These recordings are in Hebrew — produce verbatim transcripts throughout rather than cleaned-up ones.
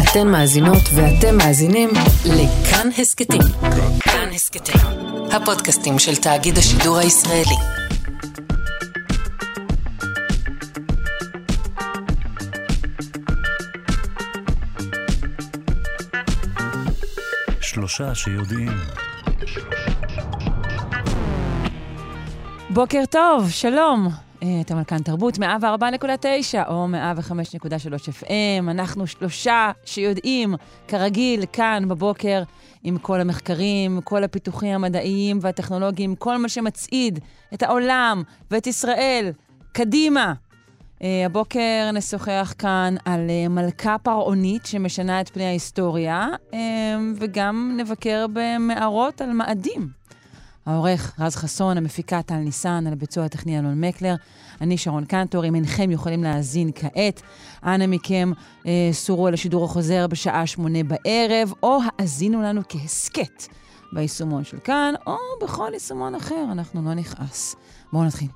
אתן מאזינות ואתם מאזינים לכאן הסקטים. כאן הסקטים, הפודקאסטים של תאגיד השידור הישראלי. שלושה שיודעים. בוקר טוב, שלום. אתם על כאן תרבות מאה וארבע נקודה תשע או מאה וחמש נקודה שלוש אף אם. אנחנו שלושה שיודעים, כרגיל, כאן בבוקר, עם כל המחקרים, כל הפיתוחים המדעיים והטכנולוגיים, כל מה שמצעיד את העולם ואת ישראל קדימה. הבוקר נשוחח כאן על מלכה פרעונית שמשנה את פני ההיסטוריה, וגם נבקר במערות על מאדים. העורך רז חסון, המפיקה טל ניסן, על ביצוע הטכני אלון מקלר. אני שרון קנטור, אם אינכם יכולים להאזין כעת, אנא מכם אה, סורו על השידור החוזר בשעה שמונה בערב, או האזינו לנו כהסקט ביישומון של כאן, או בכל יישומון אחר, אנחנו לא נכעס. בואו נתחיל.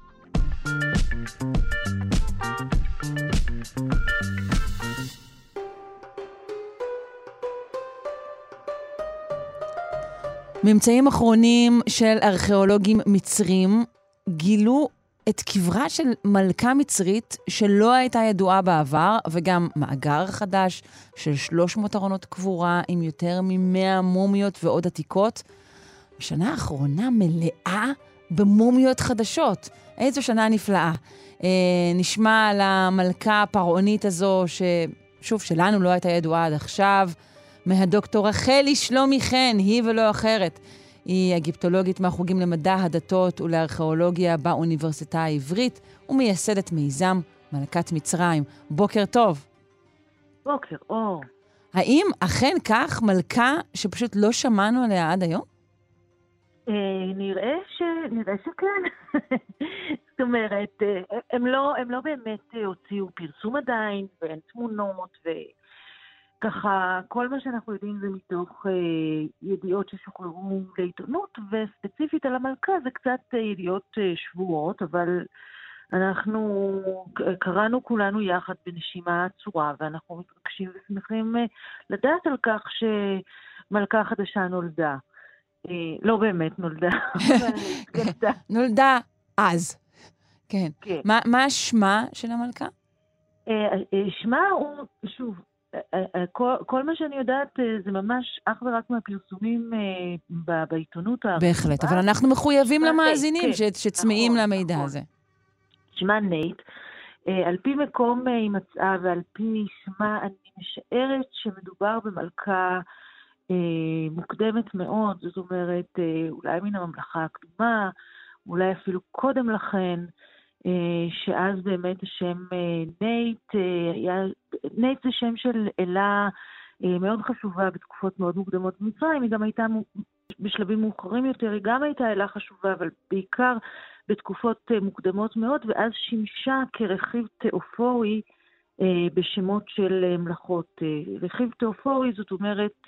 ממצאים אחרונים של ארכיאולוגים מצרים גילו את קברה של מלכה מצרית שלא הייתה ידועה בעבר, וגם מאגר חדש של שלוש מאות ארונות קבורה עם יותר מ-מאה מומיות ועוד עתיקות. השנה האחרונה מלאה במומיות חדשות. איזו שנה נפלאה. אה, נשמע על המלכה הפרעונית הזו, ששוב שלנו לא הייתה ידועה עד עכשיו, מהדוקטור רחלי שלומי חן, היא ולא אחרת. היא אגיפטולוגית מהחוגים למדע הדתות ולארכיאולוגיה באוניברסיטה העברית, ומייסדת מיזם מלכת מצרים. בוקר טוב. בוקר אור. האם אכן כך מלכה שפשוט לא שמענו עליה עד היום? נראה ש... נראה שכן. זאת אומרת, הם לא, הם לא באמת הוציאו פרסום עדיין, ואין תמונות, ו... ככה, כל מה שאנחנו יודעים זה מתוך אה, ידיעות ששוחררו לעיתונות, וספציפית על המלכה זה קצת אה, ידיעות אה, שבועות, אבל אנחנו קראנו כולנו יחד בנשימה עצורה, ואנחנו מתרגשים ושמחים אה, לדעת על כך שמלכה חדשה נולדה. אה, לא באמת נולדה, אבל נולדה. נולדה אז. כן. כן. מה, מה השמה של המלכה? אה, אה, שמה הוא, שוב, כל, כל מה שאני יודעת זה ממש אך ורק מהפרסומים ב, בעיתונות. בהחלט, אבל אנחנו מחויבים למאזינים כן, ש, שצמאים נכון, למידע נכון. הזה. שמה נייט. על פי מקום היא מצאה ועל פי שמה אני משערת שמדובר במלכה מוקדמת מאוד, זאת אומרת אולי מן הממלכה הקדומה, אולי אפילו קודם לכן, שאז באמת השם נייט, היה, נייט זה שם של אלה מאוד חשובה בתקופות מאוד מוקדמות במצרים, היא גם הייתה בשלבים מאוחרים יותר, היא גם הייתה אלה חשובה, אבל בעיקר בתקופות מוקדמות מאוד, ואז שימשה כרכיב תיאופורי בשמות של מלכות. רכיב תיאופורי זאת אומרת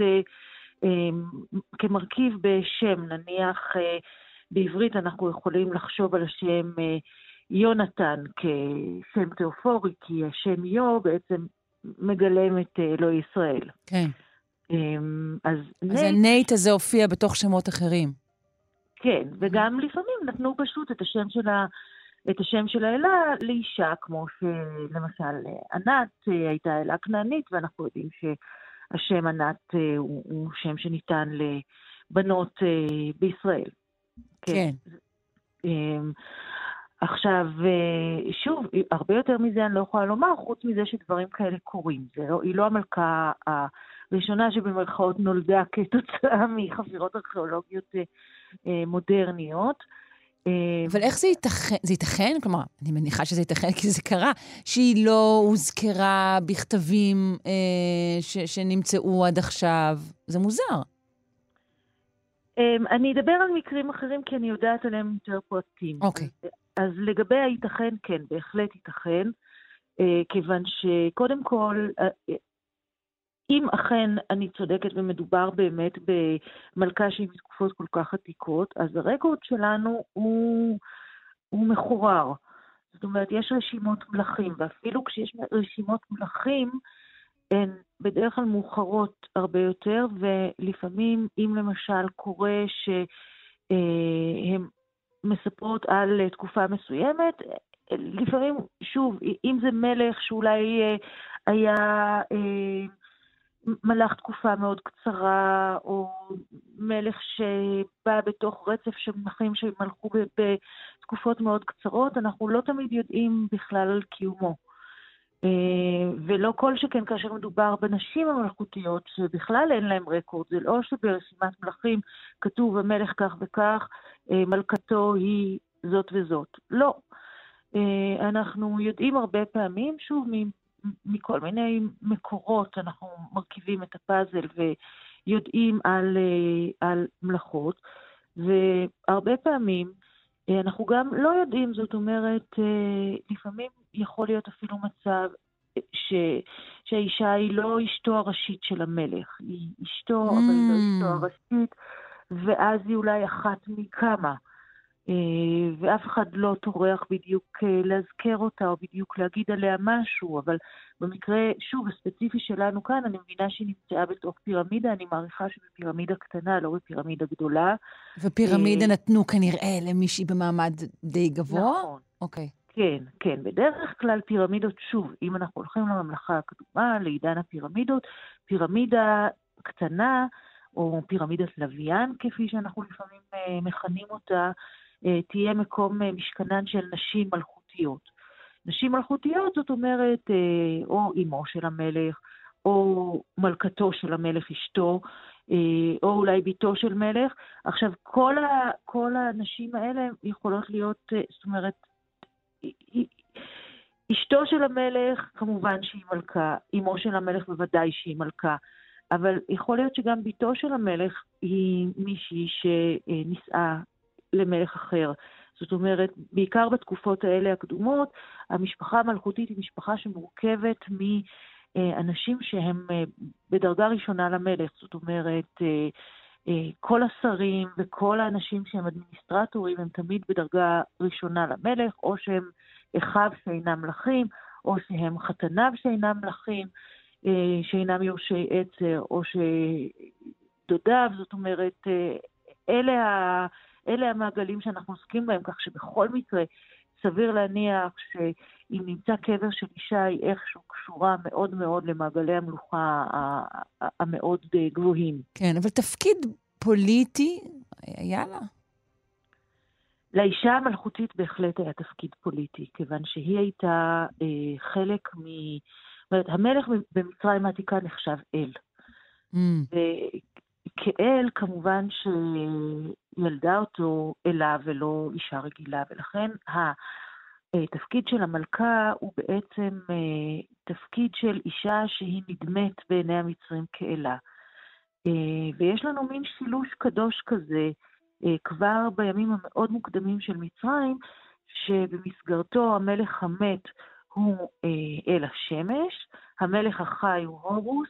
כמרכיב בשם, נניח בעברית אנחנו יכולים לחשוב על השם יונתן כשם תיאופורי, כי השם יו בעצם מגלם את אלוהי ישראל. כן. אז, אז נייט, הנייט הזה הופיע בתוך שמות אחרים. כן, וגם לפעמים נתנו פשוט את השם של ה... את השם של האלה לאישה, כמו שלמשל ענת הייתה אלה כנענית, ואנחנו יודעים שהשם ענת הוא, הוא שם שניתן לבנות בישראל. כן. כן. עכשיו, שוב, הרבה יותר מזה אני לא יכולה לומר, חוץ מזה שדברים כאלה קורים. זה לא, היא לא המלכה הראשונה שבמרכאות נולדה כתוצאה מחפירות ארכיאולוגיות מודרניות. אבל איך זה ייתכן? זה ייתכן? כלומר, אני מניחה שזה ייתכן כי זה קרה, שהיא לא הוזכרה בכתבים אה, ש, שנמצאו עד עכשיו. זה מוזר. אני אדבר על מקרים אחרים כי אני יודעת עליהם יותר פרטים. אוקיי. אז, אז לגבי הייתכן, כן, בהחלט ייתכן, אה, כיוון שקודם כל, אה, אם אכן אני צודקת ומדובר באמת במלכה שהיא בתקופות כל כך עתיקות, אז הרקורד שלנו הוא, הוא מחורר. זאת אומרת, יש רשימות מלכים, ואפילו כשיש רשימות מלכים, הן בדרך כלל מאוחרות הרבה יותר, ולפעמים אם למשל קורה שהן מספרות על תקופה מסוימת, לפעמים, שוב, אם זה מלך שאולי היה מלך תקופה מאוד קצרה, או מלך שבא בתוך רצף של מלכים שמלכו בתקופות מאוד קצרות, אנחנו לא תמיד יודעים בכלל על קיומו. ולא כל שכן כאשר מדובר בנשים המלכותיות, שבכלל אין להם רקורד, זה לא שברשימת מלכים כתוב המלך כך וכך, מלכתו היא זאת וזאת. לא. אנחנו יודעים הרבה פעמים, שוב, מכל מיני מקורות אנחנו מרכיבים את הפאזל ויודעים על, על מלכות, והרבה פעמים אנחנו גם לא יודעים, זאת אומרת, לפעמים יכול להיות אפילו מצב ש, שהאישה היא לא אשתו הראשית של המלך, היא אשתו, mm. אבל היא לא אשתו הראשית, ואז היא אולי אחת מכמה. ואף אחד לא טורח בדיוק להזכר אותה או בדיוק להגיד עליה משהו, אבל במקרה, שוב, הספציפי שלנו כאן, אני מבינה שהיא נמצאה בתוך פירמידה, אני מעריכה שבפירמידה קטנה, לא בפירמידה גדולה. ופירמידה נתנו כנראה למישהי במעמד די גבוה? נכון. אוקיי. כן, כן. בדרך כלל פירמידות, שוב, אם אנחנו הולכים לממלכה הקדומה, לעידן הפירמידות, פירמידה קטנה, או פירמידת לוויין, כפי שאנחנו לפעמים מכנים אותה, תהיה מקום משכנן של נשים מלכותיות. נשים מלכותיות, זאת אומרת, או אמו של המלך, או מלכתו של המלך אשתו, או אולי ביתו של מלך. עכשיו, כל, ה, כל הנשים האלה יכולות להיות, זאת אומרת, אשתו של המלך, כמובן שהיא מלכה, אמו של המלך בוודאי שהיא מלכה, אבל יכול להיות שגם ביתו של המלך היא מישהי שנישאה למלך אחר. זאת אומרת, בעיקר בתקופות האלה הקדומות, המשפחה המלכותית היא משפחה שמורכבת מאנשים שהם בדרגה ראשונה למלך. זאת אומרת, כל השרים וכל האנשים שהם אדמיניסטרטורים הם תמיד בדרגה ראשונה למלך, או שהם אחיו שאינם מלכים, או שהם חתניו שאינם מלכים, שאינם יורשי עצר, או שדודיו. זאת אומרת, אלה ה... אלה המעגלים שאנחנו עוסקים בהם, כך שבכל מקרה סביר להניח שאם נמצא קבר של אישה היא איכשהו קשורה מאוד מאוד למעגלי המלוכה המאוד גבוהים. כן, אבל תפקיד פוליטי היה לה? לאישה המלכותית בהחלט היה תפקיד פוליטי, כיוון שהיא הייתה אה, חלק מ... זאת אומרת, המלך במצרים העתיקה נחשב אל. Mm. ו... כאל, כמובן שילדה אותו אלה ולא אישה רגילה, ולכן התפקיד של המלכה הוא בעצם תפקיד של אישה שהיא נדמת בעיני המצרים כאלה. ויש לנו מין שילוש קדוש כזה, כבר בימים המאוד מוקדמים של מצרים, שבמסגרתו המלך המת הוא אל השמש, המלך החי הוא הורוס,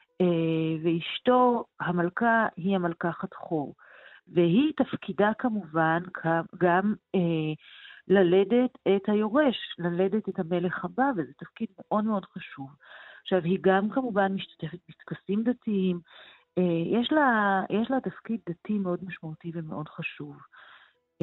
ואשתו המלכה היא המלכה חתחור. והיא תפקידה כמובן גם אה, ללדת את היורש, ללדת את המלך הבא, וזה תפקיד מאוד מאוד חשוב. עכשיו, היא גם כמובן משתתפת בטקסים דתיים, אה, יש לה, יש לה תפקיד דתי מאוד משמעותי ומאוד חשוב. אה,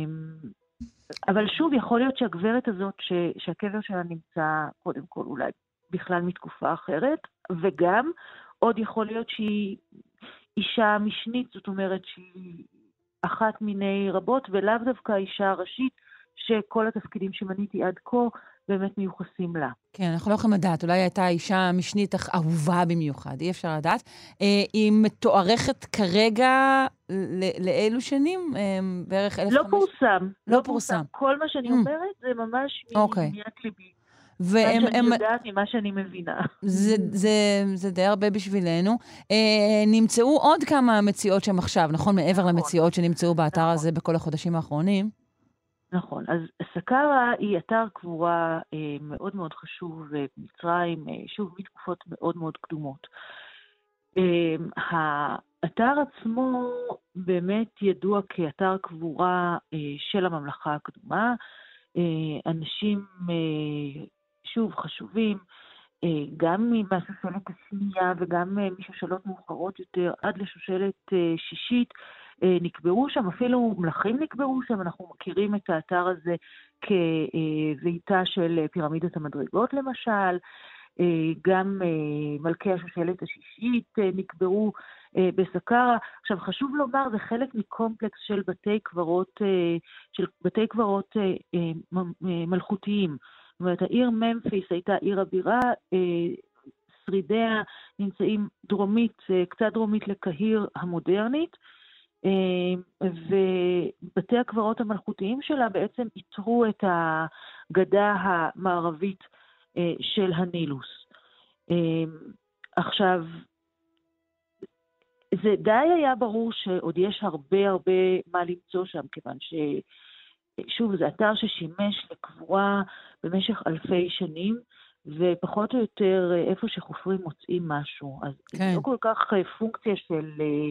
אבל שוב, יכול להיות שהגברת הזאת, ש, שהקבר שלה נמצא קודם כל אולי בכלל מתקופה אחרת, וגם עוד יכול להיות שהיא אישה משנית, זאת אומרת שהיא אחת מיני רבות, ולאו דווקא האישה הראשית, שכל התפקידים שמניתי עד כה באמת מיוחסים לה. כן, אנחנו לא יכולים לדעת, אולי הייתה אישה משנית אך אהובה במיוחד, אי אפשר לדעת. היא מתוארכת כרגע לאילו שנים? בערך אלף וחמש מאות? לא פורסם. לא פורסם. כל מה שאני אומרת זה ממש מיד ליבי. והם, מה שאני יודעת ממה שאני מבינה. זה, זה, זה די הרבה בשבילנו. אה, נמצאו עוד כמה מציאות שם עכשיו, נכון? מעבר נכון. למציאות שנמצאו באתר נכון. הזה בכל החודשים האחרונים. נכון. אז סקרה היא אתר קבורה אה, מאוד מאוד חשוב במצרים, אה, שוב, מתקופות מאוד מאוד קדומות. אה, האתר עצמו באמת ידוע כאתר קבורה אה, של הממלכה הקדומה. אה, אנשים... אה, שוב, חשובים, גם מהשושלת השנייה וגם משושלות מאוחרות יותר עד לשושלת שישית, נקברו שם, אפילו מלכים נקברו שם, אנחנו מכירים את האתר הזה כביתה של פירמידת המדרגות למשל, גם מלכי השושלת השישית נקברו בסקרה. עכשיו חשוב לומר, זה חלק מקומפלקס של בתי קברות, של בתי קברות מלכותיים. זאת אומרת, העיר ממפיס הייתה עיר הבירה, שרידיה נמצאים דרומית, קצת דרומית לקהיר המודרנית, ובתי הקברות המלכותיים שלה בעצם איתרו את הגדה המערבית של הנילוס. עכשיו, זה די היה ברור שעוד יש הרבה הרבה מה למצוא שם, כיוון ש... שוב, זה אתר ששימש לקבורה במשך אלפי שנים, ופחות או יותר איפה שחופרים מוצאים משהו. אז כן. זה לא כל כך פונקציה של...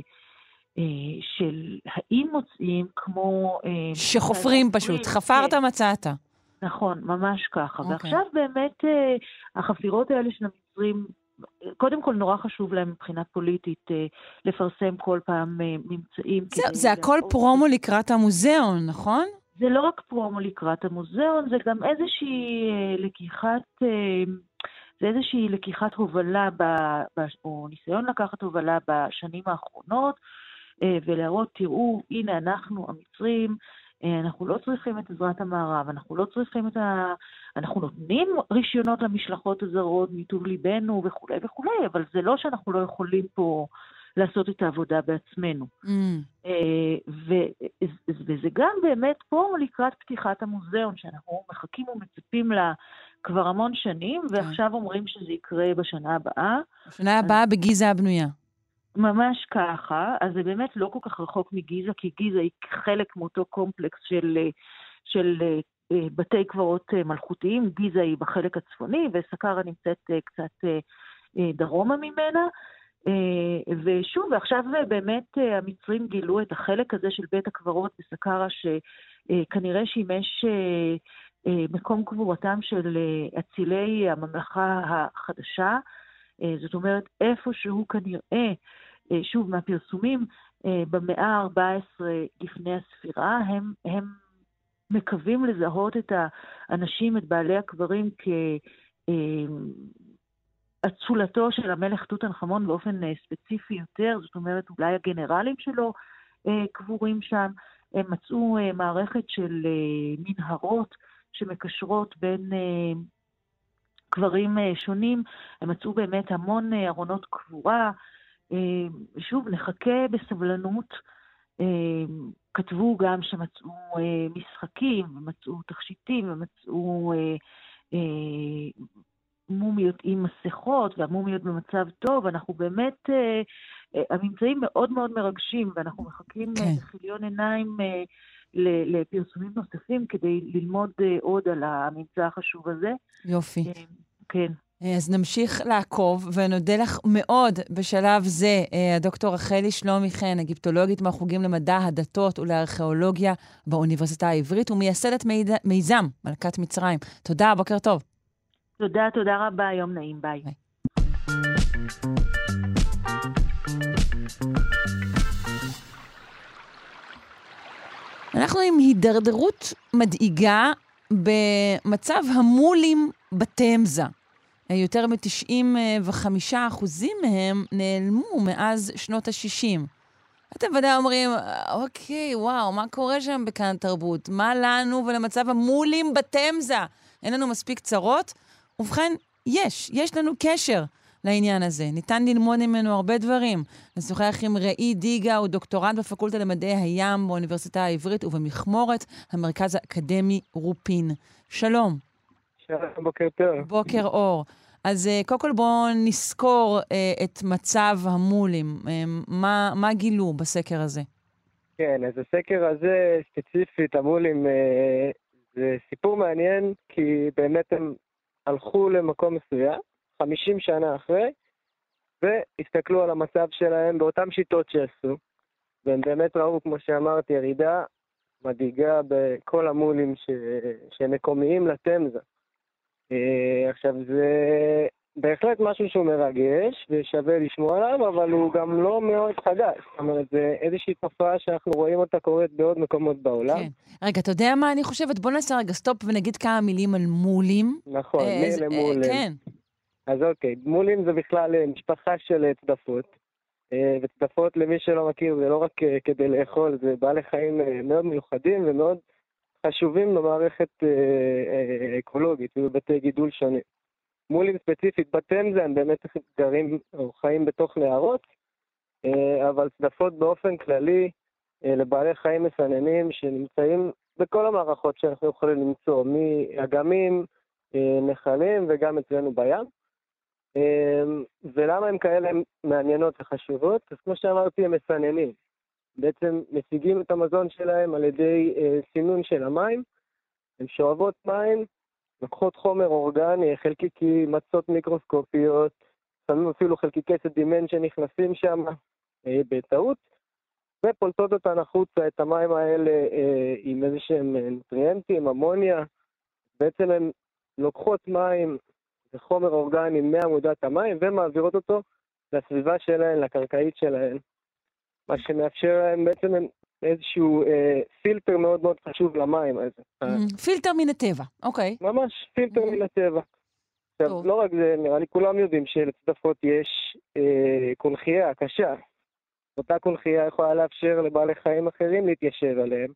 של האם מוצאים כמו... שחופרים פשוט, חפרת מצאת. נכון, ממש ככה. Okay. ועכשיו באמת החפירות האלה של המצרים, קודם כל נורא חשוב להם מבחינה פוליטית לפרסם כל פעם ממצאים. זה, זה הכל פרומו לקראת המוזיאון, נכון? זה לא רק פרומו לקראת המוזיאון, זה גם איזושהי לקיחת... זה איזושהי לקיחת הובלה, ב, ב, או ניסיון לקחת הובלה בשנים האחרונות, ולהראות, תראו, הנה אנחנו המצרים, אנחנו לא צריכים את עזרת המערב, אנחנו לא צריכים את ה... אנחנו נותנים רישיונות למשלחות הזרות מטוב ליבנו וכו' וכו', אבל זה לא שאנחנו לא יכולים פה לעשות את העבודה בעצמנו. Mm. ו... וזה גם באמת פה לקראת פתיחת המוזיאון, שאנחנו מחכים ומצפים לה כבר המון שנים, ועכשיו אומרים שזה יקרה בשנה הבאה. בשנה הבאה אז... בגיזה הבנויה. ממש ככה, אז זה באמת לא כל כך רחוק מגיזה, כי גיזה היא חלק מאותו קומפלקס של, של בתי קברות מלכותיים, גיזה היא בחלק הצפוני, וסקרה נמצאת קצת דרומה ממנה, ושוב, ועכשיו באמת המצרים גילו את החלק הזה של בית הקברות בסקרה, שכנראה שימש מקום קבורתם של אצילי הממלכה החדשה, זאת אומרת, איפשהו כנראה, שוב מהפרסומים, במאה ה-ארבע עשרה לפני הספירה, הם, הם מקווים לזהות את האנשים, את בעלי הקברים, כאצולתו של המלך תות-ענחמון באופן ספציפי יותר, זאת אומרת, אולי הגנרלים שלו קבורים שם, הם מצאו מערכת של מנהרות שמקשרות בין... קברים שונים, הם מצאו באמת המון ארונות קבורה, שוב, נחכה בסבלנות, כתבו גם שמצאו משחקים, ומצאו תכשיטים, ומצאו מומיות עם מסכות, והמומיות במצב טוב, אנחנו באמת, הממצאים מאוד מאוד מרגשים, ואנחנו מחכים בחיליון עיניים לפרסומים נוספים, כדי ללמוד עוד על הממצא החשוב הזה. יופי. כן. אז נמשיך לעקוב, ונודה לך מאוד בשלב זה, הדוקטור רחלי שלומי חן, אגיפטולוגית מהחוגים למדע הדתות ולארכיאולוגיה באוניברסיטה העברית, ומייסדת מיזם מלכת מצרים. תודה, בוקר טוב. תודה, תודה רבה, יום נעים, ביי. ביי. אנחנו עם הידרדרות מדאיגה במצב המולים בתמזה. יותר מ-תשעים וחמישה אחוזים מהם נעלמו מאז שנות ה-שישים. אתם ודאי אומרים, אוקיי, וואו, מה קורה שם בכאן תרבות? מה לנו ולמצב המולים בתמזה? אין לנו מספיק צרות? ובכן, יש, יש לנו קשר לעניין הזה. ניתן ללמוד ממנו הרבה דברים. נשוחח עם ראי דיגה, הוא דוקטורנט בפקולטה למדעי הים באוניברסיטה העברית ובמכמורת המרכז האקדמי רופין. שלום. שלום, בוקר טוב. בוקר אור. אז קודם כל בואו נזכור את מצב המולים. מה, מה גילו בסקר הזה? כן, אז הסקר הזה ספציפית, המולים, זה סיפור מעניין, כי באמת הם הלכו למקום מסוים, חמישים שנה אחרי, והסתכלו על המצב שלהם באותן שיטות שעשו, והם באמת ראו, כמו שאמרתי, ירידה מדאיגה בכל המולים ש... שמקומיים לתמזה. עכשיו, זה בהחלט משהו שהוא מרגש ושווה לשמוע עליו, אבל הוא גם לא מאוד חדש. זאת אומרת, זה איזושהי תופעה שאנחנו רואים אותה קורית בעוד מקומות בעולם. כן. רגע, אתה יודע מה אני חושבת? בוא נעשה רגע סטופ ונגיד כמה מילים על מולים. נכון, אה, מי אז- אלה אה, מולים. כן. אז אוקיי, מולים זה בכלל אה, משפחה של אה, צדפות. אה, וצדפות, למי שלא מכיר, זה לא רק אה, כדי לאכול, זה בעלי חיים אה, מאוד מיוחדים ומאוד חשובים במערכת אה, אה, אקולוגית ובבתי גידול שונים. מולים ספציפית בתמזה הם באמת גרים או חיים בתוך נהרות, אה, אבל צדפות באופן כללי אה, לבעלי חיים מסננים שנמצאים בכל המערכות שאנחנו יכולים למצוא, מאגמים, אה, נחלים וגם אצלנו בים. אה, ולמה הם כאלה מעניינות וחשובות? אז כמו שאמרתי, הם מסננים. בעצם משיגים את המזון שלהם על ידי אה, סינון של המים. הם שואבות מים, לוקחות חומר אורגני, חלקיקי, מצות מיקרוסקופיות, שמים אפילו חלקיקי סדימנט שנכנסים שם אה, בטעות, ופולטות אותן החוצה את המים האלה אה, עם איזה שהם נוטריאנטים, אמוניה. בעצם הן לוקחות מים וחומר אורגני מעמודת המים ומעבירות אותו לסביבה שלהן, לקרקעית שלהן. מה שמאפשר להם בעצם איזשהו אה, פילטר מאוד מאוד חשוב למים הזה. Mm, פילטר מן הטבע, אוקיי. ממש פילטר Mhm. מן הטבע. עכשיו, טוב. לא רק זה, נראה לי כולם יודעים שלצדפות יש אה, קונכייה קשה. אותה קונכייה יכולה לאפשר לבעלי חיים אחרים להתיישב עליהם,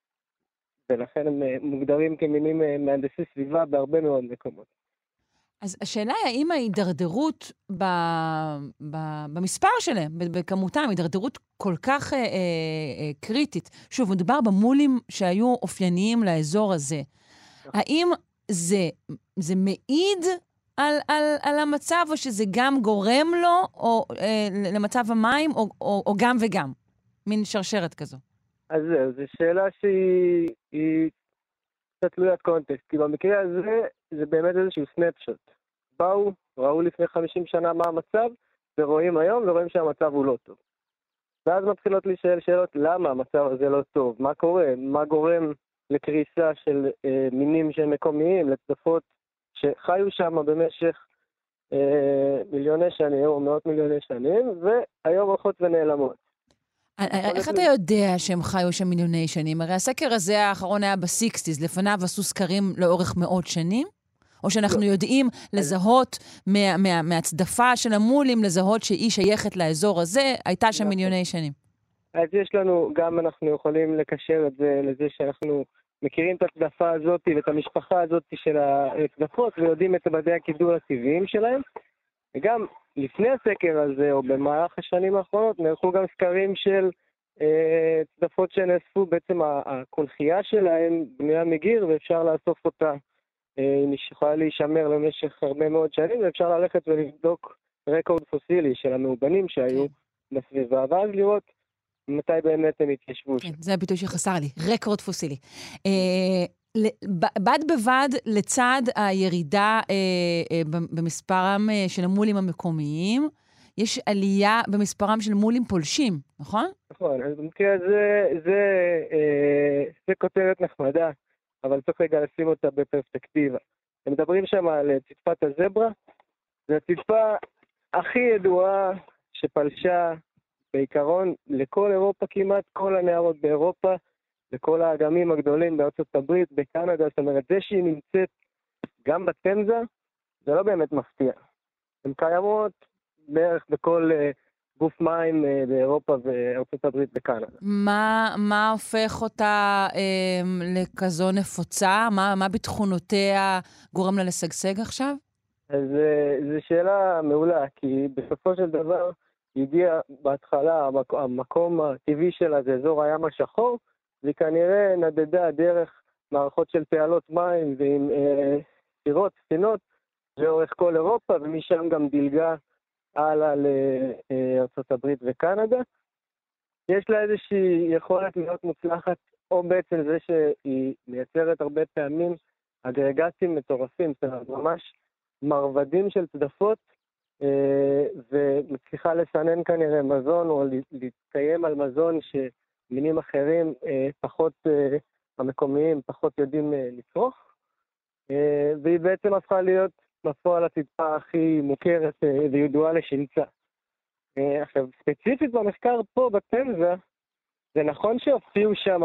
ולכן הם אה, מוגדרים כמינים אה, מהנדסי סביבה בהרבה מאוד מקומות. אז השאלה היא האם ההידרדרות ב, ב, במספר שלהם, ב- בכמותם, הידרדרות כל כך אה, אה, אה, קריטית. שוב, מדובר במולים שהיו אופייניים לאזור הזה. האם זה, זה מעיד על, על, על המצב, או שזה גם גורם לו, או אה, למצב המים, או, או, או גם וגם? מין שרשרת כזו. אז זהו, זו שאלה שהיא היא קצת תלוית קונטקסט, כי במקרה הזה זה באמת איזשהו סנפשוט. באו, ראו לפני חמישים שנה מה המצב, ורואים היום ורואים שהמצב הוא לא טוב. ואז מתחילות להישאל שאלות למה המצב הזה לא טוב, מה קורה, מה גורם לקריסה של אה, מינים שהם מקומיים, לצדפות שחיו שם במשך אה, מיליוני שנים או מאות מיליוני שנים, והיום הולכות ונעלמות. איך אתה יודע שהם חיו שם מיליוני שנים? הרי הסקר הזה האחרון היה בסיקסטיז, לפניו עשו סקרים לאורך מאות שנים? או שאנחנו יודעים לזהות מה, מה, מהצדפה של המולים, לזהות שהיא שייכת לאזור הזה, הייתה שם מיליוני שנים. אז יש לנו, גם אנחנו יכולים לקשר את זה לזה שאנחנו מכירים את הצדפה הזאת ואת המשפחה הזאת של הצדפות, ויודעים את מדעי הגידול הטבעיים שלהם. וגם לפני הסקר הזה, או במהלך השנים האחרונות, נערכו גם סקרים של אה, צדפות שנאספו, בעצם הקונכייה שלהם בנויה מגיר, ואפשר לאסוף אותה. היא יכולה להישמר למשך הרבה מאוד שנים, ואפשר ללכת ולבדוק רקורד פוסילי של המאובנים שהיו בסביבה, ואז לראות מתי באמת הם התיישבו שם. כן, זה הביטוי שחסר לי, רקורד פוסילי. בד בבד לצד הירידה במספרם של המולים המקומיים, יש עלייה במספרם של מולים פולשים, נכון? נכון, אז במקרה הזה, זה, זה כותרת נחמדה, אבל צריך רגע לשים אותה בפרספקטיבה. הם מדברים שם על צדפת הזברה, זו הצדפה הכי ידועה שפלשה בעיקרון לכל אירופה, כמעט כל הנהרות באירופה, לכל האגמים הגדולים בארצות הברית, בקנדה. זאת אומרת, זה שהיא נמצאת גם בתמזה, זה לא באמת מפתיע. הן קיימות בערך בכל uh, גוף מים uh, באירופה וארצות הברית וקנדה. מה, מה הופך אותה אה, לכזו נפוצה? מה, מה בתכונותיה גורם לה לשגשג עכשיו? אז uh, זו שאלה מעולה, כי בסופו של דבר הגיע בהתחלה, המק... המקום הטבעי שלה זה אזור הים השחור, והיא כנראה נדדה דרך מערכות של פעלות מים ועם אה, סירות, ספינות, לאורך כל אירופה, ומשם גם דילגה הלאה לארצות הברית וקנדה. יש לה איזושהי יכולת להיות מוצלחת, או בעצם זה שהיא מייצרת הרבה פעמים אגרגטים מטורפים, זאת אומרת, ממש מרבדים של צדפות, אה, ומצליחה לסנן כנראה מזון, או להתקיים על מזון שמינים אחרים אה, פחות אה, המקומיים, פחות יודעים אה, לצרוך. והיא בעצם הפכה להיות בפועל הציפה הכי מוכרת וידועה לשמצה. עכשיו, ספציפית במחקר פה בתמזה, זה נכון שהופיעו שם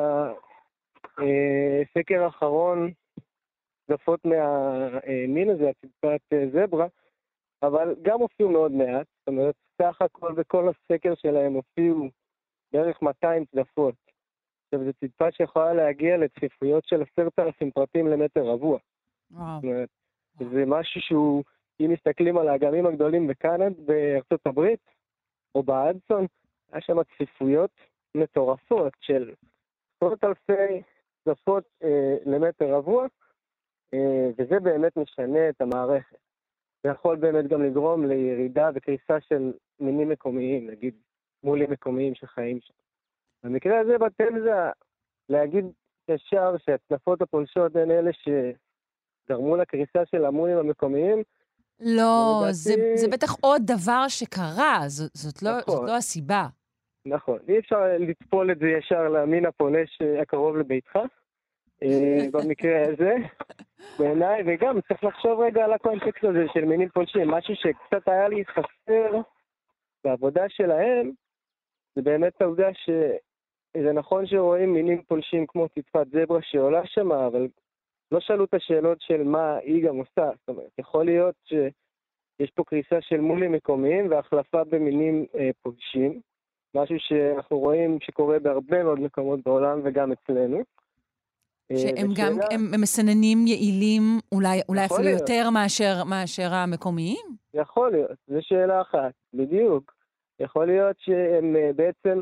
בסקר האחרון צדפות מהמין הזה, הציפת זברה, אבל גם הופיעו מאוד מעט. זאת אומרת, סך הכל בכל הסקר שלהם הופיעו בערך מאתיים צדפות. עכשיו, זו ציפה שיכולה להגיע לצפיפויות של עשרת אלפים פרטים למטר רבוע. וואו. זאת אומרת, זה משהו שהוא, אם מסתכלים על האגמים הגדולים בקנדה, בארצות הברית, או באדסון, היה שם צפיפויות מטורפות של עשרות אלפי צדפות אה, למטר רבוע, אה, וזה באמת משנה את המערכת. זה יכול באמת גם לגרום לירידה וקריסה של מינים מקומיים, נגיד מולים מקומיים שחיים שם. במקרה הזה בתמזה, להגיד ישר שהצדפות הפולשות הן אלה שגרמו לקריסה של המולים המקומיים, לא, ולדעתי- זה, זה בטח עוד דבר שקרה, זאת, זאת, לא, נכון. זאת לא הסיבה. נכון, אי אפשר לטפול את זה ישר למין הפולש הקרוב לביתך, אה, במקרה הזה, בעיניי, וגם צריך לחשוב רגע על הקונטקסט הזה של מינים פולשים, משהו שקצת היה לי חסר בעבודה שלהם, זה באמת העובדה שזה נכון שרואים מינים פולשים כמו ציפת זברה שעולה שם, אבל לא שאלו את השאלות של מה היא גם עושה, זאת אומרת, יכול להיות שיש פה קריסה של מולים מקומיים והחלפה במינים אה, פולשים, משהו שאנחנו רואים שקורה בהרבה מאוד מקומות בעולם וגם אצלנו. אה, שהם ושאלה- גם, הם, הם מסננים יעילים, אולי, אולי יכול אפילו להיות. יותר מאשר, מאשר המקומיים? יכול להיות, זו שאלה אחת, בדיוק. יכול להיות שהם אה, בעצם,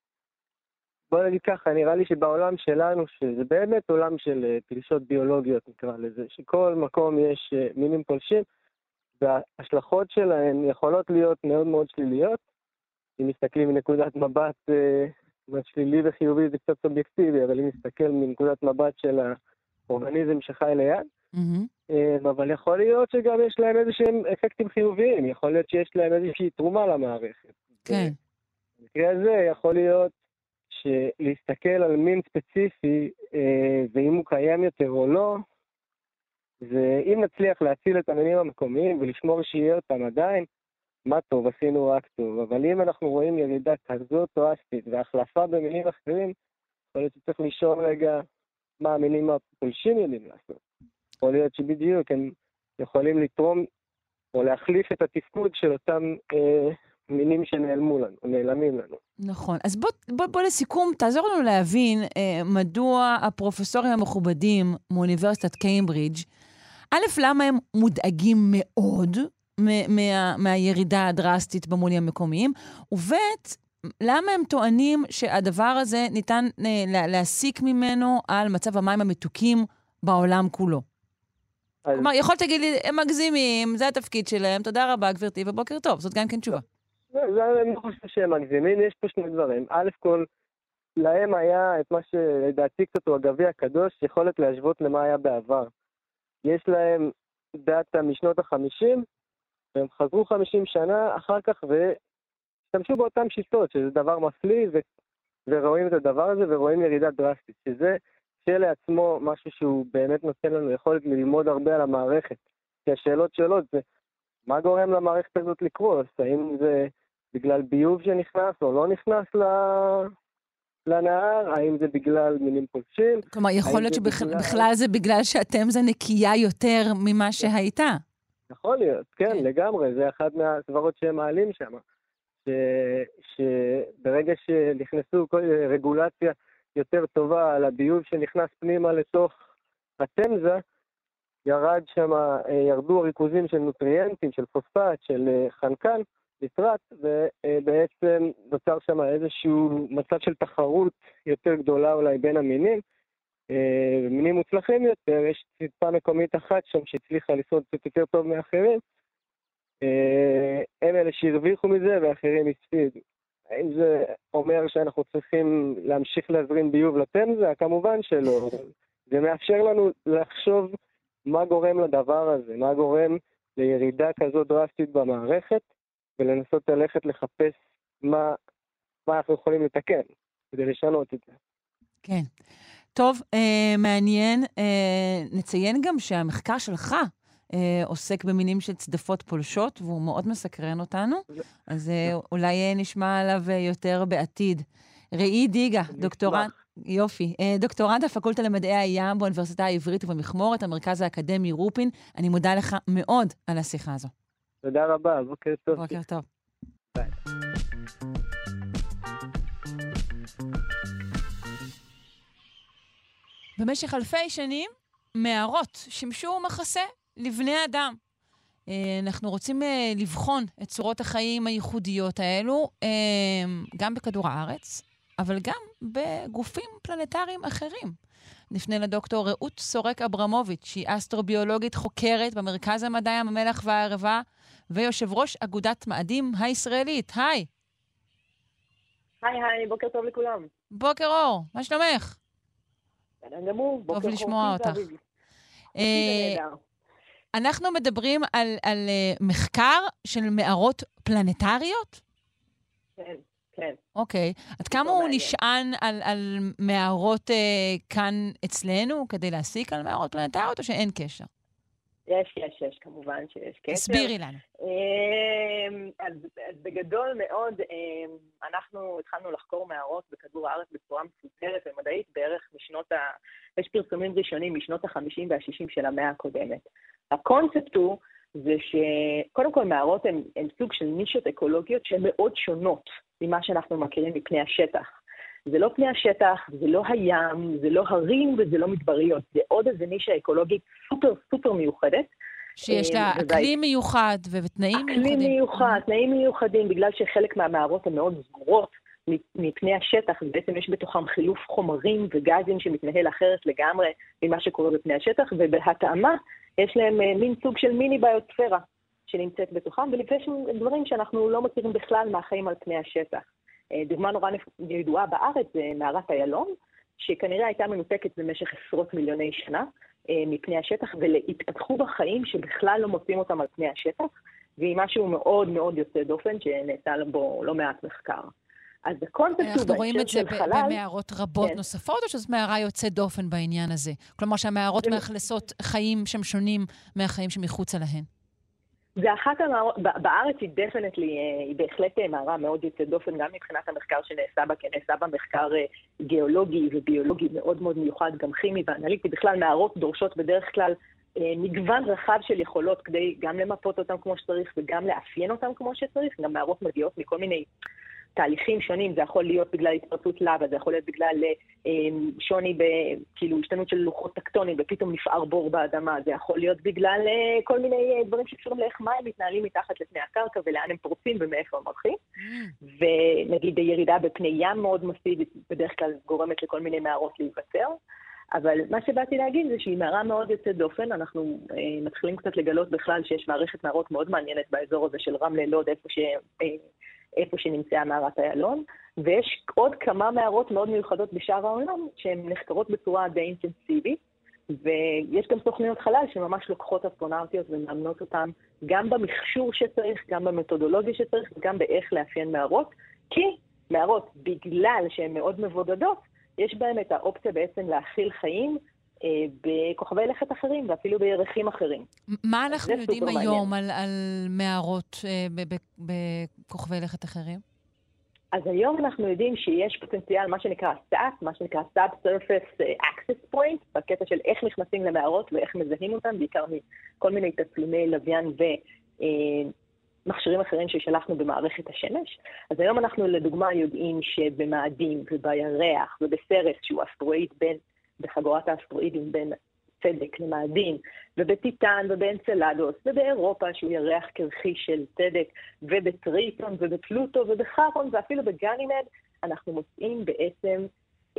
בוא נגיד ככה, נראה לי שבעולם שלנו, שזה באמת עולם של אה, פלישות ביולוגיות נקרא לזה, שכל מקום יש אה, מינים פולשים, וההשלכות שלהם יכולות להיות מאוד מאוד שליליות. אם מסתכלים מנקודת מבט אה, שלילי וחיובי זה קצת סובייקטיבי, אבל אם מסתכל מנקודת מבט של האורגניזם שחי ליד, Mm-hmm. אה, אבל יכול להיות שגם יש להם איזה שהם אפקטים חיוביים, יכול להיות שיש להם איזושהי תרומה למערכת. כן. במקרה הזה יכול להיות שלהסתכל על מין ספציפי, אה, ואם הוא קיים יותר או לא, ואם נצליח להציל את המינים המקומיים ולשמור שיהיה אותם עדיין, מה טוב, עשינו רק טוב. אבל אם אנחנו רואים ירידה כזאת דרסטית והחלפה במינים אחרים, יכול להיות שצריך לשאול רגע מה המינים הפולשים יודעים לעשות. יכול להיות שבדיוק הם יכולים לתרום או להחליף את התפקוד של אותם אה, מינים שנעלמו לנו, או נעלמים לנו. נכון. אז בוא, בוא, בוא לסיכום, תעזור לנו להבין אה, מדוע הפרופסורים המכובדים מאוניברסיטת קיימברידג', א', למה הם מודאגים מאוד מ- מה, מהירידה הדרסטית במולים המקומיים, וב', למה הם טוענים שהדבר הזה ניתן אה, לה, להסיק ממנו על מצב המים המתוקים בעולם כולו. אז כלומר, יכול תגיד לי, הם מגזימים, זה התפקיד שלהם, תודה רבה גברתי ובוקר טוב, זאת גם כן תשובה. זה, זה, אני לא חושב שהם מגזימים, יש פה שני דברים. א' כל, להם היה את מה שלדעתי קצת הוא הגביע הקדוש, יכולת להשוות למה היה בעבר. יש להם דאטה משנות החמישים, והם חזרו חמישים שנה אחר כך והשתמשו באותם שיטות, שזה דבר מפליא, ו... ורואים את הדבר הזה ורואים ירידה דרסטית, שזה שלעצמו משהו שהוא באמת נותן לנו יכולת ללמוד הרבה על המערכת. כי השאלות שאלות זה, מה גורם למערכת הזאת לקרוס? האם זה בגלל ביוב שנכנס או לא נכנס ל... לנהר? האם זה בגלל מינים פולשים? כלומר, יכול להיות זה שבכלל בגלל- זה בגלל שאתם זה נקייה יותר ממה שהייתה. יכול להיות, כן, כן. לגמרי, זה אחת מהסברות שהם מעלים שם. ש... שברגע שנכנסו כל רגולציה יותר טובה על הביוב שנכנס פנימה לתוך התמזה, ירד שם, ירדו הריכוזים של נוטריאנטים, של פוספט, של חנקן, ניטרט, ובעצם נוצר שם איזשהו מצב של תחרות יותר גדולה אולי בין המינים. מינים מוצלחים יותר, יש ציפה מקומית אחת שם שהצליחה לשרוד קצת יותר טוב מאחרים, הם אלה שהרוויחו מזה ואחרים הפסידו. האם זה אומר שאנחנו צריכים להמשיך להזרים ביוב לתמזה? כמובן שלא. זה מאפשר לנו לחשוב מה גורם לדבר הזה, מה גורם לירידה כזאת דרסטית במערכת, ולנסות ללכת לחפש מה, מה אנחנו יכולים לתקן, כדי לשנות את זה. כן. טוב, אה, מעניין. אה, נציין גם שהמחקר שלך אה, עוסק במינים של צדפות פולשות, והוא מאוד מסקרן אותנו, אז אה, אולי אה, נשמע עליו אה, יותר בעתיד. ראי דיגה, דוקטורנט, יופי, אה, דוקטורנט הפקולטה למדעי הים באוניברסיטה העברית ובמכמורת, המרכז האקדמי רופין. אני מודה לך מאוד על השיחה הזו. תודה רבה, בוקר טוב. בוקר טוב. ביי. במשך אלפי שנים, מערות שימשו מחסה לבני אדם. אנחנו רוצים לבחון את צורות החיים הייחודיות האלו, גם בכדור הארץ, אבל גם בגופים פלנטריים אחרים. נפנה לדוקטור רעות סורק אברמוביץ', שהיא אסטרוביולוגית חוקרת במרכז המדע ים המלח והערבה, ויושב ראש אגודת מאדים הישראלית. היי. היי היי, בוקר טוב לכולם. בוקר אור, מה שלומך? טוב לשמוע אותך. אנחנו מדברים על, על מחקר של מערות פלנטריות? כן, כן. אוקיי. עד כמה הוא נשען על, על מערות אה, כאן אצלנו כדי להסיק על מערות פלנטריות, או שאין קשר? יש, יש, יש, כמובן שיש קשר. הסבירי לנו. אז, אז בגדול מאוד, אנחנו התחלנו לחקור מערות בכדור הארץ בצורה מסודרת ומדעית בערך משנות ה... יש פרסומים ראשונים משנות ה-חמישים וה-שישים של המאה הקודמת. הקונספט הוא זה שקודם כל מערות הן, הן סוג של נישות אקולוגיות שהן מאוד שונות ממה שאנחנו מכירים מפני השטח. זה לא פני השטח, זה לא הים, זה לא הרים וזה לא מדבריות. זה עוד איזה נישה אקולוגית סופר סופר מיוחדת. שיש לה אקלים מיוחד ותנאים מיוחדים. אקלים מיוחד, תנאים מיוחדים, בגלל שחלק מהמערות הן מאוד סגורות מפני השטח, ובעצם יש בתוכם חילוף חומרים וגזים שמתנהל אחרת לגמרי ממה שקורה בפני השטח, ובהתאמה יש להם מין סוג של מיני ביוספירה שנמצאת בתוכם, ולפני דברים שאנחנו לא מכירים בכלל מהחיים על פני השטח. דוגמה נורא ידועה בארץ זה מערת איילון, שכנראה הייתה מנותקת במשך עשרות מיליוני שנה מפני השטח, והתפתחו בחיים שבכלל לא מוצאים אותם על פני השטח, והיא משהו מאוד מאוד יוצא דופן שנעשה בו לא מעט מחקר. אז הקונספט הוא אנחנו רואים את זה במערות רבות כן. נוספות, או שזו מערה יוצא דופן בעניין הזה? כלומר שהמערות מאכלסות חיים שהם שונים מהחיים שמחוצה להן. זה אחת המערות, בארץ היא דפנטלי, היא בהחלט מערה מאוד יוצאת דופן, גם מבחינת המחקר שנעשה בה, כי נעשה בה מחקר גיאולוגי וביולוגי מאוד מאוד מיוחד, גם כימי ואנליטי. בכלל מערות דורשות בדרך כלל מגוון רחב של יכולות כדי גם למפות אותם כמו שצריך וגם לאפיין אותם כמו שצריך. גם מערות מגיעות מכל מיני תהליכים שונים, זה יכול להיות בגלל התפרצות לבה, זה יכול להיות בגלל אה, שוני, ב, כאילו השתנות של לוחות טקטונים, ופתאום נפער בור באדמה, זה יכול להיות בגלל אה, כל מיני אה, דברים שקשורים לאיך מים מתנהלים מתחת לפני הקרקע, ולאן הם פורצים ומאיפה הם הולכים. Mm. ונגיד ירידה בפני ים מאוד מסיבית, בדרך כלל גורמת לכל מיני מערות להיווצר. אבל מה שבאתי להגיד זה שהיא מערה מאוד יוצאת דופן, אנחנו אה, מתחילים קצת לגלות בכלל שיש מערכת מערות מאוד מעניינת באזור הזה של רמלה לוד, איפה ש... אה, איפה שנמצאה מערת איילון, ויש עוד כמה מערות מאוד מיוחדות בשאר העולם, שהן נחקרות בצורה די אינטנסיבית, ויש גם תוכניות חלל שממש לוקחות אסטרונאוטיות ומאמנות אותן גם במכשור שצריך, גם במתודולוגיה שצריך, וגם באיך לאפיין מערות, כי מערות, בגלל שהן מאוד מבודדות, יש בהן את האופציה בעצם להכיל חיים, בכוכבי לכת אחרים ואפילו בירחים אחרים. מה אנחנו יודעים היום על, על מערות בכוכבי לכת אחרים? אז היום אנחנו יודעים שיש פוטנציאל, מה שנקרא סאט, מה שנקרא Subsurface Access Point, בקטע של איך נכנסים למערות ואיך מזהים אותם, בעיקר מכל מיני תצלומי לוויין ומכשירים אחרים ששלחנו במערכת השמש. אז היום אנחנו לדוגמה יודעים שבמאדים ובירח ובסרס, שהוא אסטרואיד בין בחגורת האסטרואידים בין צדק למאדים, ובטיטן ובאנצלדוס, ובאירופה שהוא ירח קרחי של צדק, ובטריטון ובפלוטו ובחרון, ואפילו בגנימד, אנחנו מוצאים בעצם אה,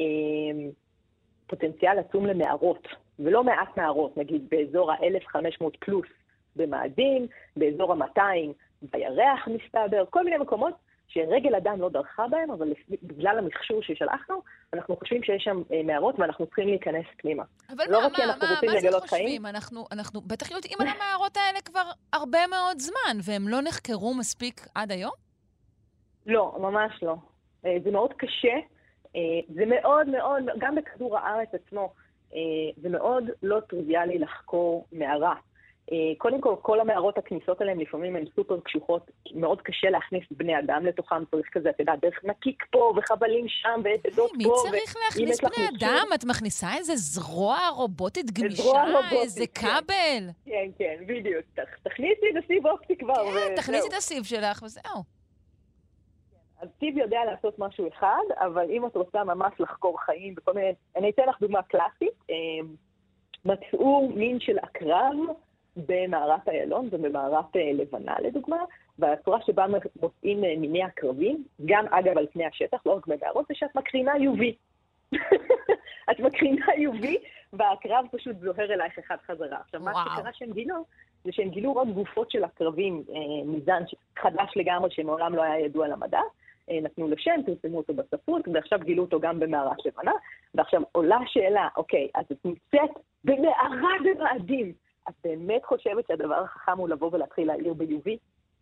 פוטנציאל עצום למערות, ולא מעט מערות, נגיד באזור ה-אלף וחמש מאות פלוס במאדים, באזור ה-מאתיים בירח מסתבר, כל מיני מקומות, שרגל אדם לא דרכה בהם, אבל בגלל המכשור ששלחנו, אנחנו חושבים שיש שם מערות, ואנחנו צריכים להיכנס פנימה. אבל לא מה, מה, מה, מה זה חושבים? אנחנו, אנחנו בטח יודעים על המערות האלה כבר הרבה מאוד זמן, והם לא נחקרו מספיק עד היום? לא, ממש לא. זה מאוד קשה. זה מאוד מאוד, גם בכדור הארץ עצמו, זה מאוד לא טריוויאלי לחקור מערה. קודם כל, כל המערות הכניסות עליהן לפעמים הן סופר קשוחות, מאוד קשה להכניס בני אדם לתוכם, צריך כזה, אתה יודע, דרך נקיק פה וחבלים שם ועדות פה. מי צריך להכניס בני אדם? את מכניסה איזה זרוע רובוטית גמישה, איזה כבל? כן, כן, בדיוק. תכניסי את הסיב אופטי כבר. כן, תכניסי את הסיב שלך וזהו. אז סיב יודע לעשות משהו אחד, אבל אם את רוצה ממש לחקור חיים וכל מיני, אני אתן לך דוגמה קלאסית, מצאו מין של עקרב במערת איילון ובמערת לבנה לדוגמה, והצורה שבה מוצאים מיני עקרבים, גם אגב על פני השטח, לא רק במערות, זה שאת מקרינה יו וי. את מקרינה יו וי, והעקרב פשוט זוהר אלייך אחד חזרה. עכשיו, מה שקרה שהם גילו, זה שהם גילו עוד גופות של עקרבים מזן חדש לגמרי, שמעולם לא היה ידוע למדע, נתנו לשם, פרסמו אותו בספרות, ועכשיו גילו אותו גם במערת לבנה, ועכשיו עולה שאלה, אוקיי, אז את נמצאת במערה במאדים, את באמת חושבת שהדבר החכם הוא לבוא ולהתחיל להעיר ב-יו וי?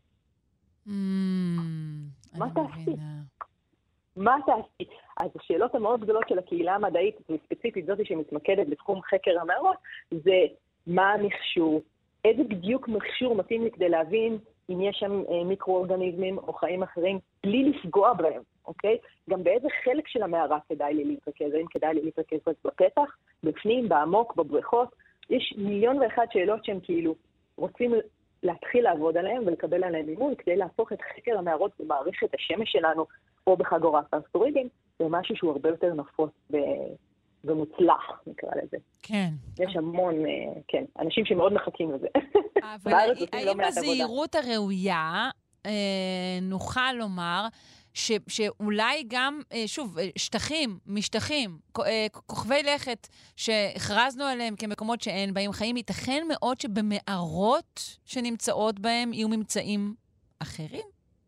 מה תעשי? מה תעשי? אז השאלות המאוד גדולות של הקהילה המדעית, וספציפית זאת שמתמקדת בתחום חקר המערות, זה מה המכשור, איזה בדיוק מכשור מתאים לי כדי להבין אם יש שם מיקרואורגניזמים או חיים אחרים, בלי לפגוע בהם, אוקיי? גם באיזה חלק של המערה כדאי לי להתרכז, האם כדאי לי להתרכז בפתח, בפנים, בעמוק, בבריכות, יש מיליון ואחת שאלות שהם כאילו רוצים להתחיל לעבוד עליהם ולקבל עליהם מימון, כדי להפוך את חקר המערות במערכת השמש שלנו, או בחגורת האסטרואידים, זה משהו שהוא הרבה יותר נפוץ ו... ומוצלח, נקרא לזה. כן. יש המון, כן, אנשים שמאוד מחכים לזה. אבל האם הזהירות הראויה, נוכל לומר, ש, שאולי גם, שוב, שטחים, משטחים, כוכבי לכת שהכרזנו עליהם כמקומות שאין בהם חיים, ייתכן מאוד שבמערות שנמצאות בהם יהיו ממצאים אחרים?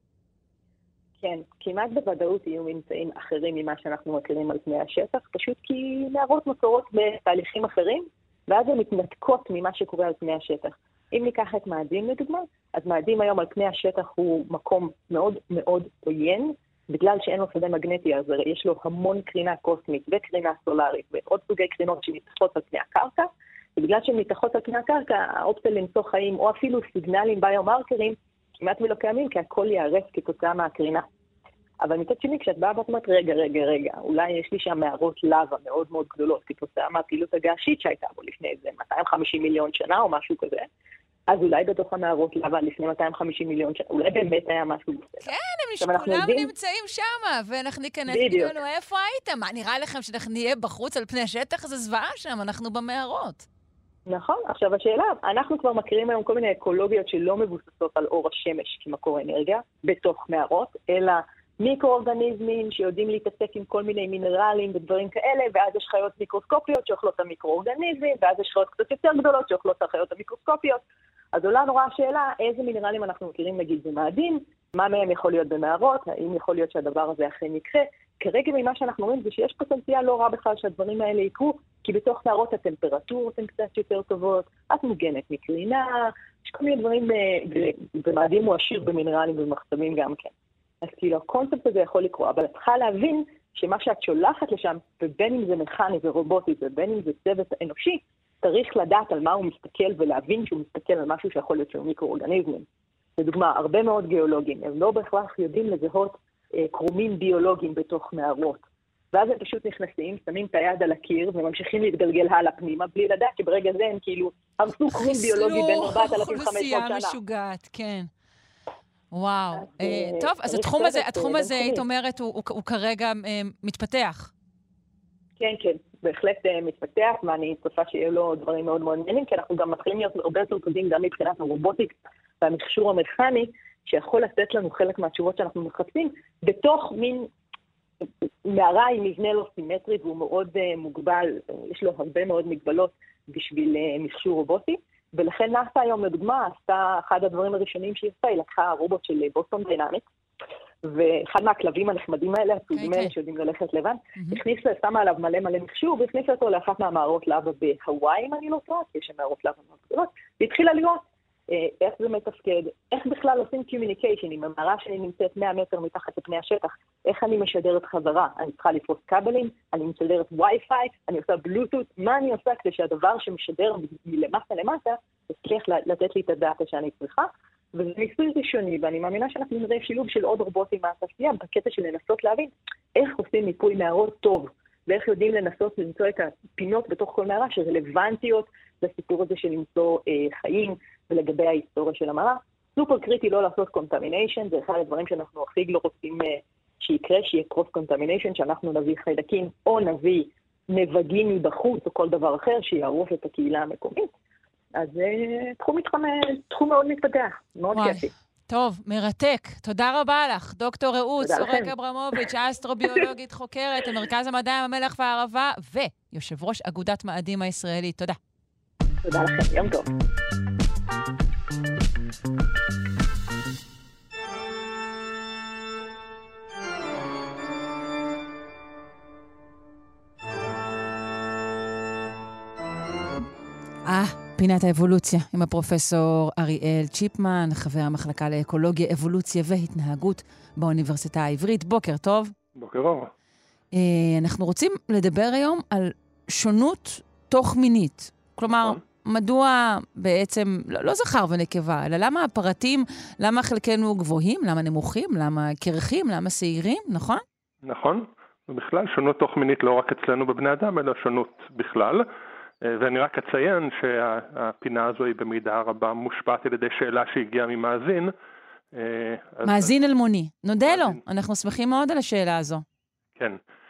כן, כמעט בוודאות יהיו ממצאים אחרים ממה שאנחנו מכירים על פני השטח, פשוט כי מערות נוצרות בתהליכים אחרים, ואז הן מתנתקות ממה שקורה על פני השטח. אם ניקח את מאדים לדוגמה, אז מאדים היום על פני השטח הוא מקום מאוד מאוד עוין, בגלל שאין לו שדה מגנטי, אז יש לו המון קרינה קוסמית וקרינה סולארית, ועוד סוגי קרינות שמתחות על פני הקרקע, ובגלל שהן מתחות על פני הקרקע, האופציה למצוא חיים, או אפילו סיגנלים ביומרקרים, כמעט ולא קיימים, כי הכל יערף כתוצאה מהקרינה. אבל מצד שני, כשאת באה ואת אומרת, רגע, רגע, רגע, אולי יש לי שם מערות לבה מאוד מאוד גדולות, כתוצאה מהפעילות הגעשית שהייתה בו לפני איזה מאתיים וחמישים מיליון שנה או משהו כזה, אז אולי בתוך המערות לבה לפני מאתיים וחמישים מיליון שנה, אולי באמת היה משהו בסדר. כן, הם כולם נמצאים שם, ואנחנו ניכנס כאילו, איפה הייתם? מה, נראה לכם שאנחנו נהיה בחוץ על פני השטח? זה זוועה שם, אנחנו במערות. נכון, עכשיו השאלה, אנחנו כבר מכירים היום כל מיני אקולוגיות שלא מבוססות על אור השמש כמקור אנרגיה, בתוך מערות, אלא מיקרואורגניזמים שיודעים להתעסק עם כל מיני מינרלים ודברים כאלה, ואז יש חיות מיקרוסקופיות שאוכלות את המיקרואורגניזמים, ואז יש חיות קצת יותר גדולות שאוכלות את החיות המיקרוסקופיות. אז עולה נורא השאלה, איזה מינרלים אנחנו מכירים נגיד במאדים, מה מהם יכול להיות במערות, האם יכול להיות שהדבר הזה אכן יקרה. כרגע ממה שאנחנו רואים זה שיש פוטנציאל לא רע בכלל שהדברים האלה יקרו, כי בתוך מערות הטמפרטורות הן קצת יותר טובות, את מוגנת מקרינה, יש כל מיני דברים, במאדים הוא עשיר במינרלים ובמחצבים גם כן. אז כאילו הקונספט הזה יכול לקרות, אבל את צריכה להבין שמה שאת שולחת לשם, ובין אם זה מכני ורובוטי, ובין אם זה צוות אנושי, צריך לדעת על מה הוא מסתכל ולהבין שהוא מסתכל על משהו שיכול להיות שהוא מיקרואורגניזמים. לדוגמה, הרבה מאוד גיאולוגים, הם לא בהכרח יודעים לזהות אה, קרומים ביולוגיים בתוך מערות. ואז הם פשוט נכנסים, שמים את היד על הקיר וממשיכים להתגלגל הלאה פנימה, בלי לדעת שברגע זה הם כאילו הרסו קרום ביולוגי בין ארבעת אלפים וחמש מאות שנה. אוכלוסייה משוגעת, כן. וואו. טוב, אז התחום הזה, התחום הזה, היית אומרת, הוא כרגע מתפתח. כן, כן, בהחלט מתפתח, ואני צופה שיהיו לו דברים מאוד מאוד מעניינים, כי אנחנו גם מתחילים להיות הרבה יותר טובים גם מבחינת הרובוטיקה והמכשור המכני, שיכול לתת לנו חלק מהתשובות שאנחנו מחפשים, בתוך מין מערה עם מבנה לא סימטרי, והוא מאוד מוגבל, יש לו הרבה מאוד מגבלות בשביל מכשור רובוטי, ולכן נאס"א היום לדוגמה, עשתה אחד הדברים הראשונים שהיא עשתה, היא לקחה רובוט של בוסטון דיינמיקס, ואחד מהכלבים הנחמדים האלה, הסוגים האלה שיודעים ללכת לבן, הכניסה, שמה עליו מלא מלא מכשור, והכניסה אותו לאחת מהמערות לבה בהוואי, אם אני לא טועה, כי יש שם מערות לבה מאוד גדולות, והתחילה לראות איך זה מתפקד, איך בכלל עושים communication עם המערה שאני נמצאת מאה מטר מתחת לפני השטח, איך אני משדרת חזרה, אני צריכה לפרוס כבלים, אני משדרת וי-פיי, אני עושה בלוטות, מה אני עושה כדי שהדבר שמשדר מלמטה למטה תצליח לתת לי את הדאטה שאני צריכה, וזה ניסוי ראשוני, ואני מאמינה שאנחנו נראה שילוב של עוד רובוטים מהתעשייה, בקטע של לנסות להבין איך עושים מיפוי מערות טוב, ואיך יודעים לנסות למצוא את הפינות בתוך כל מערה שרלוונטיות לסיפור הזה של למצוא אה, חיים, ולגבי ההיסטוריה של המערה. סופר קריטי לא לעשות קונטמיניישן, זה אחד הדברים שאנחנו הכי לא רוצים אה, שיקרה, שיהיה קרוס קונטמיניישן, שאנחנו נביא חיידקים או נביא נבגים מבחוץ או כל דבר אחר שיערוף את הקהילה המקומית. אז זה תחום, מתחם, תחום מאוד מתפתח, מאוד כיפי. טוב, מרתק. תודה רבה לך, דוקטור רעות סורק אברמוביץ', אסטרוביולוגית חוקרת במרכז המדע ים המלח והערבה, ויושב ראש אגודת מאדים הישראלית. תודה. תודה לכם, יום טוב. אה, פינת האבולוציה עם הפרופסור אריאל צ'יפמן, חבר המחלקה לאקולוגיה, אבולוציה והתנהגות באוניברסיטה העברית. בוקר טוב. בוקר טוב. אנחנו רוצים לדבר היום על שונות תוך מינית. כלומר, מדוע בעצם, לא, לא זכר ונקבה, אלא למה הפרטים, למה חלקנו גבוהים, למה נמוכים, למה קרחים, למה שעירים, נכון? נכון. ובכלל, שונות תוך מינית לא רק אצלנו בבני אדם, אלא שונות בכלל. ואני רק אציין שהפינה הזו היא במידה רבה מושפעת על ידי שאלה שהגיעה ממאזין. מאזין אלמוני. נודה לו, אנחנו שמחים מאוד על השאלה הזו. כן.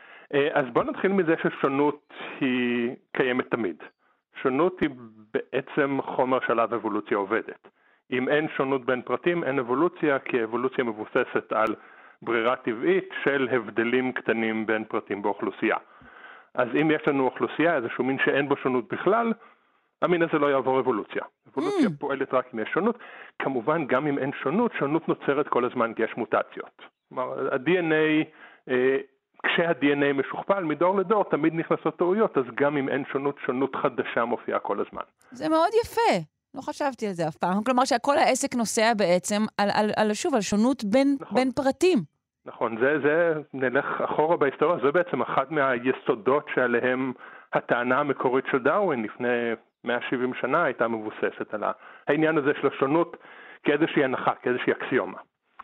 אז בואו נתחיל מזה ששונות היא קיימת תמיד. שונות היא בעצם חומר שעליו אבולוציה עובדת. אם אין שונות בין פרטים, אין אבולוציה, כי האבולוציה מבוססת על ברירה טבעית של הבדלים קטנים בין פרטים באוכלוסייה. אז אם יש לנו אוכלוסייה, איזשהו מין שאין בו שונות בכלל, המין הזה לא יעבור אבולוציה. אבולוציה mm. פועלת רק אם יש שונות. כמובן, גם אם אין שונות, שונות נוצרת כל הזמן כי יש מוטציות. כלומר, ה-די אן איי, אה, כשה-די אן איי משוכפל מדור לדור, תמיד נכנסות טעויות, אז גם אם אין שונות, שונות חדשה מופיעה כל הזמן. זה מאוד יפה. לא חשבתי על זה אף פעם. כלומר, שכל העסק נוסע בעצם על, על, על, שוב, על שונות בין, נכון. בין פרטים. נכון, זה, זה, נלך אחורה בהיסטוריה, זה בעצם אחד מהיסודות שעליהם הטענה המקורית של דרווין לפני מאה ושבעים שנה הייתה מבוססת על העניין הזה של השונות כאיזושהי הנחה, כאיזושהי אקסיומה.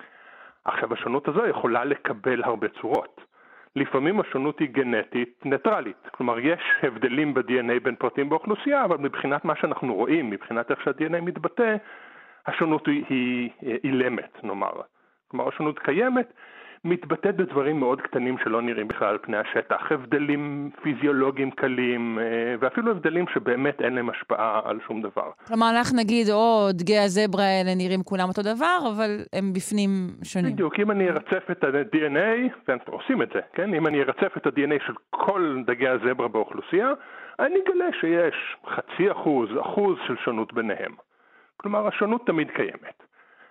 עכשיו, השונות הזו יכולה לקבל הרבה צורות. לפעמים השונות היא גנטית ניטרלית, כלומר יש הבדלים ב-די אן איי בין פרטים באוכלוסייה, אבל מבחינת מה שאנחנו רואים, מבחינת איך שה-די אן איי מתבטא, השונות היא, היא אילמת, נאמר. כלומר, השונות קיימת, מתבטאת בדברים מאוד קטנים שלא נראים בכלל על פני השטח, הבדלים פיזיולוגיים קלים, ואפילו הבדלים שבאמת אין להם השפעה על שום דבר. כלומר, אנחנו נגיד, או דגי הזברה האלה נראים כולם אותו דבר, אבל הם בפנים שונים. בדיוק, אם אני ארצף את ה-די אן איי, ואנחנו עושים את זה, כן? אם אני ארצף את ה-די אן איי של כל דגי הזברה באוכלוסייה, אני אגלה שיש חצי אחוז, אחוז של שונות ביניהם. כלומר, השונות תמיד קיימת.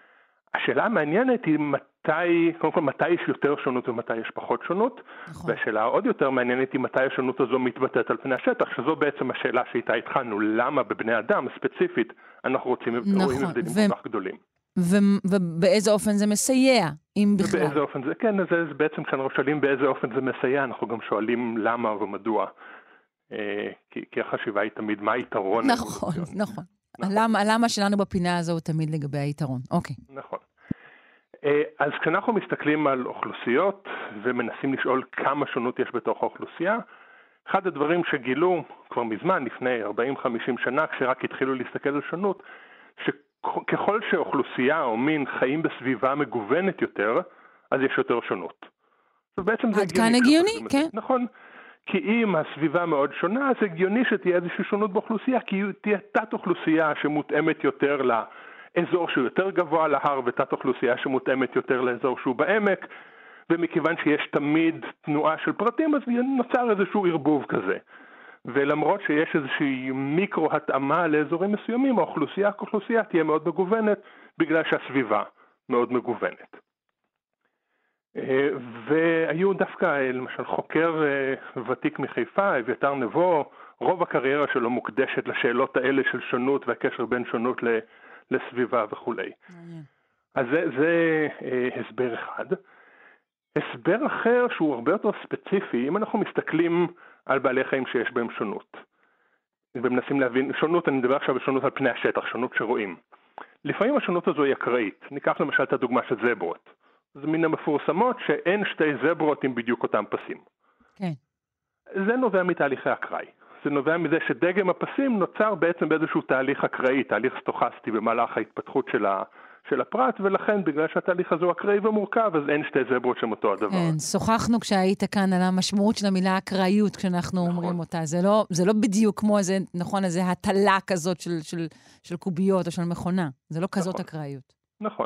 השאלה המעניינת היא מתי, קודם כל, מתי יש יותר שונות ומתי יש פחות שונות, נכון. והשאלה העוד יותר מעניינת היא מתי השונות הזו מתבטאת על פני השטח, שזו בעצם השאלה שאיתה התחלנו, למה בבני אדם ספציפית אנחנו רוצים נכון. רואים הבדלים ו... כל כך גדולים. ו- ובאיזה אופן זה מסייע, אם בכלל? ובאיזה אופן זה, כן, זה, זה בעצם כשאנחנו שואלים באיזה אופן זה מסייע, אנחנו גם שואלים למה ומדוע, אה, כי, כי החשיבה היא תמיד מה היתרון. נכון, נכון. נכון. הלמה, הלמה שלנו בפינה הזו הוא תמיד לגבי היתרון. אוקיי. נכון. אז כשאנחנו מסתכלים על אוכלוסיות ומנסים לשאול כמה שונות יש בתוך האוכלוסייה, אחד הדברים שגילו כבר מזמן, לפני ארבעים חמישים שנה, כשרק התחילו להסתכל על שונות, שככל שאוכלוסייה או מין חיים בסביבה מגוונת יותר, אז יש יותר שונות. עד כאן הגיוני, כן. נכון. כי אם הסביבה מאוד שונה, אז הגיוני שתהיה איזושהי שונות באוכלוסייה, כי תהיה תת אוכלוסייה שמותאמת יותר לאזור שהוא יותר גבוה להר, ותת אוכלוסייה שמותאמת יותר לאזור שהוא בעמק, ומכיוון שיש תמיד תנועה של פרטים, אז נוצר איזשהו ערבוב כזה. ולמרות שיש איזושהי מיקרו התאמה לאזורים מסוימים, האוכלוסייה כאוכלוסייה תהיה מאוד מגוונת, בגלל שהסביבה מאוד מגוונת. והיו דווקא, למשל, חוקר ותיק מחיפה, אביתר נבו, רוב הקריירה שלו מוקדשת לשאלות האלה של שונות והקשר בין שונות לסביבה וכו'. אז זה, זה הסבר אחד. הסבר אחר שהוא הרבה יותר ספציפי, אם אנחנו מסתכלים על בעלי חיים שיש בהם שונות. ומנסים להבין, שונות, אני מדבר עכשיו על שונות על פני השטח, שונות שרואים. לפעמים השונות הזו היא אקראית. ניקח למשל את הדוגמה של זברות. זה מן המפורסמות שאין שתי זברות עם בדיוק אותם פסים. כן. זה נובע מתהליכי אקראי. זה נובע מזה שדגם הפסים נוצר בעצם באיזשהו תהליך אקראי, תהליך סטוכסטי במהלך ההתפתחות של, ה, של הפרט, ולכן בגלל שהתהליך הזה הוא אקראי ומורכב, אז אין שתי זברות שהם אותו הדבר. כן, שוחחנו כשהיית כאן על המשמעות של המילה אקראיות, כשאנחנו נכון. אומרים אותה. זה לא, זה לא בדיוק כמו איזה, נכון, איזה הטלה כזאת של, של, של קוביות או של מכונה. זה לא כזאת נכון. אקראיות. נכון.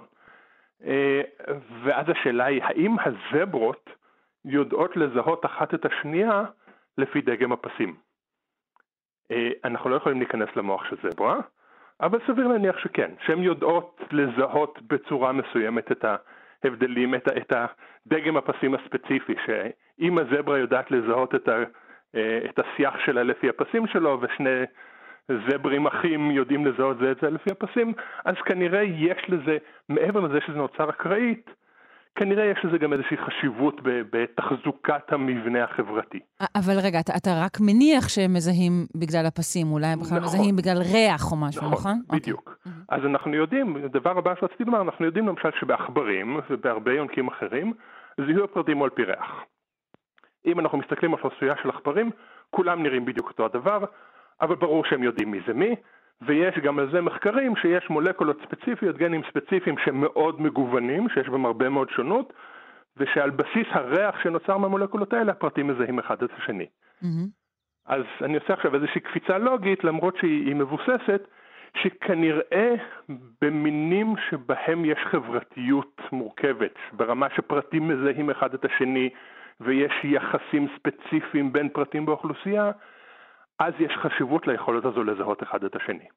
ואז השאלה היא, האם הזברות יודעות לזהות אחת את השנייה לפי דגם הפסים? אנחנו לא יכולים להיכנס למוח של זברה, אבל סביר להניח שכן, שהן יודעות לזהות בצורה מסוימת את ההבדלים, את, את הדגם הפסים הספציפי, שאם הזברה יודעת לזהות את, ה, את השיח שלה לפי הפסים שלו, ושני זברים אחים יודעים לזהות זה את זה לפי הפסים, אז כנראה יש לזה, מעבר לזה שזה נוצר אקראית, כנראה יש לזה גם איזושהי חשיבות בתחזוקת המבנה החברתי. אבל רגע, אתה, אתה רק מניח שהם מזהים בגלל הפסים, אולי הם בכלל נכון. מזהים בגלל ריח או משהו, נכון? נכון? בדיוק. Okay. אז אנחנו יודעים, הדבר הבא שרציתי לומר, אנחנו יודעים למשל שבעכברים ובהרבה יונקים אחרים, זיהוי הפרטים הוא על פי ריח. אם אנחנו מסתכלים על אוכלוסייה של עכברים, כולם נראים בדיוק אותו הדבר, אבל ברור שהם יודעים מי זה מי, ויש גם על זה מחקרים שיש מולקולות ספציפיות, גנים ספציפיים שמאוד מגוונים, שיש בהם הרבה מאוד שונות, ושעל בסיס הריח שנוצר מהמולקולות האלה, הפרטים מזהים אחד את השני. Mm-hmm. אז אני עושה עכשיו איזושהי קפיצה לוגית, למרות שהיא מבוססת, שכנראה במינים שבהם יש חברתיות מורכבת, ברמה שפרטים מזהים אחד את השני, ויש יחסים ספציפיים בין פרטים באוכלוסייה, אז יש חשיבות ליכולת הזו לזהות אחד את השני.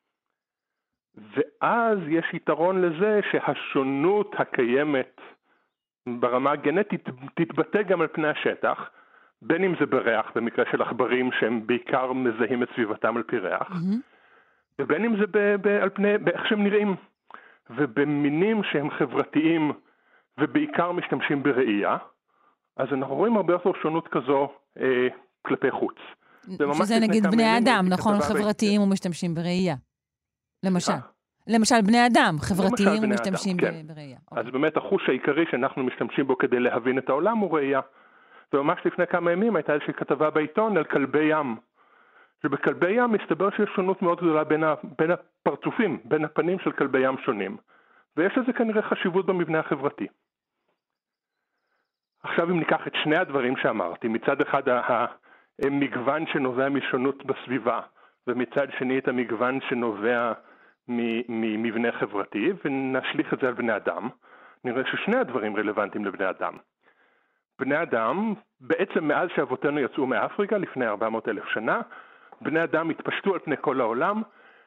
ואז יש יתרון לזה שהשונות הקיימת ברמה הגנטית תתבטא גם על פני השטח, בין אם זה בריח, במקרה של עכברים שהם בעיקר מזהים את סביבתם על פי ריח, mm-hmm. ובין אם זה ב- ב- על פני, באיך שהם נראים. ובמינים שהם חברתיים ובעיקר משתמשים בראייה, אז אנחנו רואים הרבה יותר שונות כזו אה, כלפי חוץ. שזה נגיד בני אדם, נכון? חברתיים ומשתמשים בראייה. למשל. למשל בני אדם, חברתיים ומשתמשים בראייה. אז באמת החוש העיקרי שאנחנו משתמשים בו כדי להבין את העולם הוא ראייה. וממש לפני כמה ימים הייתה איזושהי כתבה בעיתון על כלבי ים. שבכלבי ים מסתבר שיש שונות מאוד גדולה בין, ה, בין הפרצופים, בין הפנים של כלבי ים שונים. ויש לזה כנראה חשיבות במבנה החברתי. עכשיו אם ניקח את שני הדברים שאמרתי, מצד אחד המגוון שנובע משונות בסביבה, ומצד שני את המגוון שנובע ממבנה חברתי, ונשליך את זה על בני אדם, נראה ששני הדברים רלוונטיים לבני אדם. בני אדם, בעצם מאז שאבותינו יצאו מאפריקה לפני ארבע מאות אלף שנה, בני אדם התפשטו על פני כל העולם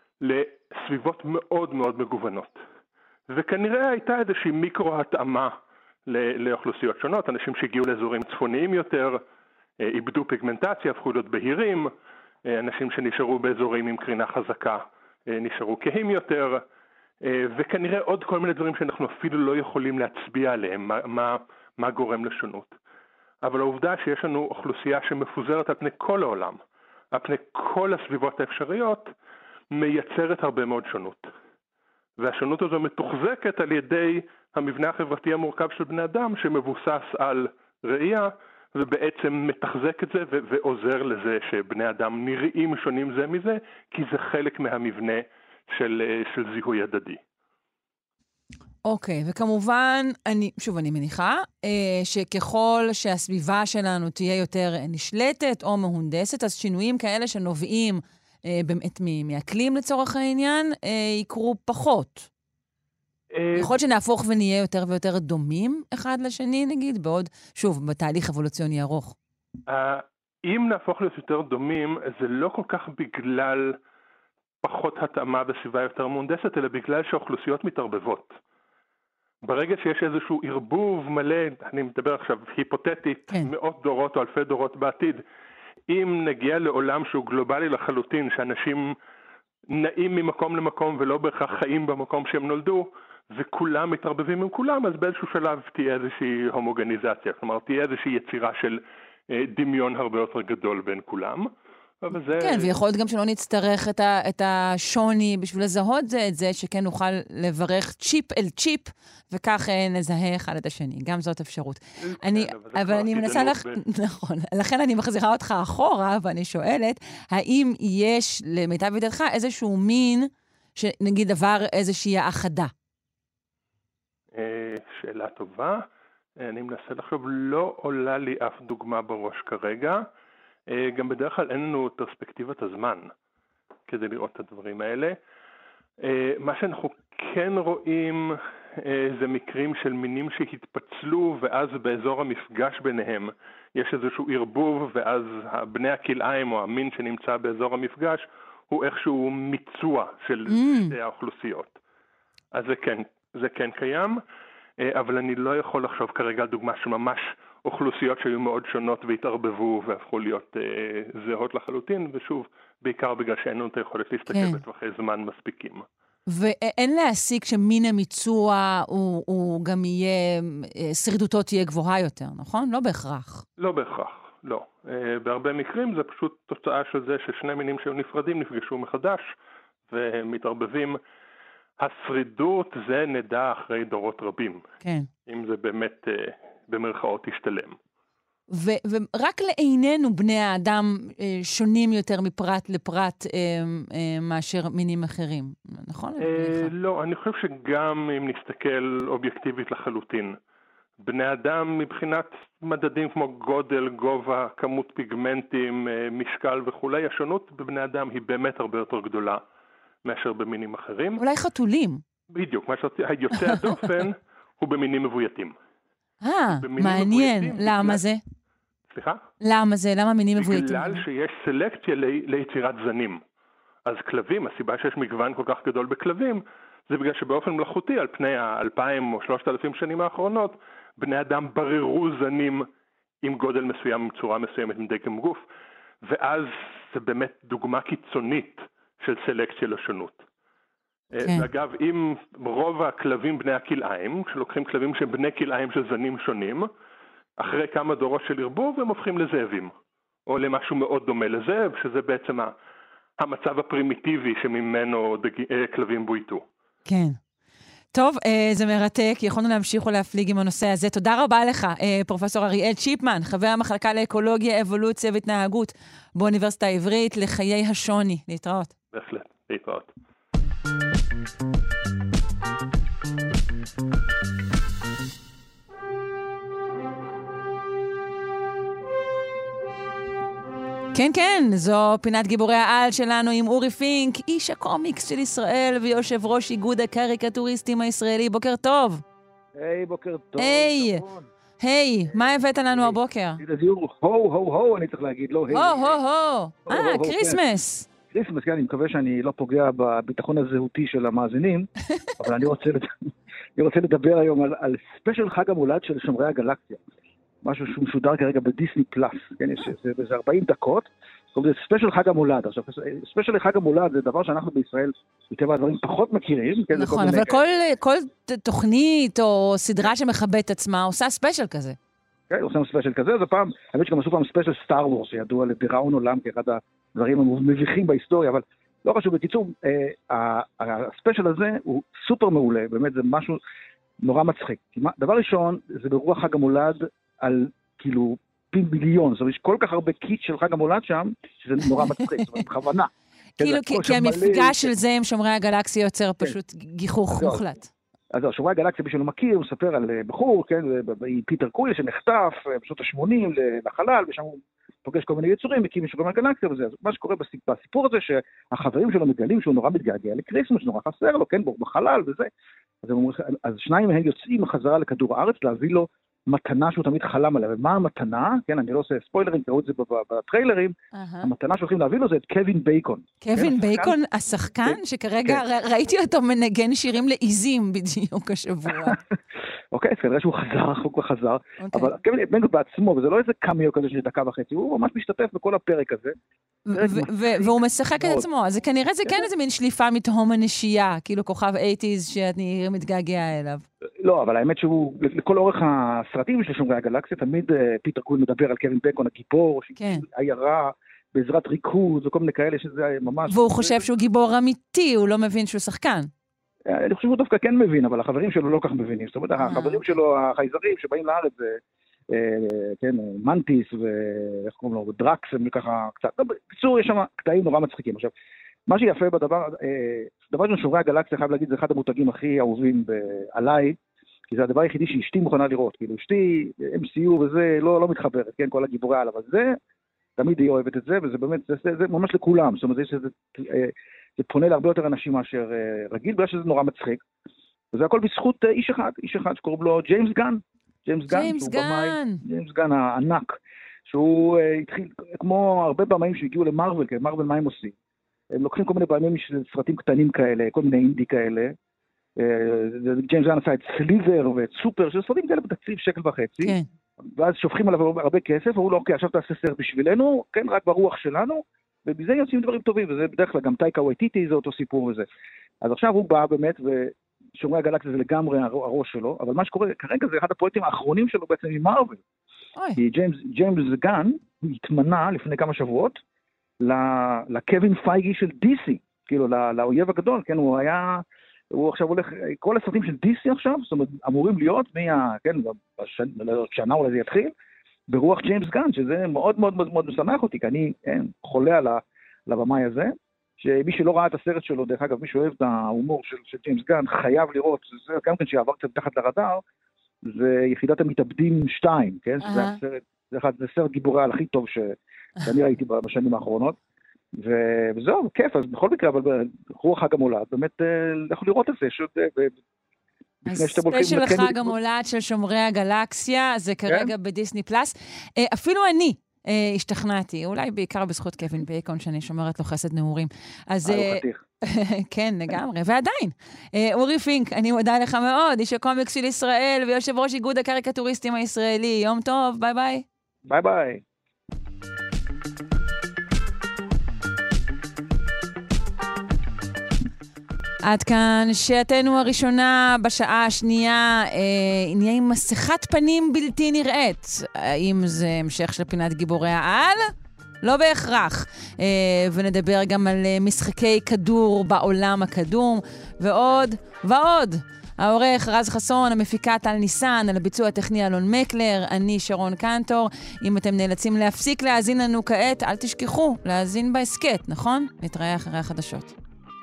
לסביבות מאוד מאוד מגוונות. וכנראה הייתה איזושהי מיקרו-התאמה לאוכלוסיות שונות, אנשים שהגיעו לאזורים צפוניים יותר, איבדו פיגמנטציה, הפכו להיות בהירים, אנשים שנשארו באזורים עם קרינה חזקה, נשארו כהים יותר, וכנראה עוד כל מיני דברים שאנחנו אפילו לא יכולים להצביע עליהם, מה, מה, מה גורם לשונות. אבל העובדה שיש לנו אוכלוסייה שמפוזרת על פני כל העולם, על פני כל הסביבות האפשריות, מייצרת הרבה מאוד שונות. והשונות הזו מתוחזקת על ידי המבנה החברתי המורכב של בני אדם, שמבוסס על ראייה, ובעצם מתחזק את זה ו- ועוזר לזה שבני אדם נראים שונים זה מזה, כי זה חלק מהמבנה של, של זיהוי הדדי. אוקיי, okay, וכמובן, אני, שוב, אני מניחה, אה, שככל שהסביבה שלנו תהיה יותר נשלטת או מהונדסת, אז שינויים כאלה שנובעים אה, באמת מאקלים לצורך העניין, אה, יקרו פחות. אה... יכול להיות שנהפוך ונהיה יותר ויותר דומים אחד לשני, נגיד, בעוד, שוב, בתהליך אבולוציוני ארוך. אה, אם נהפוך להיות יותר דומים, זה לא כל כך בגלל פחות התאמה בסביבה יותר מהונדסת, אלא בגלל שהאוכלוסיות מתערבבות. ברגע שיש איזשהו ערבוב מלא, אני מדבר עכשיו היפותטית, כן. מאות דורות או אלפי דורות בעתיד, אם נגיע לעולם שהוא גלובלי לחלוטין, שאנשים נעים ממקום למקום ולא בהכרח חיים במקום שהם נולדו, וכולם מתערבבים עם כולם, אז באיזשהו שלב תהיה איזושהי הומוגניזציה, כלומר תהיה איזושהי יצירה של דמיון הרבה יותר גדול בין כולם, זה... כן, ויכול להיות גם שלא נצטרך את, ה, את השוני בשביל לזהות זה את זה, שכן נוכל לברך צ'יפ אל צ'יפ, וכך נזהה אחד את השני. גם זאת אפשרות. כן, אני, אבל, אבל אני מנסה לך... ב... נכון. לכן אני מחזירה אותך אחורה, ואני שואלת, האם יש למיטב ידיעתך איזשהו מין, שנגיד עבר איזושהי האחדה? שאלה טובה. אני מנסה לחשוב, לא עולה לי אף דוגמה בראש כרגע. גם בדרך כלל אין לנו פרספקטיבת הזמן כדי לראות את הדברים האלה. מה שאנחנו כן רואים זה מקרים של מינים שהתפצלו ואז באזור המפגש ביניהם יש איזשהו ערבוב ואז בני הכלאיים או המין שנמצא באזור המפגש הוא איכשהו מיצוע של שתי האוכלוסיות. אז זה כן, זה כן קיים, אבל אני לא יכול לחשוב כרגע על דוגמה שממש אוכלוסיות שהיו מאוד שונות והתערבבו והפכו להיות אה, זהות לחלוטין, ושוב, בעיקר בגלל שאין לנו את היכולת להסתכל כן. בטווחי זמן מספיקים. ואין להסיק שמין המיצוע הוא, הוא גם יהיה, שרידותו תהיה גבוהה יותר, נכון? לא בהכרח. לא בהכרח, לא. אה, בהרבה מקרים זה פשוט תוצאה של זה ששני מינים שהיו נפרדים נפגשו מחדש ומתערבבים. השרידות זה נדע אחרי דורות רבים. כן. אם זה באמת אה, במרכאות ישתלם. ו- ורק לעינינו בני האדם אה, שונים יותר מפרט לפרט אה, אה, מאשר מינים אחרים, נכון? אה, לא, אני חושב שגם אם נסתכל אובייקטיבית לחלוטין, בני אדם מבחינת מדדים כמו גודל, גובה, כמות פיגמנטים, אה, משקל וכו', השונות בבני אדם היא באמת הרבה יותר גדולה. מאשר במינים אחרים. אולי חתולים. בדיוק, מה שיוצא הדופן הוא במינים מבויתים. אה, מעניין. למה זה? סליחה? למה זה? למה מינים מבויתים? בגלל שיש סלקציה ליצירת זנים. אז כלבים, הסיבה שיש מגוון כל כך גדול בכלבים, זה בגלל שבאופן מלאכותי, על פני האלפיים או שלושת אלפים שנים האחרונות, בני אדם בררו זנים עם גודל מסוים, עם צורה מסוימת, עם דגם גוף, ואז זה באמת דוגמה קיצונית של סלקציה לשונות. כן. אגב, אם רוב הכלבים בני הכלאיים, שלוקחים כלבים שהם בני כלאיים של זנים שונים, אחרי כמה דורות של ערבוב הם הופכים לזאבים, או למשהו מאוד דומה לזאב, שזה בעצם המצב הפרימיטיבי שממנו דג... כלבים בויתו. כן. טוב, זה מרתק, יכולנו להמשיך ולהפליג עם הנושא הזה. תודה רבה לך, פרופסור אריאל צ'יפמן, חבר המחלקה לאקולוגיה, אבולוציה והתנהגות באוניברסיטה העברית לחיי השוני. להתראות. בהחלט, להתראות. כן, כן, זו פינת גיבורי העל שלנו עם אורי פינק, איש הקומיקס של ישראל ויושב ראש איגוד הקריקטוריסטים הישראלי. בוקר טוב. היי, בוקר טוב. היי, היי, מה הבאת לנו הבוקר? הו, הו, הו, אני צריך להגיד, לא היי. הו, הו, הו. אה, קריסמס. קריסמס, כן, אני מקווה שאני לא פוגע בביטחון הזהותי של המאזינים, אבל אני רוצה לדבר היום על ספיישל חג המולד של שומרי הגלקסיה. משהו שהוא משודר כרגע בדיסני פלאס, כן, זה ארבעים דקות, זה ספיישל חג המולד. עכשיו, ספיישל חג המולד זה דבר שאנחנו בישראל, מטבע הדברים, פחות מכירים. נכון, אבל כל תוכנית או סדרה שמכבדת עצמה עושה ספיישל כזה. כן, עושה ספיישל כזה, זה פעם, האמת שגם עשו פעם ספיישל סטאר וורס, שידוע לדיראון עולם כאחד הדברים המביכים בהיסטוריה, אבל לא חשוב, בקיצור, הספיישל הזה הוא סופר מעולה, באמת זה משהו נורא מצחיק. דבר ראשון, זה ברוח חג המולד, על כאילו פי מיליון, זאת אומרת, יש כל כך הרבה קיט של חג המולד שם, שזה נורא מצחיק, זאת אומרת, בכוונה. כאילו, כי המפגש של זה עם שומרי הגלקסיה יוצר פשוט גיחוך מוחלט. אז שומרי הגלקסיה, מי שלא מכיר, הוא מספר על בחור, כן, פיטר קוויל, שנחטף בשנות ה-שמונים לחלל, ושם הוא פוגש כל מיני יצורים, מקים שומרי הגלקסיה וזה. אז מה שקורה בסיפור הזה, שהחברים שלו מגלים שהוא נורא מתגעגע לקריסמס, נורא חסר לו, כן, בחלל וזה. אז שניים מהם יוצאים חזרה לכדור הארץ, להביא לו מתנה שהוא תמיד חלם עליה. ומה המתנה? כן, אני לא עושה ספוילרים, תראו את זה בטריילרים. המתנה שהולכים להביא לו זה את קווין בייקון. קווין בייקון, השחקן, שכרגע ראיתי אותו מנגן שירים לעיזים בדיוק השבוע. אוקיי, כנראה שהוא חזר, הוא כבר חזר. אבל קווין בייקון בעצמו, וזה לא איזה קמיו כזה של דקה וחצי, הוא ממש משתתף בכל הפרק הזה. והוא משחק את עצמו, אז כנראה זה כן איזה מין שליפה מתהום הנשייה, כאילו כוכב שמונים שאני מתגעגע אליו. לא, אבל האמת שהוא, לכל אורך הסרטים של שומרי הגלקסיה, תמיד פיטר קוויל מדבר על קווין בייקון הגיבור, שהיא עיירה בעזרת ריקוד וכל מיני כאלה שזה ממש... והוא חושב שהוא גיבור אמיתי, הוא לא מבין שהוא שחקן. אני חושב שהוא דווקא כן מבין, אבל החברים שלו לא כך מבינים. זאת אומרת, החברים שלו, החייזרים שבאים לארץ, כן, מנטיס ואיך קוראים לו, דרקס, וככה קצת, בקיצור, יש שם קטעים נורא מצחיקים. עכשיו, מה שיפה בדבר, דבר של שומרי הגלקסיה, חייב להגיד, זה אחד המותגים הכי אהובים עליי, כי זה הדבר היחידי שאשתי מוכנה לראות. כאילו, אשתי, אם סי יו וזה, לא, לא מתחברת, כן, כל הגיבורי על, אבל זה, תמיד היא אוהבת את זה, וזה באמת, זה, זה, זה ממש לכולם. זאת אומרת, זה, זה, זה פונה להרבה יותר אנשים מאשר רגיל, בגלל שזה נורא מצחיק. וזה הכל בזכות איש אחד, איש אחד שקוראים לו ג'יימס גן. ג'יימס גן, ג'יימס גן. ג'יימס גן הענק, שהוא התחיל, כמו הרבה במאים שהגיעו למרוול, כי מרוול מה הם עושים? הם לוקחים כל מיני פעמים של סרטים קטנים כאלה, כל מיני אינדי כאלה. ג'יימס גן עשה את סליבר ואת סופר, שזה סרטים כאלה בתקציב שקל וחצי. כן. ואז שופכים עליו הרבה כסף, והוא לא, אוקיי, עכשיו תעשה סרט בשבילנו, כן, רק ברוח שלנו, ובזה יוצאים דברים טובים, וזה בדרך כלל גם טייקה וייטיטי, זה אותו סיפור וזה. אז עכשיו הוא בא באמת, ושומרי הגלקסיה זה לגמרי הראש שלו, אבל מה שקורה, כרגע זה אחד הפרויקטים האחרונים שלו בעצם עם מרוול. כי ג'יימס, ג'יימס גן התמנה לפני כמה שבועות, לקווין פייגי של די סי, כאילו, לאויב הגדול, כן, הוא היה, הוא עכשיו הולך, כל הסרטים של די סי עכשיו, זאת אומרת, אמורים להיות, מה, כן, בשנה אולי זה יתחיל, ברוח ג'יימס גן, שזה מאוד מאוד מאוד מאוד משמח אותי, כי אני כן, חולה על הבמאי הזה, שמי שלא ראה את הסרט שלו, דרך אגב, מי שאוהב את ההומור של, של ג'יימס גן, חייב לראות, זה גם כן שעבר קצת תחת לרדאר, זה יחידת המתאבדים שתיים, כן? Uh-huh. זה הסרט, זה, אחד, זה סרט גיבורי על הכי טוב ש, שאני ראיתי בשנים האחרונות, ו, וזהו, כיף, אז בכל מקרה, אבל ברוח חג המולד, באמת, אנחנו לראות את זה, שוב, הספיישל חג המולד של שומרי הגלקסיה, זה כרגע בדיסני פלאס. אפילו אני השתכנעתי, אולי בעיקר בזכות קווין בייקון, שאני שומרת לו חסד נעורים. אז כן, לגמרי, ועדיין. אורי פינק, אני מודה לך מאוד, איש הקומיקס של ישראל, ויושב ראש איגוד הקריקטוריסטים הישראלי. יום טוב, ביי ביי. ביי ביי. עד כאן שעתנו הראשונה. בשעה השנייה אה, נהיה עם מסכת פנים בלתי נראית. האם זה המשך של פינת גיבורי העל? לא בהכרח. אה, ונדבר גם על משחקי כדור בעולם הקדום, ועוד ועוד. העורך רז חסון, המפיקה טל ניסן, על הביצוע הטכני אלון מקלר, אני שרון קנטור. אם אתם נאלצים להפסיק להאזין לנו כעת, אל תשכחו להאזין בהסקט, נכון? נתראה אחרי החדשות.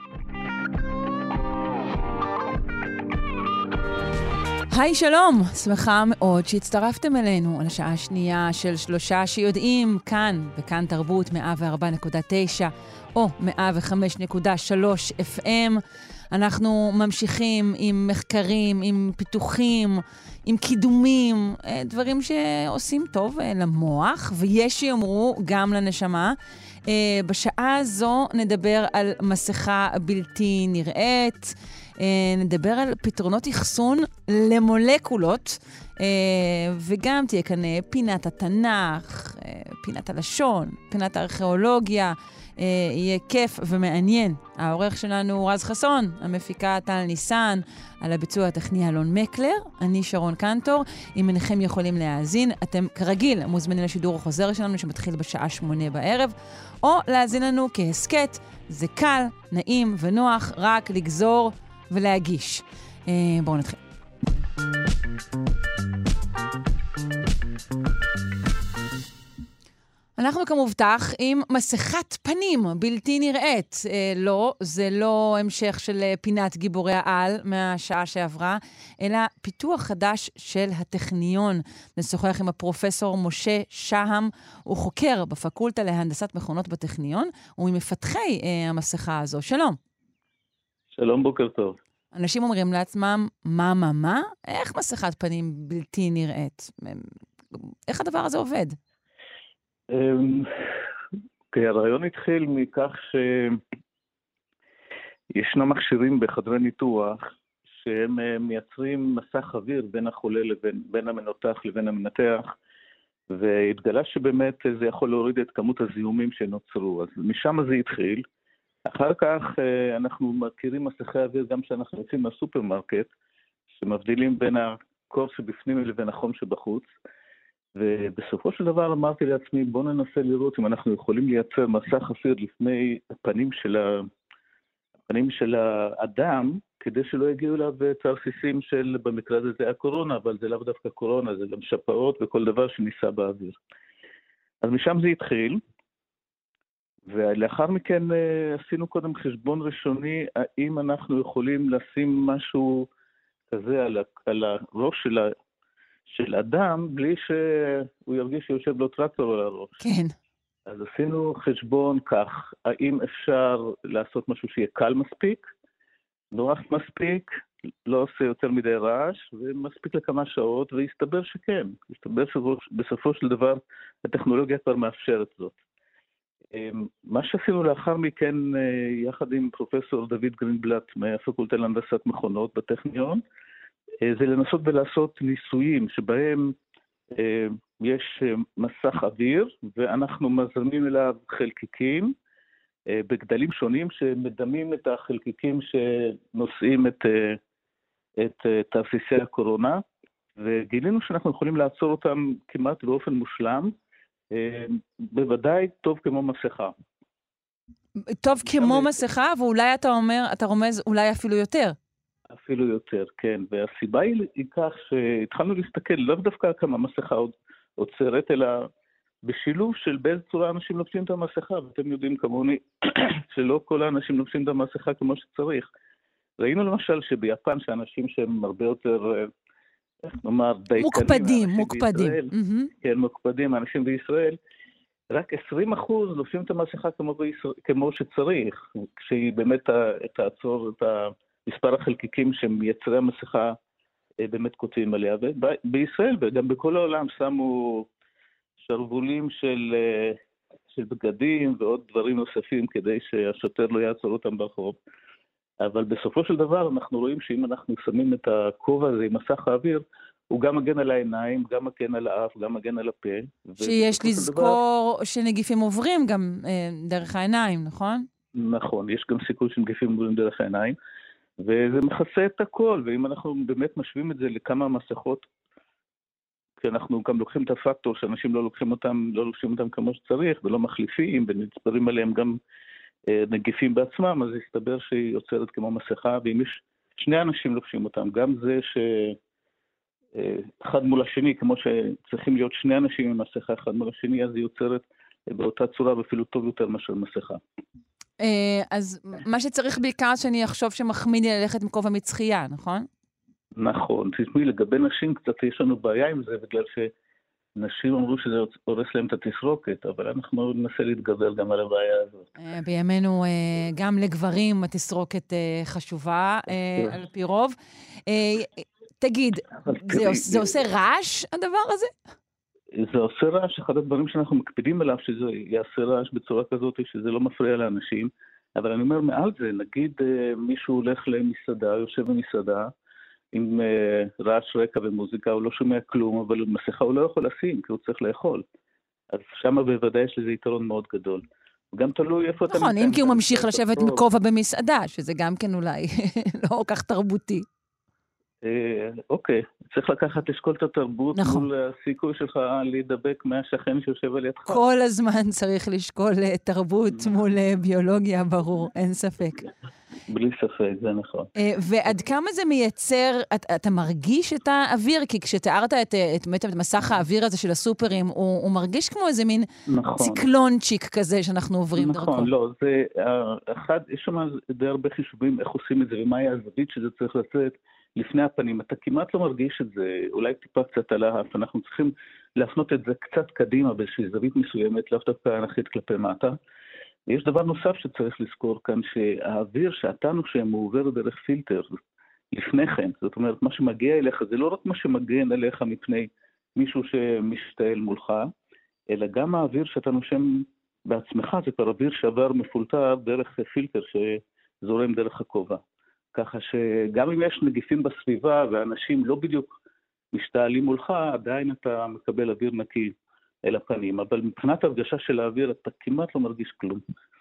היי שלום, שמחה מאוד שהצטרפתם אלינו על השעה השנייה של שלושה שיודעים, כאן בכאן תרבות מאה וארבע נקודה תשע או מאה וחמש נקודה שלוש אף אם. אנחנו ממשיכים עם מחקרים, עם פיתוחים, עם קידומים, דברים שעושים טוב למוח, ויש שיאמרו גם לנשמה. בשעה הזו נדבר על מסכה בלתי נראית, נדבר על פתרונות אחסון למולקולות, וגם תהיה כאן פינת התנ"ך, פינת הלשון, פינת הארכיאולוגיה. יהיה כיף ומעניין. העורך שלנו רז חסון, המפיקה טל ניסן, על הביצוע הטכני אלון מקלר, אני שרון קנטור. אם אינכם יכולים להאזין, אתם כרגיל מוזמנים לשידור החוזר שלנו שמתחיל בשעה שמונה בערב, או להאזין לנו כהסקט. זה קל, נעים ונוח, רק לגזור ולהגיש. בואו נתחיל. אנחנו כמובטח עם מסכת פנים בלתי נראית. אה, לא, זה לא המשך של פינת גיבורי העל מהשעה שעברה, אלא פיתוח חדש של הטכניון. נשוחח עם הפרופסור משה שהם, הוא חוקר בפקולטה להנדסת מכונות בטכניון, וממפתחי אה, המסכה הזו. שלום. שלום, בוקר טוב. אנשים אומרים לעצמם, מה, מה, מה? איך מסכת פנים בלתי נראית? איך הדבר הזה עובד? אוקיי, הרעיון התחיל מכך שישנם מכשירים בחדרי ניתוח שהם מייצרים מסך אוויר בין החולה לבין, בין המנותח לבין המנתח, והתגלה שבאמת זה יכול להוריד את כמות הזיהומים שנוצרו, אז משם זה התחיל. אחר כך אנחנו מכירים מסכי אוויר גם שאנחנו יוצאים מהסופרמרקט, שמבדילים בין הקור שבפנים לבין החום שבחוץ, ובסופו של דבר אמרתי לעצמי, בוא ננסה לראות אם אנחנו יכולים לייצר מסך אוויר לפני הפנים של, ה... הפנים של האדם, כדי שלא יגיעו אליו תרסיסים של, במקרה הזה זה הקורונה, אבל זה לאו דווקא קורונה, זה גם שפעות וכל דבר שניסה באוויר. אז משם זה התחיל, ולאחר מכן עשינו קודם חשבון ראשוני, האם אנחנו יכולים לשים משהו כזה על, על הראש של, ה, של אדם, בלי שהוא ירגיש שיושב לו טרקטור על הראש. כן. אז עשינו חשבון כך, האם אפשר לעשות משהו שיהיה קל מספיק, נוח מספיק, לא עושה יותר מדי רעש, ומספיק לכמה שעות, והסתבר שכן. הסתבר שבסופו של דבר הטכנולוגיה כבר מאפשרת זאת. מה שעשינו לאחר מכן, יחד עם פרופסור דוד גרינבלט מהפקולטה להנדסת מכונות בטכניון, זה לנסות ולעשות ניסויים שבהם יש מסך אוויר, ואנחנו מזרמים אליו חלקיקים, בגדלים שונים שמדמים את החלקיקים שנושאים את, את תרסיסי הקורונה, וגילינו שאנחנו יכולים לעצור אותם כמעט באופן מושלם, בוודאי טוב כמו מסכה. טוב כמו מסכה, ואולי אתה אומר, אתה רומז אולי אפילו יותר. אפילו יותר, כן. והסיבה היא כך שהתחלנו להסתכל לא דווקא כמה מסכה עוצרת, אלא בשילוב של באיזה צורה אנשים לובשים את המסכה, ואתם יודעים כמוני שלא כל האנשים לובשים את המסכה כמו שצריך. ראינו למשל שביפן שאנשים שהם הרבה יותר, איך נאמר, דייקנים, מוקפדים, מוקפדים. בישראל, mm-hmm. כן, מוקפדים, אנשים בישראל, רק עשרים אחוז לובשים את המסכה כמו, בישראל, כמו שצריך, כשהיא באמת תעצור את מספר החלקיקים שמייצרי המסכה באמת כותבים עליה. ובישראל וגם בכל העולם שמו שרבולים של, של בגדים ועוד דברים נוספים כדי שהשוטר לא יעצור אותם ברחוב. אבל בסופו של דבר אנחנו רואים שאם אנחנו שמים את הכובע הזה עם מסך האוויר, הוא גם מגן על העיניים, גם מגן על האף, גם מגן על הפה. שיש לזכור דבר... שנגיפים עוברים גם אה, דרך העיניים, נכון? נכון, יש גם סיכוי שנגיפים עוברים דרך העיניים, וזה מכסה את הכל, ואם אנחנו באמת משווים את זה לכמה מסכות, כי אנחנו גם לוקחים את הפקטור שאנשים לא לוקחים אותם, לא לוקחים אותם כמו שצריך, ולא מחליפים, ונצברים עליהם גם אה, נגיפים בעצמם, אז יסתבר שהיא יוצרת כמו מסכה, ואם יש שני אנשים לוקחים אותם, גם זה ש... אחד מול השני, כמו שצריכים להיות שני אנשים עם מסכה אחד מול השני, אז היא יוצרת באותה צורה ואפילו טוב יותר מאשר מסכה. אז מה שצריך בעיקר שאני אחשוב שמחמיא לי ללכת עם כובע מצחייה, נכון? נכון, תשמעי, לגבי נשים קצת יש לנו בעיה עם זה, בגלל שנשים אמרו שזה הורס להם את התסרוקת, אבל אנחנו ננסה להתגבר גם על הבעיה הזאת. בימינו גם לגברים התסרוקת חשובה, על פי רוב. תגיד, זה, זה עושה רעש, הדבר הזה? זה עושה רעש, אחד הדברים שאנחנו מקפידים עליו, שזה יעשה רעש בצורה כזאת, שזה לא מפריע לאנשים, אבל אני אומר מעל זה, נגיד מישהו הולך למסעדה, יושב במסעדה, עם רעש רקע ומוזיקה, הוא לא שומע כלום, אבל מסכה הוא לא יכול לשים, כי הוא צריך לאכול. אז שם בוודאי יש לזה יתרון מאוד גדול. גם תלוי איפה אתה... נכון, אם כי הוא ממשיך לשבת בכובע במסעדה, שזה גם כן אולי לא כך תרבותי. אוקיי, צריך לקחת לשקול את התרבות מול הסיכוי שלך להידבק מהשכן שיושב על ידך. כל הזמן צריך לשקול תרבות מול ביולוגיה, ברור, אין ספק. בלי ספק, זה נכון. ועד כמה זה מייצר, אתה מרגיש את האוויר? כי כשתיארת את מסך האוויר הזה של הסופרים, הוא מרגיש כמו איזה מין ציקלונצ'יק כזה שאנחנו עוברים דרכו. נכון, לא, זה אחד, יש שם די הרבה חישובים איך עושים את זה, ומהי הזווית שזה צריך לצאת לפני הפנים. אתה כמעט לא מרגיש את זה, אולי טיפה קצת על האף, אנחנו צריכים להפנות את זה קצת קדימה באיזושהי זווית מסוימת, לאו דווקא אנכית כלפי מטה. יש דבר נוסף שצריך לזכור כאן, שהאוויר שאתה נושם הוא עובר דרך פילטר לפני כן. זאת אומרת, מה שמגיע אליך זה לא רק מה שמגן אליך מפני מישהו שמשתעל מולך, אלא גם האוויר שאתה נושם בעצמך, זה כבר אוויר שעבר מפולטר דרך פילטר שזורם דרך הכובע. ככה שגם אם יש נגיפים בסביבה ואנשים לא בדיוק משתעלים מולך, עדיין אתה מקבל אוויר נקי אל הפנים, אבל מבחינת הרגשה של האוויר אתה כמעט לא מרגיש כלום.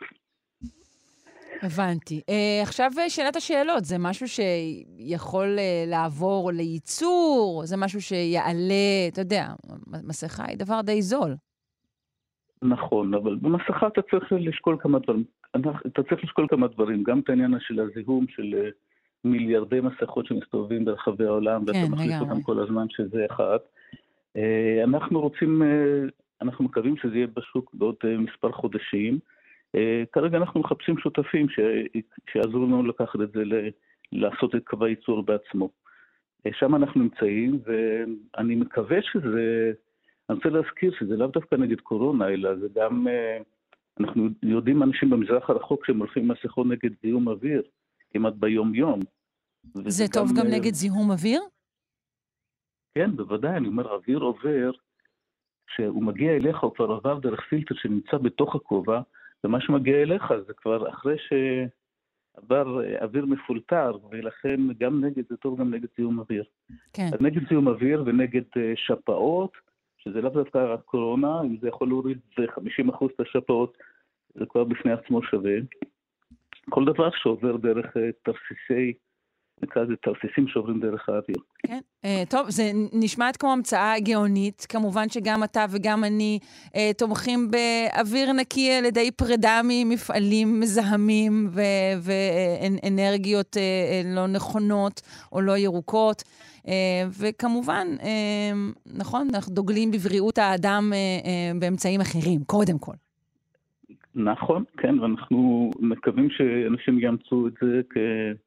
הבנתי. Uh, עכשיו שאלת השאלות, זה משהו שיכול uh, לעבור לייצור, זה משהו שיעלה, אתה יודע, מסכה היא דבר די זול. נכון, אבל במסכה אתה צריך לשקול כמה דברים. אתה צריך לשקול כמה דברים, גם את העניין של הזיהום של מיליארדי מסכות שמסתובבים ברחבי העולם, כן, ואתה מחליף אותם כל הזמן שזה אחד. אנחנו רוצים, אנחנו מקווים שזה יהיה בשוק בעוד מספר חודשים. כרגע אנחנו מחפשים שותפים שיעזרו לנו לקחת את זה, לעשות את קו הייצור בעצמו. שם אנחנו נמצאים, ואני מקווה שזה, אני רוצה להזכיר שזה לאו דווקא נגד קורונה, אלא זה גם, אנחנו יודעים אנשים במזרח הרחוק שהם הולכים מסכות נגד זיהום אוויר, כמעט ביום יום. זה טוב גם, גם נגד זיהום אוויר? כן, בוודאי, אני אומר, אוויר עובר, כשהוא מגיע אליך, הוא כבר עבר דרך פילטר שנמצא בתוך הכובע, ומה שמגיע אליך זה כבר אחרי שעבר אוויר מפולטר, ולכן גם נגד, זה טוב גם נגד זיהום אוויר. כן. אז נגד זיהום אוויר ונגד שפעות, שזה לאו דווקא הקורונה, אם זה יכול להוריד ב-חמישים אחוז את השפעות, זה כבר בפני עצמו שווה. כל דבר שעובר דרך תרסיסי, נקרא זה תרסיסים שעוברים דרך האוויר. כן, uh, טוב, זה נשמעת כמו המצאה גאונית, כמובן שגם אתה וגם אני uh, תומכים באוויר נקי על ידי פרידה ממפעלים מזהמים ואנרגיות uh, uh, לא נכונות או לא ירוקות, uh, וכמובן, uh, נכון, אנחנו דוגלים בבריאות האדם uh, uh, באמצעים אחרים, קודם כל. נכון, כן, ואנחנו מקווים שאנשים יאמצו את זה כ...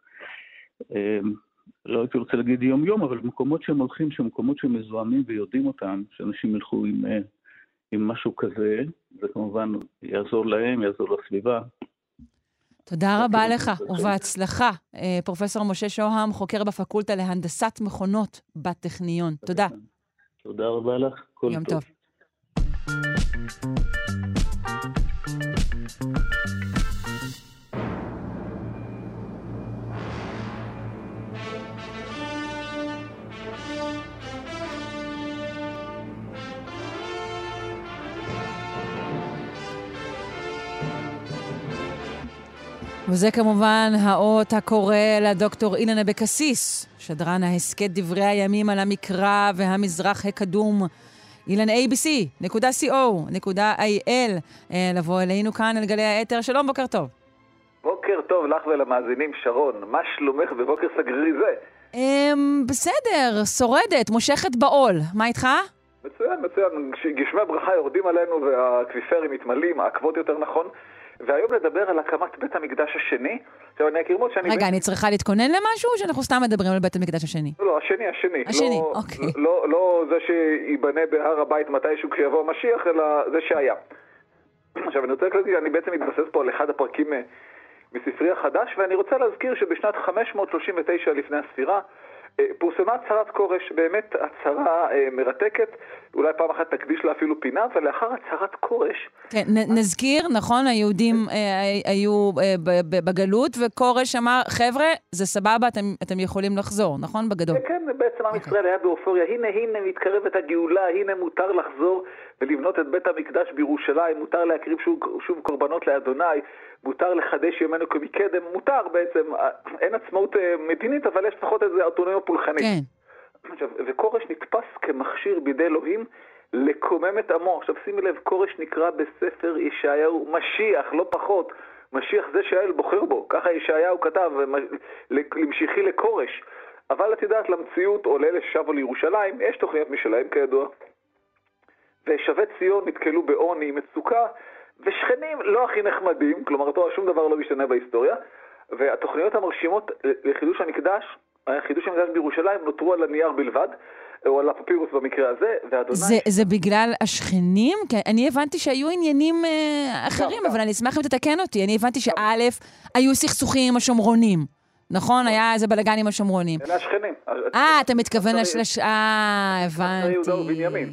לא הייתי רוצה להגיד יום יום, אבל מקומות שהם הולכים, שמקומות שהם מזוהמים ויודעים אותם, שאנשים ילכו עם, עם משהו כזה, זה כמובן יעזור להם, יעזור לסביבה. תודה רבה לך, ובהצלחה. פרופסור משה שוהם, חוקר בפקולטה להנדסת מכונות בטכניון. תודה. תודה רבה לך. יום טוב. וזה כמובן האות הקורא לדוקטור אילן אבקסיס, שדרן ההסקט דברי הימים על המקרא והמזרח הקדום. אילן איי בי סי נקודה סי או נקודה איי אל, לבוא אלינו כאן על גלי האתר. שלום, בוקר טוב. בוקר טוב לך ולמאזינים, שרון. מה שלומך בבוקר סגרירי זה? אמ, בסדר, שורדת, מושכת בעול. מה איתך? מצוין, מצוין. גשמי הברכה יורדים עלינו והאקוויפרים מתמלאים, העקבות יותר נכון. והיום נדבר על הקמת בית המקדש השני. עכשיו אני אכיר מאוד שאני... רגע, אני צריכה להתכונן למשהו, או שאנחנו סתם מדברים על בית המקדש השני? לא, השני, השני. השני, לא, אוקיי. לא, לא זה שיבנה בהר הבית מתישהו כשיבוא המשיח, אלא זה שהיה. עכשיו אני רוצה להגיד, אני בעצם מתבסס פה על אחד הפרקים מספרי החדש, ואני רוצה להזכיר שבשנת חמש מאות שלושים ותשע לפני הספירה, פורסמה הצהרת כורש, באמת הצהרה מרתקת, אולי פעם אחת תקדיש לה אפילו פינה, ולאחר הצהרת כורש... כן, נזכיר, נכון, היהודים היו בגלות, וכורש אמר, חבר'ה, זה סבבה, אתם יכולים לחזור, נכון? בגדול. כן, בעצם עם ישראל היה באופוריה, הנה, הנה מתקרבת הגאולה, הנה מותר לחזור ולבנות את בית המקדש בירושלים, מותר להקריב שוב קורבנות לאדוני, מותר לחדש ימינו כמקדם, מותר בעצם, אין עצמאות מדינית, אבל יש לפחות איזו אוטונומיה פולחנית. כן. עכשיו, וכורש נתפס כמכשיר בידי אלוהים לקומם את עמו. עכשיו שימי לב, כורש נקרא בספר ישעיהו משיח, לא פחות. משיח זה שהאל בוחר בו. ככה ישעיהו כתב, למשיחי לכורש. אבל את יודעת, למציאות, או לאלה ששבו לירושלים, יש תוכניות משלהם כידוע. ושבי ציון נתקלו בעוני, מצוקה, ושכנים לא הכי נחמדים, כלומר, אותו שום דבר לא משתנה בהיסטוריה, והתוכניות המרשימות לחידוש המקדש, חידוש המקדש בירושלים נותרו על הנייר בלבד, או על הפפירוס במקרה הזה, ואדוני... זה, זה בגלל השכנים? כי אני הבנתי שהיו עניינים אה, אחרים, אבל אני אשמח אם תתקן אותי. אני הבנתי שא', היו סכסוכים עם השומרונים. נכון? היה איזה בלגן עם השומרונים. אלה השכנים. אה, אתה מתכוון לשלש... אה, הבנתי. יהודה ובנימין.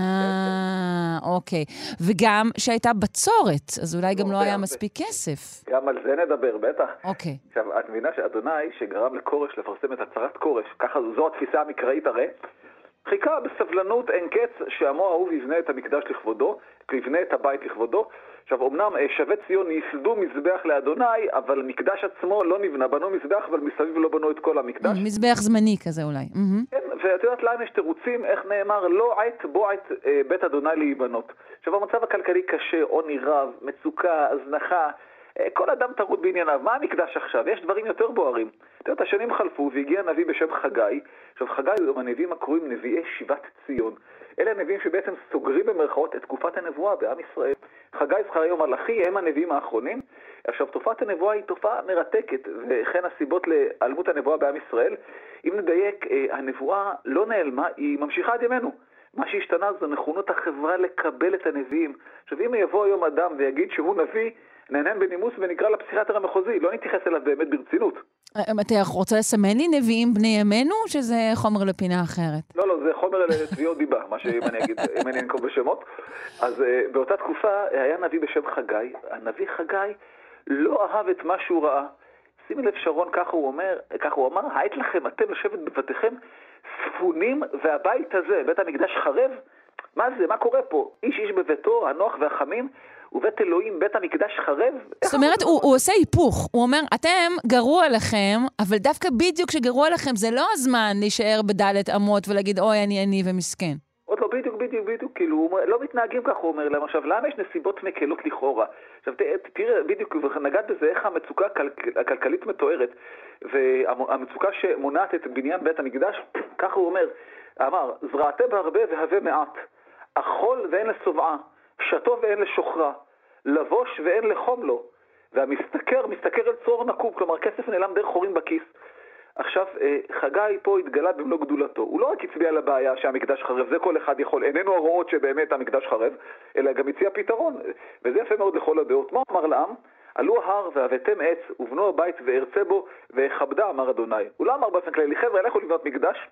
אה, אוקיי. וגם שהייתה בצורת, אז אולי גם לא היה מספיק כסף. גם על זה נדבר, בטח. אוקיי. עכשיו, את מבינה שאדוני שגרם לכורש לפרסם את הצהרת כורש, ככה זו התפיסה המקראית הרי, חיכה בסבלנות אין קץ שעמו האהוב יבנה את המקדש לכבודו, יבנה את הבית לכבודו. עכשיו, אמנם שבי ציון ייסדו מזבח לאדוני, אבל מקדש עצמו לא נבנה. בנו מזבח, אבל מסביב לא בנו את כל המקדש. מזבח זמני כזה אולי. כן, ואת יודעת להם יש תירוצים, איך נאמר, לא עת בו עת בית אדוני להיבנות. עכשיו, המצב הכלכלי קשה, עוני רב, מצוקה, הזנחה, כל אדם טרוד בענייניו. מה המקדש עכשיו? יש דברים יותר בוערים. את יודעת, השנים חלפו והגיע נביא בשם חגי. עכשיו, חגי הוא הנביאים הקרואים נביאי שיבת ציון. אלה הנביאים שבעצם סוגרים במרכאות את תקופת הנבואה בעם ישראל. חגי, זכריה ומלאכי הם הנביאים האחרונים. עכשיו, תופעת הנבואה היא תופעה מרתקת, וכן הסיבות להיעלמות הנבואה בעם ישראל. אם נדייק, הנבואה לא נעלמה, היא ממשיכה עד ימינו. מה שהשתנה זו נכונות החברה לקבל את הנביאים. עכשיו, אם יבוא היום אדם ויגיד שהוא נביא, נהנן בנימוס ונקרא לפסיכיאטר המחוזי, לא נתייחס אליו באמת ברצינות. אתה רוצה לסמן לי נביאים בני ימינו, שזה חומר לפינה אחרת? לא, לא, זה חומר לתביעות דיבה, מה שאם אני אגיד, אם אני אנקוב בשמות. אז uh, באותה תקופה היה נביא בשם חגי. הנביא חגי לא אהב את מה שהוא ראה. שימי לב שרון, ככה הוא אומר, ככה הוא אמר, העת לכם, אתם לשבת בבתיכם ספונים, והבית הזה, בית המקדש חרב? מה זה? מה קורה פה? איש איש בביתו, הנוח והחמים, ובית אלוהים, בית המקדש חרב? זאת אומרת, הוא, הוא עושה היפוך. הוא אומר, אתם גרוע לכם, אבל דווקא בדיוק שגרוע לכם, זה לא הזמן להישאר בדלת אמות ולהגיד, אוי, אני אני ומסכן. עוד לא, בדיוק, בדיוק, בדיוק, כאילו, לא מתנהגים כך, הוא אומר להם. עכשיו, למה יש נסיבות מקלות לכאורה? עכשיו, תראה, בדיוק, ונגעת בזה, איך המצוקה הכלכלית מתוארת, והמצוקה שמונעת את בניין בית המקדש, ככה הוא אומר, אמר, זרעתה בהרבה והווה מעט, אכול ואין לשובעה, שתו ואין לשוחרה, לבוש ואין לחום לו, והמסתכר, מסתכר אל צרור נקוב, כלומר, כסף נעלם דרך חורים בכיס. עכשיו, חגי פה התגלה במלוא גדולתו. הוא לא רק הצביע על הבעיה שהמקדש חרב, זה כל אחד יכול, איננו הרואות שבאמת המקדש חרב, אלא גם הציע פתרון. וזה יפה מאוד לכל הדעות. מה אמר לעם? עלו ההר והבאתם עץ, ובנו הבית וארצה בו, וכבדה, אמר אדוני. הוא לא אמר באופן כללי, חבר'ה, לכו לבנות מקדש,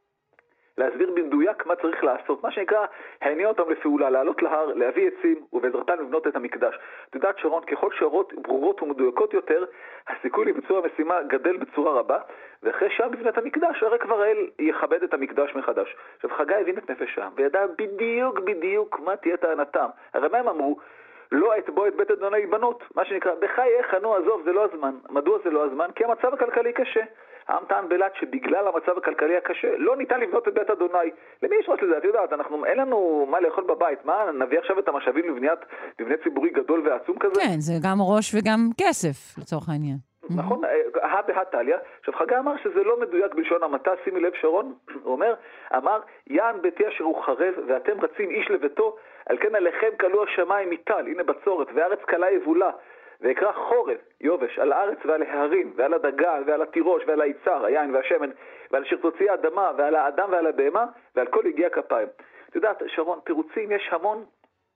להסביר במדויק מה צריך לעשות, מה שנקרא, העניין אותם לפעולה, לעלות להר, להביא עצים, ובעזרתן לבנות את המקדש. את יודעת שרון, ככל שהורות ברורות ומדויקות יותר, הסיכוי לביצוע המשימה גדל בצורה רבה, ואחרי שעה בבנת המקדש, הרי כבר האל יכבד את המקדש מחדש. עכשיו, חגי הבין את נפש העם, וידע בדיוק בדיוק מה תהיה טענתם. הרי מה הם אמרו? לא עת בו את בית אדוני ייבנות, מה שנקרא, בחייך, נו, עזוב, זה לא הזמן. מדוע זה לא הזמן? כי המצב הכלכלי קשה. העם טען בלעד שבגלל המצב הכלכלי הקשה לא ניתן לבנות את בית אדוני. למי יש ראש לזה? את יודעת, אנחנו, אין לנו מה לאכול בבית. מה, נביא עכשיו את המשאבים לבניית מבנה ציבורי גדול ועצום כזה? כן, זה גם ראש וגם כסף, לצורך העניין. נכון, הא בהא תליא. עכשיו, חגי אמר שזה לא מדויק בלשון המעטה, שימי לב שרון, הוא אומר, אמר, יען ביתי אשר הוא חרב, ואתם רצים איש לביתו, על כן עליכם כלו השמיים מטל, הנה בצורת, והארץ קלה יבולה. ויקרא חורף, יובש, על הארץ ועל ההרים, ועל הדגן, ועל התירוש, ועל היצר, היין והשמן, ועל שרצוצי האדמה, ועל האדם ועל הבהמה, ועל כל יגיע כפיים. את יודעת, שרון, תירוצים יש המון,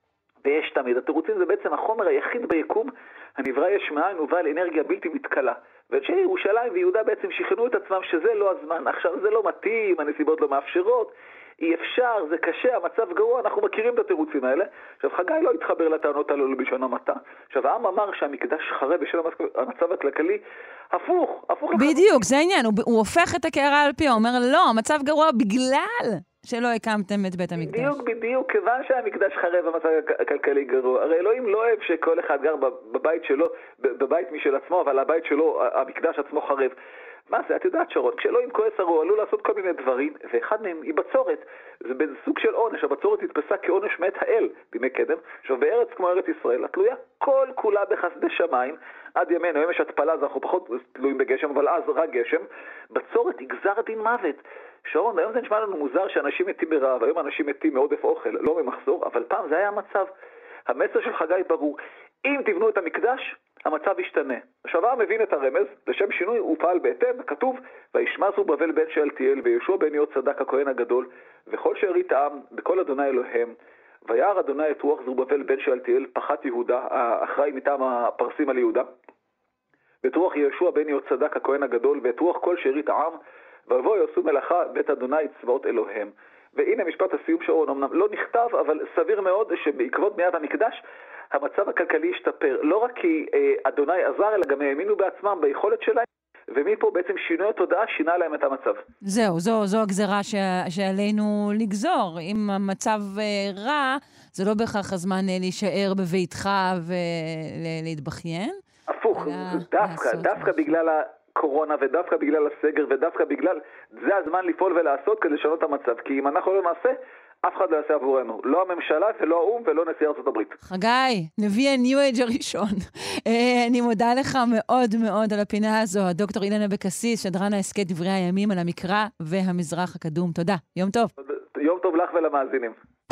ויש תמיד. התירוצים זה בעצם החומר היחיד ביקום, הנברא יש מאין ובעל אנרגיה בלתי מתקלה. ואנשי ירושלים ויהודה בעצם שכנעו את עצמם שזה לא הזמן. עכשיו זה לא מתאים, הנסיבות לא מאפשרות, אי אפשר, זה קשה, המצב גרוע, אנחנו מכירים את התירוצים האלה. עכשיו, חגי לא התחבר לטענות הללו בלשון המעטה. עכשיו, העם אמר שהמקדש חרב בשל המצב הכלכלי, הפוך, הפוך. בדיוק, זה העניין, הוא, הוא הופך את הקערה על פי, הוא אומר, לא, המצב גרוע בגלל שלא הקמתם את בית המקדש. בדיוק, בדיוק, כיוון שהמקדש חרב, המצב הכלכלי גרוע. הרי אלוהים לא אוהב שכל אחד גר בבית שלו, בבית משל עצמו, אבל הבית שלו, המקדש עצמו חרב. מה זה? את יודעת שרון, כשאלוהים כועס הרי הוא עלול לעשות כל מיני דברים, ואחד מהם היא בצורת. זה בסוג של עונש, הבצורת התפסה כעונש מאת האל בימי קדם, עכשיו בארץ כמו ארץ ישראל, התלויה כל כולה בחסדי שמיים, עד ימינו, היום יש התפלה, אז אנחנו פחות תלויים בגשם, אבל אז רק גשם, בצורת היא גזר דין מוות. שרון, היום זה נשמע לנו מוזר שאנשים מתים ברעב, היום אנשים מתים מעודף אוכל, לא ממחסור, אבל פעם זה היה המצב. המסר של חגי ברור, אם תבנו את המקדש, המצב ישתנה. עכשיו העם מבין את הרמז, לשם שינוי הוא פעל בהתאם, כתוב, וישמע זרובבל בן שאלתיאל, ויהושע בן יהוצדק הכהן הגדול, וכל שארית העם, בכל אדוני אלוהיהם, וירא אדוני את רוח זרובבל בן שאלתיאל, פחת יהודה, האחראי מטעם הפרסים על יהודה, ואת רוח יהושע בן יהוצדק הכהן הגדול, ואת רוח כל שארית העם, ובואו יעשו מלאכה בית אדוני צבאות אלוהיהם. והנה משפט הסיום שרון, אמנם לא נכתב, אבל סביר מאוד שבעקבות בניית המקדש, המצב הכלכלי השתפר. לא רק כי אה, אדוני עזר, אלא גם האמינו בעצמם ביכולת שלהם ומפה בעצם שינוי התודעה שינה להם את המצב. זהו, זו, זו הגזרה ש... שעלינו לגזור. אם המצב uh, רע, זה לא בהכרח הזמן uh, להישאר בביתך ולהתבכיין. הפוך, דווקא, דווקא בגלל הקורונה ודווקא בגלל הסגר ודווקא בגלל, זה הזמן לפעול ולעשות כדי לשנות את המצב. כי אם אנחנו לא נעשה, אף אחד לא יעשה עבורנו. לא הממשלה ולא האום ולא נשיא ארצות הברית. חגי, נביא הניו אייג' הראשון. אני מודה לך מאוד מאוד על הפינה הזו. הדוקטור אילן אבקסיס, שדרן ההסכת דברי הימים על המקרא והמזרח הקדום. תודה. יום טוב. יום טוב לך ולמאזינים.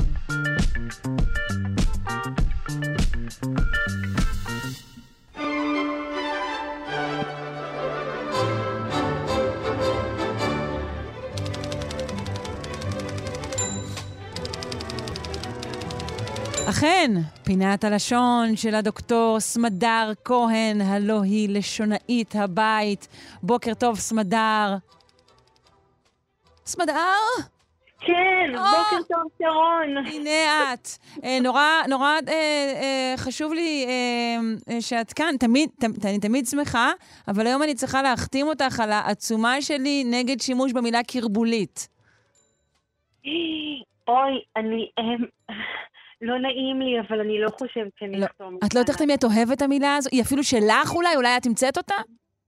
אכן, פינת הלשון של הדוקטור סמדר כהן, הלא היא לשונאית הבית. בוקר טוב, סמדר. סמדר? כן, oh, בוקר טוב, שרון. הנה את. אה, נורא, נורא אה, אה, חשוב לי אה, שאת כאן. תמיד, ת, אני תמיד שמחה, אבל היום אני צריכה להחתים אותך על העצומה שלי נגד שימוש במילה קרבולית. אוי, אני... לא נעים לי, אבל אני לא חושבת שאני לא. אחתום. את לא יודעת אם את אוהבת המילה הזו? היא אפילו שלך אולי? אולי את המצאת אותה?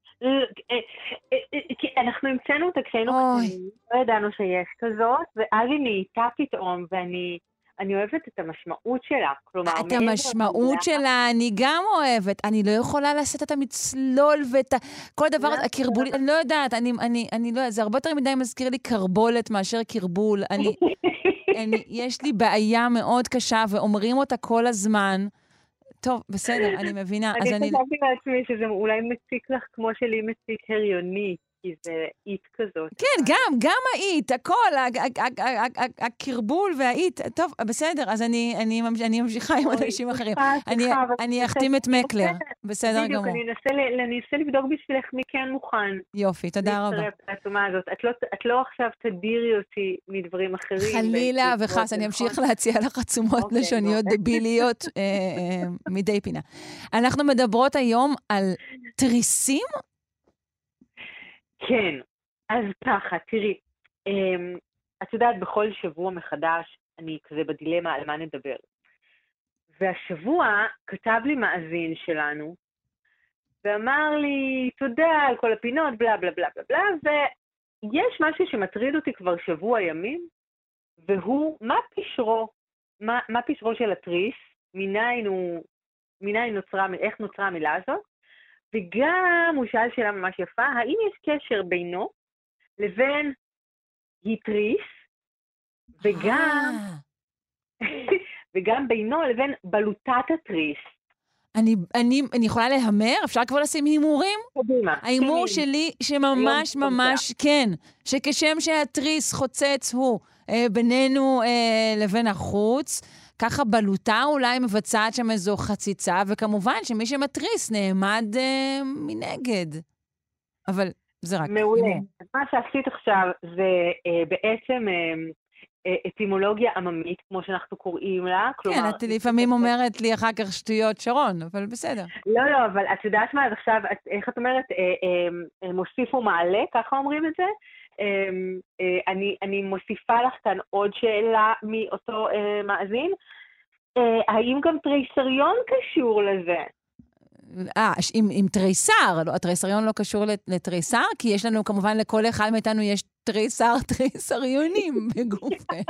כי אנחנו המצאנו אותה כשהיינו קטנים, לא ידענו שיש כזאת, ואז היא נהייתה פתאום, ואני אני אוהבת את המשמעות שלה. כלומר, את המשמעות שלה אני גם אוהבת. אני לא יכולה לעשות את המצלול ואת כל דבר, הקרבולית, אני לא יודעת, אני, אני, אני לא יודעת, זה הרבה יותר מדי מזכיר לי קרבולת מאשר קרבול. אני, אני, יש לי בעיה מאוד קשה, ואומרים אותה כל הזמן. טוב, בסדר, אני מבינה. אני חשבתי לעצמי שזה אולי מציק לך כמו שלי מציק הריוני. כי זה אית כזאת. כן, גם, גם האית, הכל, הקרבול והאית. טוב, בסדר, אז אני ממשיכה עם אנשים אחרים. אני אחתים את מקלר, בסדר גמור. בדיוק, אני אנסה לבדוק בשבילך מי כן מוכן. יופי, תודה רבה. את לא עכשיו תדירי אותי מדברים אחרים. חלילה וחס, אני אמשיך להציע לך עצומות לשוניות דביליות מדי פינה. אנחנו מדברות היום על תריסים? כן, אז ככה, תראי, את יודעת, בכל שבוע מחדש אני כזה בדילמה על מה נדבר. והשבוע כתב לי מאזין שלנו, ואמר לי, תודה על כל הפינות, בלה בלה בלה בלה בלה, ויש משהו שמטריד אותי כבר שבוע ימים, והוא, מה פשרו, מה, מה פשרו של התריס, מניין הוא, מניין נוצרה, איך נוצרה המילה הזאת, וגם הוא שאל שאלה ממש יפה, האם יש קשר בינו לבין היטריס, וגם, וגם בינו לבין בלוטת התריס. אני, אני, אני יכולה להמר? אפשר כבר לשים הימורים? קדימה. ההימור שלי שממש ממש כן, שכשם שהתריס חוצץ הוא אה, בינינו אה, לבין החוץ, ככה בלוטה אולי מבצעת שם איזו חציצה, וכמובן שמי שמטריס נעמד אה, מנגד. אבל זה רק... מעולה. אז מה שעשית עכשיו זה אה, בעצם אה, אה, אטימולוגיה עממית, כמו שאנחנו קוראים לה. כלומר, כן, את לפעמים אומרת לי אחר כך שטויות שרון, אבל בסדר. לא, לא, אבל את יודעת מה, אז עכשיו, את, איך את אומרת, אה, אה, מוסיף ומעלה, ככה אומרים את זה? אני, אני מוסיפה לך כאן עוד שאלה מאותו אה, מאזין. אה, האם גם טרייסריון קשור לזה? אה, עם, עם טרייסר. לא, הטרייסריון לא קשור לטרייסר, כי יש לנו כמובן לכל אחד מאיתנו יש טרייסר, טרייסריונים בגופנו.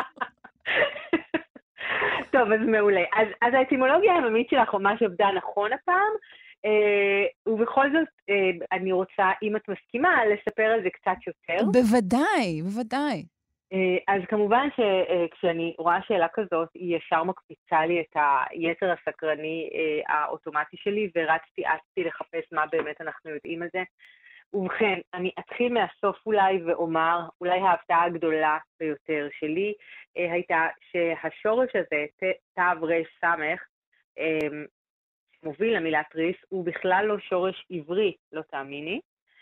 טוב, אז מעולה. אז, אז האטימולוגיה העממית שלך ממש עבדה נכון הפעם, Uh, ובכל זאת, uh, אני רוצה, אם את מסכימה, לספר על זה קצת יותר. בוודאי, בוודאי. Uh, אז כמובן שכשאני uh, רואה שאלה כזאת, היא ישר מקפיצה לי את היתר הסקרני uh, האוטומטי שלי, ורצתי, אצתי לחפש מה באמת אנחנו יודעים על זה. ובכן, אני אתחיל מהסוף אולי ואומר, אולי ההפתעה הגדולה ביותר שלי, uh, הייתה שהשורש הזה, תו רש סמך, uh, מוביל למילה תריס, הוא בכלל לא שורש עברי, לא תאמיני.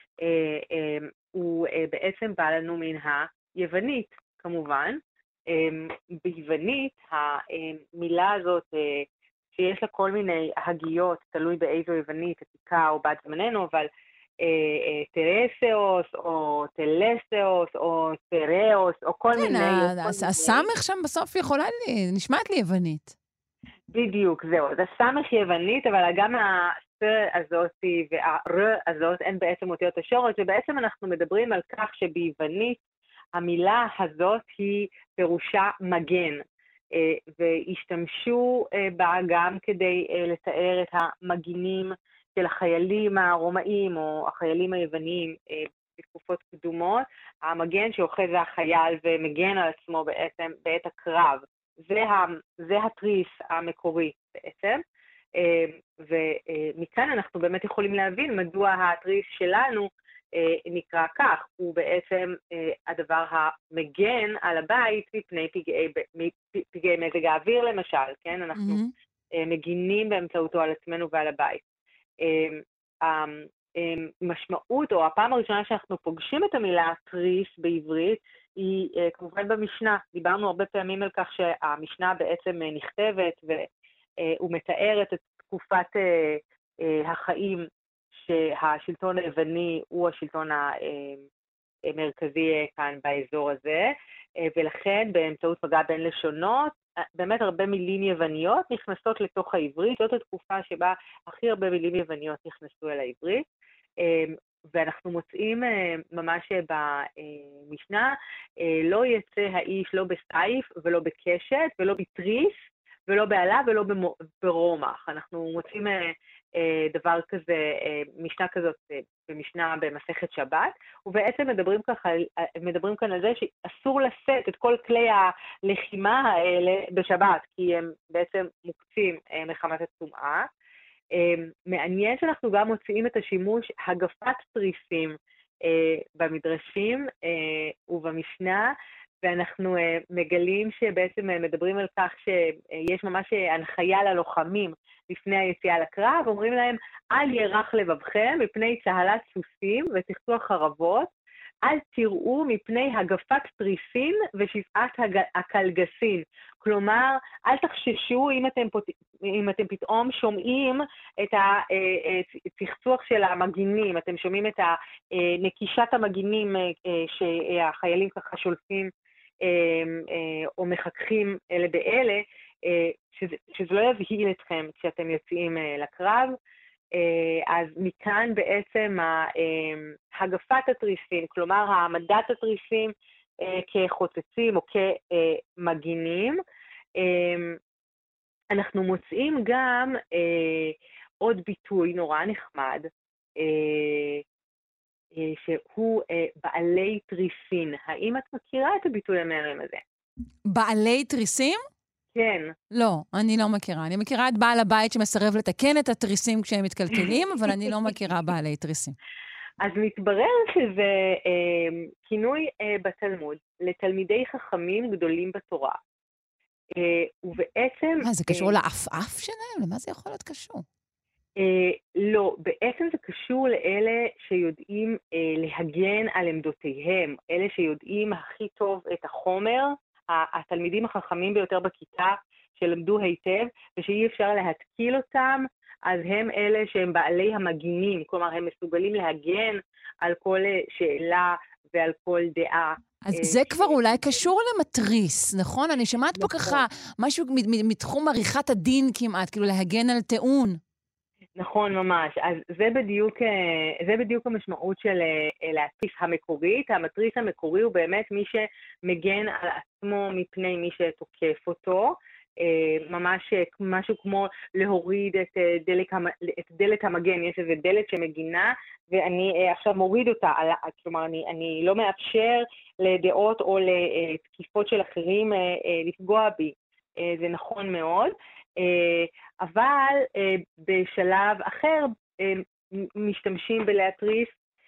הוא בעצם בא לנו מן היוונית, כמובן. ביוונית, המילה הזאת, שיש לה כל מיני הגיות, תלוי באיזו יוונית, עתיקה או בת זמננו, אבל טרסאוס, או טלסאוס, או טראוס, או כל מיני... כן, הסמך שם בסוף יכולה לי, נשמעת לי יוונית. בדיוק, זהו. אז הסמך יוונית, אבל גם הסר הזאת והר הזאת הן בעצם אותיות השורש, ובעצם אנחנו מדברים על כך שביוונית המילה הזאת היא פירושה מגן, והשתמשו בה גם כדי לתאר את המגינים של החיילים הרומאים או החיילים היווניים בתקופות קדומות, המגן שאוחז החייל ומגן על עצמו בעצם בעת הקרב. זה, ה, זה התריס המקורי בעצם, ומכאן אנחנו באמת יכולים להבין מדוע התריס שלנו נקרא כך, הוא בעצם הדבר המגן על הבית מפני פגעי, פגעי מזג האוויר למשל, כן? אנחנו mm-hmm. מגינים באמצעותו על עצמנו ועל הבית. המשמעות, או הפעם הראשונה שאנחנו פוגשים את המילה תריס בעברית, היא כמובן במשנה. דיברנו הרבה פעמים על כך שהמשנה בעצם נכתבת, והוא מתאר את תקופת החיים שהשלטון היווני הוא השלטון המרכזי כאן באזור הזה, ולכן באמצעות מגע בין לשונות, באמת הרבה מילים יווניות נכנסות לתוך העברית. זאת התקופה שבה הכי הרבה מילים יווניות נכנסו אל העברית, ואנחנו מוצאים ממש במשנה, לא יצא האיש לא בסייף ולא בקשת ולא בתריס ולא בעלה ולא ברומח. אנחנו מוצאים דבר כזה, משנה כזאת במשנה במסכת שבת, ובעצם מדברים, ככה, מדברים כאן על זה שאסור לשאת את כל כלי הלחימה האלה בשבת, כי הם בעצם מוקצים מחמת הטומאה. מעניין שאנחנו גם מוצאים את השימוש הגפת תריסים במדרשים ובמשנה, ואנחנו מגלים שבעצם מדברים על כך שיש ממש הנחיה ללוחמים לפני היציאה לקרב, אומרים להם, אל ירח לבבכם מפני צהלת סוסים וצחצוח חרבות, אל תראו מפני הגפת תריסין ושפעת הקלגסין. כלומר, אל תחששו אם אתם, אם אתם פתאום שומעים את הצחצוח של המגינים, אתם שומעים את נקישת המגינים שהחיילים ככה שולפים או מחככים אלה באלה, שזה, שזה לא יבהיל אתכם כשאתם יוצאים לקרב. אז מכאן בעצם הגפת התריסים, כלומר העמדת התריסים כחוצצים או כמגינים. אנחנו מוצאים גם עוד ביטוי נורא נחמד, שהוא בעלי תריסין. האם את מכירה את הביטוי המהמם הזה? בעלי תריסים? כן. לא, אני לא מכירה. אני מכירה את בעל הבית שמסרב לתקן את התריסים כשהם מתקלקלים, אבל אני לא מכירה בעלי תריסים. אז מתברר שזה אה, כינוי אה, בתלמוד לתלמידי חכמים גדולים בתורה. אה, ובעצם... מה, זה קשור אה, לעפעף שלהם? למה זה יכול להיות קשור? אה, לא, בעצם זה קשור לאלה שיודעים אה, להגן על עמדותיהם, אלה שיודעים הכי טוב את החומר, התלמידים החכמים ביותר בכיתה שלמדו היטב, ושאי אפשר להתקיל אותם, אז הם אלה שהם בעלי המגינים, כלומר הם מסוגלים להגן על כל שאלה ועל כל דעה. אז זה כבר אולי קשור למטריס, נכון? אני שמעת פה ככה משהו מתחום עריכת הדין כמעט, כאילו להגן על טיעון. נכון, ממש. אז זה בדיוק, זה בדיוק המשמעות של להתריס המקורית. המטריס המקורי הוא באמת מי שמגן על עצמו מפני מי שתוקף אותו. ממש משהו כמו להוריד את דלת, את דלת המגן. יש איזו דלת שמגינה, ואני עכשיו מוריד אותה. כלומר, אני, אני לא מאפשר לדעות או לתקיפות של אחרים לפגוע בי. זה נכון מאוד. אבל בשלב אחר משתמשים בלהתריס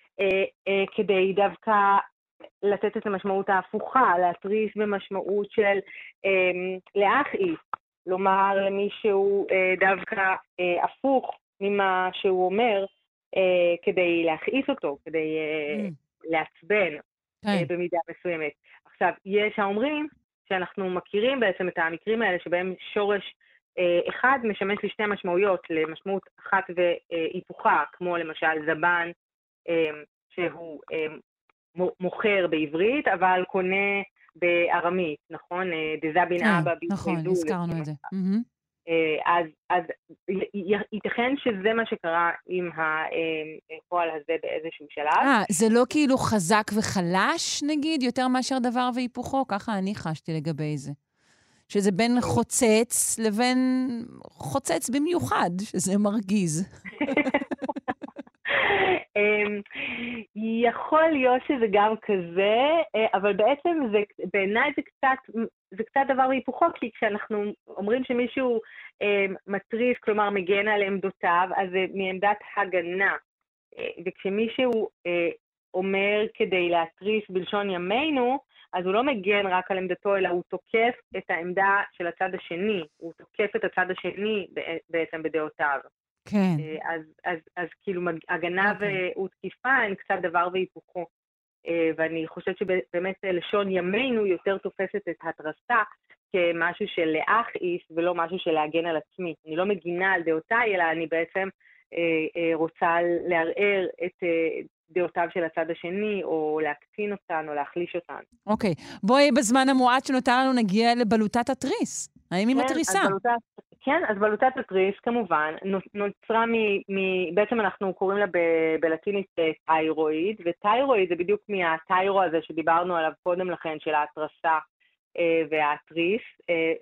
כדי דווקא לתת את המשמעות ההפוכה, להתריס במשמעות של להכעיס, לומר למישהו דווקא הפוך ממה שהוא אומר, כדי להכעיס אותו, כדי לעצבן במידה מסוימת. עכשיו, יש האומרים שאנחנו מכירים בעצם את המקרים האלה שבהם שורש אחד משמש לשתי משמעויות, למשמעות אחת והיפוכה, כמו למשל זבן שהוא מוכר בעברית, אבל קונה בארמית, נכון? דזבין אבא בידו. נכון, הזכרנו את זה. אז, אז ייתכן שזה מה שקרה עם הפועל הזה באיזשהו שלב. אה, זה לא כאילו חזק וחלש, נגיד, יותר מאשר דבר והיפוכו? ככה אני חשתי לגבי זה. שזה בין חוצץ לבין חוצץ במיוחד, שזה מרגיז. יכול להיות שזה גם כזה, אבל בעצם זה, בעיניי זה קצת, זה קצת דבר והיפוכו, כי כשאנחנו אומרים שמישהו מטריס, כלומר מגן על עמדותיו, אז זה מעמדת הגנה. וכשמישהו אומר כדי להטריס בלשון ימינו, אז הוא לא מגן רק על עמדתו, אלא הוא תוקף את העמדה של הצד השני. הוא תוקף את הצד השני בעצם בדעותיו. כן. אז, אז, אז כאילו הגנה okay. ותקיפה הן קצת דבר והיפוכו. ואני חושבת שבאמת לשון ימינו יותר תופסת את התרסה כמשהו של להכעיס ולא משהו של להגן על עצמי. אני לא מגינה על דעותיי, אלא אני בעצם רוצה לערער את דעותיו של הצד השני, או להקטין אותן, או להחליש אותן. אוקיי. Okay. בואי בזמן המועט שנותר לנו נגיע לבלוטת התריס. האם היא מטריסה? אז בלוטת, כן, אז בלוטת התריס, כמובן, נוצרה מ... מ בעצם אנחנו קוראים לה ב, בלטינית תיירואיד, ותיירואיד זה בדיוק מהתיירו הזה שדיברנו עליו קודם לכן, של ההתרסה אה, והתריס, אה,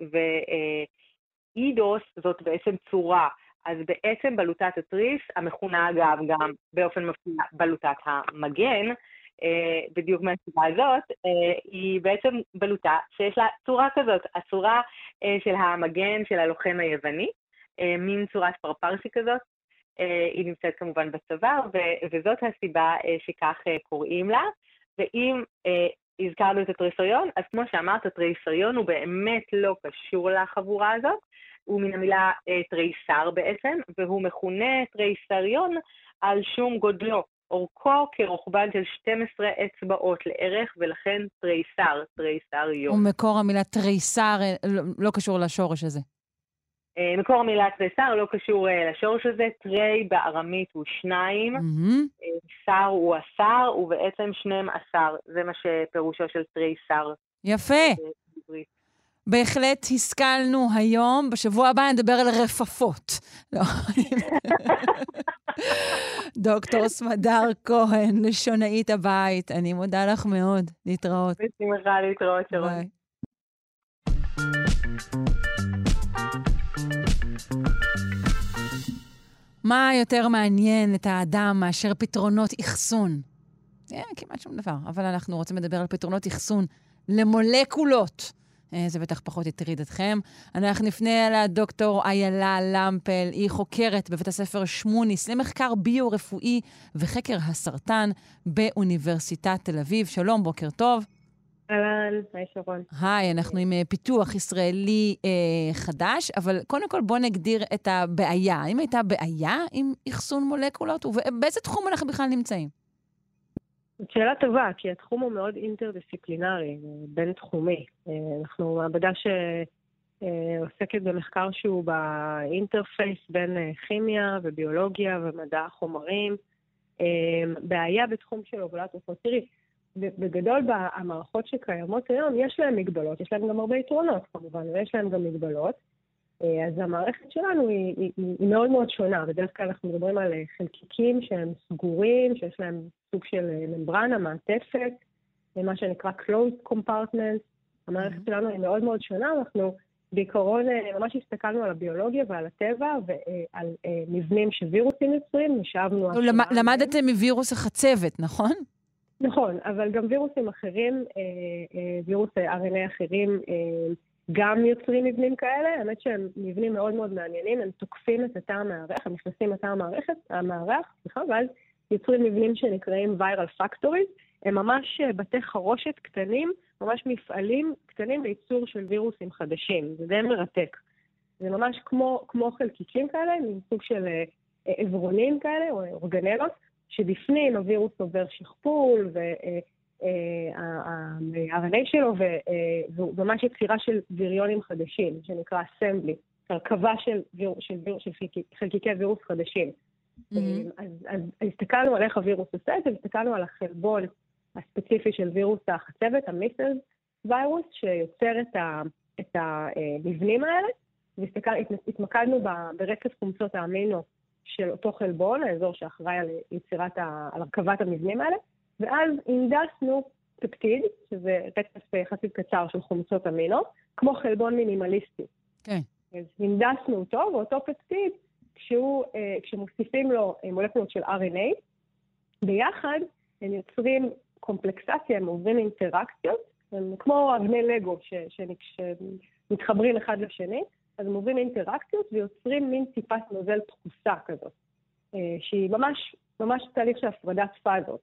ואידוס אה, זאת בעצם צורה. אז בעצם בלוטת התריס, המכונה אגב גם באופן מפתיע בלוטת המגן, אה, בדיוק מהסיבה הזאת, אה, היא בעצם בלוטה שיש לה צורה כזאת, הצורה אה, של המגן של הלוחם היווני, אה, מין צורת פרפרסי כזאת, אה, היא נמצאת כמובן בצוואר, ו- וזאת הסיבה אה, שכך אה, קוראים לה, ואם אה, הזכרנו את הטריסריון, אז כמו שאמרת, הטריסריון הוא באמת לא קשור לחבורה הזאת, הוא מן המילה אה, טריסר בעצם, והוא מכונה טריסריון על שום גודלו. אורכו כרוחבן של שתים עשרה אצבעות לערך, ולכן טריסר, טריסריון. ומקור המילה טריסר לא, לא קשור לשורש הזה. אה, מקור המילה טריסר לא קשור אה, לשורש הזה. טרי בארמית הוא שניים, mm-hmm. אה, שר הוא עשר, ובעצם שנים עשר. זה מה שפירושו של טריסר. יפה. אה, בהחלט השכלנו היום, בשבוע הבא נדבר על רפפות. לא. דוקטור סמדר כהן, לשונאית הבית, אני מודה לך מאוד. להתראות. בשמחה להתראות, שרון. ביי. מה יותר מעניין את האדם מאשר פתרונות אחסון? אה, כמעט שום דבר, אבל אנחנו רוצים לדבר על פתרונות אחסון למולקולות. זה בטח פחות יטריד אתכם. אנחנו נפנה אל הדוקטור איילה למפל, היא חוקרת בבית הספר שמוניס למחקר ביו-רפואי וחקר הסרטן באוניברסיטת תל אביב. שלום, בוקר טוב. אהלן, היי שרון. היי, אנחנו עם פיתוח ישראלי אה, חדש, אבל קודם כל בוא נגדיר את הבעיה. האם הייתה בעיה עם אחסון מולקולות, ובאיזה תחום אנחנו בכלל נמצאים? זאת שאלה טובה, כי התחום הוא מאוד אינטרדיסציפלינרי, בין תחומי. אנחנו מעבדה שעוסקת במחקר שהוא באינטרפייס בין כימיה וביולוגיה ומדע החומרים. בעיה בתחום של הובלת עופות. תראי, בגדול המערכות שקיימות היום יש להן מגבלות, יש להן גם הרבה יתרונות כמובן, ויש להן גם מגבלות. אז המערכת שלנו היא, היא, היא מאוד מאוד שונה. בדרך כלל אנחנו מדברים על חלקיקים שהם סגורים, שיש להם סוג של ממברנה, מעטפת, מה שנקרא closed compartment. המערכת mm-hmm. שלנו היא מאוד מאוד שונה. אנחנו בעיקרון ממש הסתכלנו על הביולוגיה ועל הטבע ועל מבנים שווירוסים יוצרים, נשאבנו... למ, למדתם מווירוס החצבת, נכון? נכון, אבל גם וירוסים אחרים, וירוס אר אן איי אחרים, גם יוצרים מבנים כאלה. האמת שהם מבנים מאוד מאוד מעניינים, הם תוקפים את התא המערך, הם נכנסים לתא המערכת, המערך, סליחה, ואז יוצרים מבנים שנקראים viral factories, הם ממש בתי חרושת קטנים, ממש מפעלים קטנים לייצור של וירוסים חדשים, זה די מרתק. זה ממש כמו, כמו חלקיקים כאלה, מסוג של עברונים כאלה, או אורגנלות, שבפנים הווירוס עובר שכפול, ו... ה-אר אן איי שלו, וממש יצירה של ויריונים חדשים, שנקרא assembly, הרכבה של, של, של חלקיקי וירוס חדשים. אז, אז הסתכלנו על איך הווירוס עושה את זה, הסתכלנו על החלבון הספציפי של וירוס החצבת, המיסלס וירוס, שיוצר את, ה, את המבנים האלה, והתמקדנו ברצף חומצות האמינו של אותו חלבון, האזור שאחראי על יצירת, ה, על הרכבת המבנים האלה, ואז הנדסנו פפטיד, שזה רצף יחסית קצר של חומצות אמינו, כמו חלבון מינימליסטי. כן. אז הנדסנו אותו, ואותו פפטיד, כשהוא, כשמוסיפים לו מולקולות של אר אן איי, ביחד הם יוצרים קומפלקסציה, הם עוברים אינטראקציות, הם כמו אבני לגו שמתחברים אחד לשני, אז הם עוברים אינטראקציות ויוצרים מין טיפת נוזל דחוסה כזאת, שהיא ממש, ממש תהליך של הפרדת פאזות.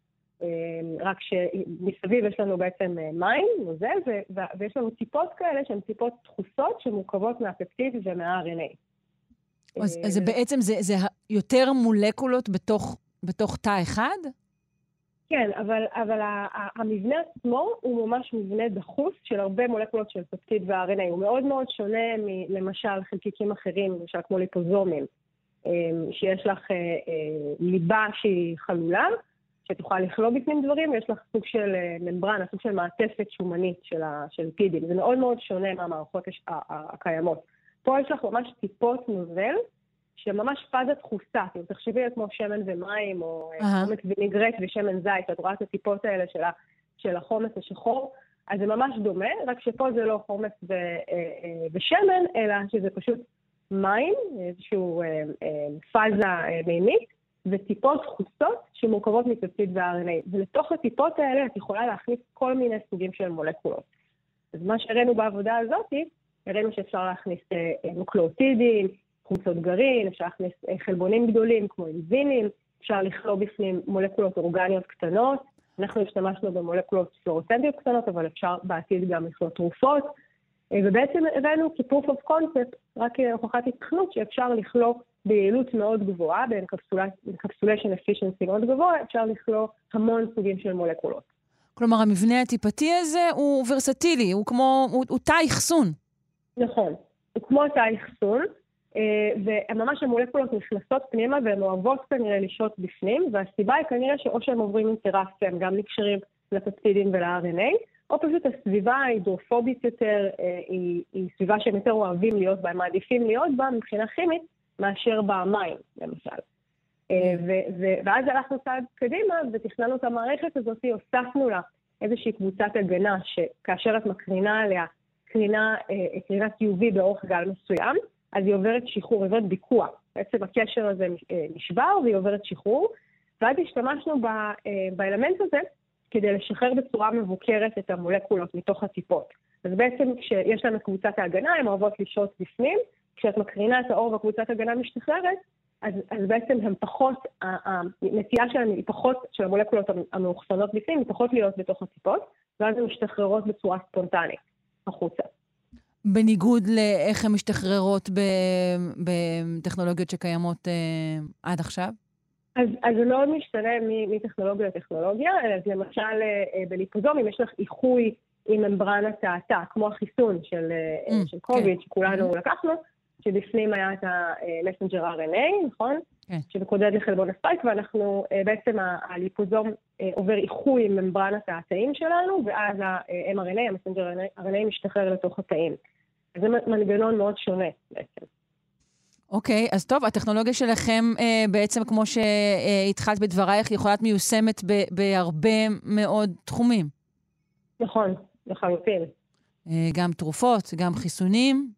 רק שמסביב יש לנו בעצם מים, נוזל, ויש לנו טיפות כאלה שהן טיפות דחוסות שמורכבות מהפפטיד ומה-אר אן איי. אז, אז בעצם זה, זה יותר מולקולות בתוך, בתוך תא אחד? כן, אבל, אבל המבנה עצמו הוא ממש מבנה דחוס של הרבה מולקולות של פפטיד ו-אר אן איי. הוא מאוד מאוד שונה מלמשל חלקיקים אחרים, למשל כמו ליפוזומים, שיש לך ליבה שהיא חלולה, שתוכל לכלוא בפנים דברים, ויש לך סוג של ממברנה, סוג של מעטפת שומנית של, של ליפידים. זה מאוד מאוד שונה מהמערכות הקיימות. פה יש לך ממש טיפות נוזל, שממש פאזה דחוסה, אם תחשבי על כמו שמן ומים, או חומץ וניגרט ושמן זית, את רואה את הטיפות האלה של, ה, של החומץ השחור, אז זה ממש דומה, רק שפה זה לא חומץ ו, ושמן, אלא שזה פשוט מים, איזשהו פאזה מימית, וטיפות דחוסות שמורכבות מפפטיד ו-אר אן איי. ולתוך הטיפות האלה את יכולה להכניס כל מיני סוגים של מולקולות. אז מה שהראינו בעבודה הזאת, הראינו שאפשר להכניס נוקלאוטידים, חומצות גרעין, אפשר להכניס חלבונים גדולים כמו אנזימים, אפשר לכלוא בפנים מולקולות אורגניות קטנות, אנחנו השתמשנו במולקולות פלורוסנטיות קטנות, אבל אפשר בעתיד גם לכלוא תרופות, ובעצם הראינו כ-proof of concept, רק הוכחת התכנות שאפשר לכלוא ביעילות מאוד גבוהה, באנקפסוליישן אפישנסי מאוד גבוה, אפשר לכלוא המון סוגים של מולקולות. כלומר, המבנה הטיפתי הזה הוא ורסטילי, הוא כמו, הוא, הוא תא אחסון. נכון, הוא כמו תא אחסון, וממש המולקולות נכנסות פנימה, והן אוהבות כנראה לשהות בפנים, והסיבה היא כנראה שאו שהם עוברים אינטראקציה, הם גם נקשרים לפפטידים ול-אר אן איי, או פשוט הסביבה ההידרופובית יותר, היא, היא סביבה שהם יותר אוהבים להיות בה, הם מעדיפים להיות בה מבחינה כימית, מאשר במים, למשל. ואז הלכנו צעד קדימה, ותכננו את המערכת הזאת, הוספנו לה איזושהי קבוצת הגנה, שכאשר את מקרינה עליה קרינת יו וי באורך גל מסוים, אז היא עוברת שחרור, עוברת ביקוע. בעצם הקשר הזה נשבר, והיא עוברת שחרור, ואז השתמשנו באלמנט הזה, כדי לשחרר בצורה מבוקרת את המולקולות מתוך הטיפות. אז בעצם כשיש לנו קבוצת ההגנה, הן אוהבות לשהות בפנים, כשאת מקרינה את האור והקבוצת הגנה משתחררת, אז, אז בעצם הן פחות, הנטייה שלהן היא פחות, של המולקולות המאוחסנות בפנים, היא פחות להיות בתוך הטיפות, ואז הן משתחררות בצורה ספונטנית החוצה. בניגוד לאיך הן משתחררות בטכנולוגיות שקיימות אה, עד עכשיו? אז, אז זה מאוד משתנה מטכנולוגיה לטכנולוגיה, אז למשל אה, בליפוזומים יש לך איחוי עם ממברנת התא, כמו החיסון של, mm, של קוביד, כן. שכולנו mm. לקחנו, שבפנים היה את ה-messenger אר אן איי, נכון? כן. שמקודד לחלבון הספייק, ואנחנו, בעצם הליפוזום עובר איחוי עם ממברנת התאים שלנו, ואז ה-אם אר אן איי, ה-messenger אר אן איי, משתחרר לתוך התאים. זה מנגנון מאוד שונה בעצם. אוקיי, אז טוב, הטכנולוגיה שלכם בעצם, כמו שהתחלת בדברייך, יכולה להיות מיושמת בהרבה מאוד תחומים. נכון, לחלוטין. גם תרופות, גם חיסונים.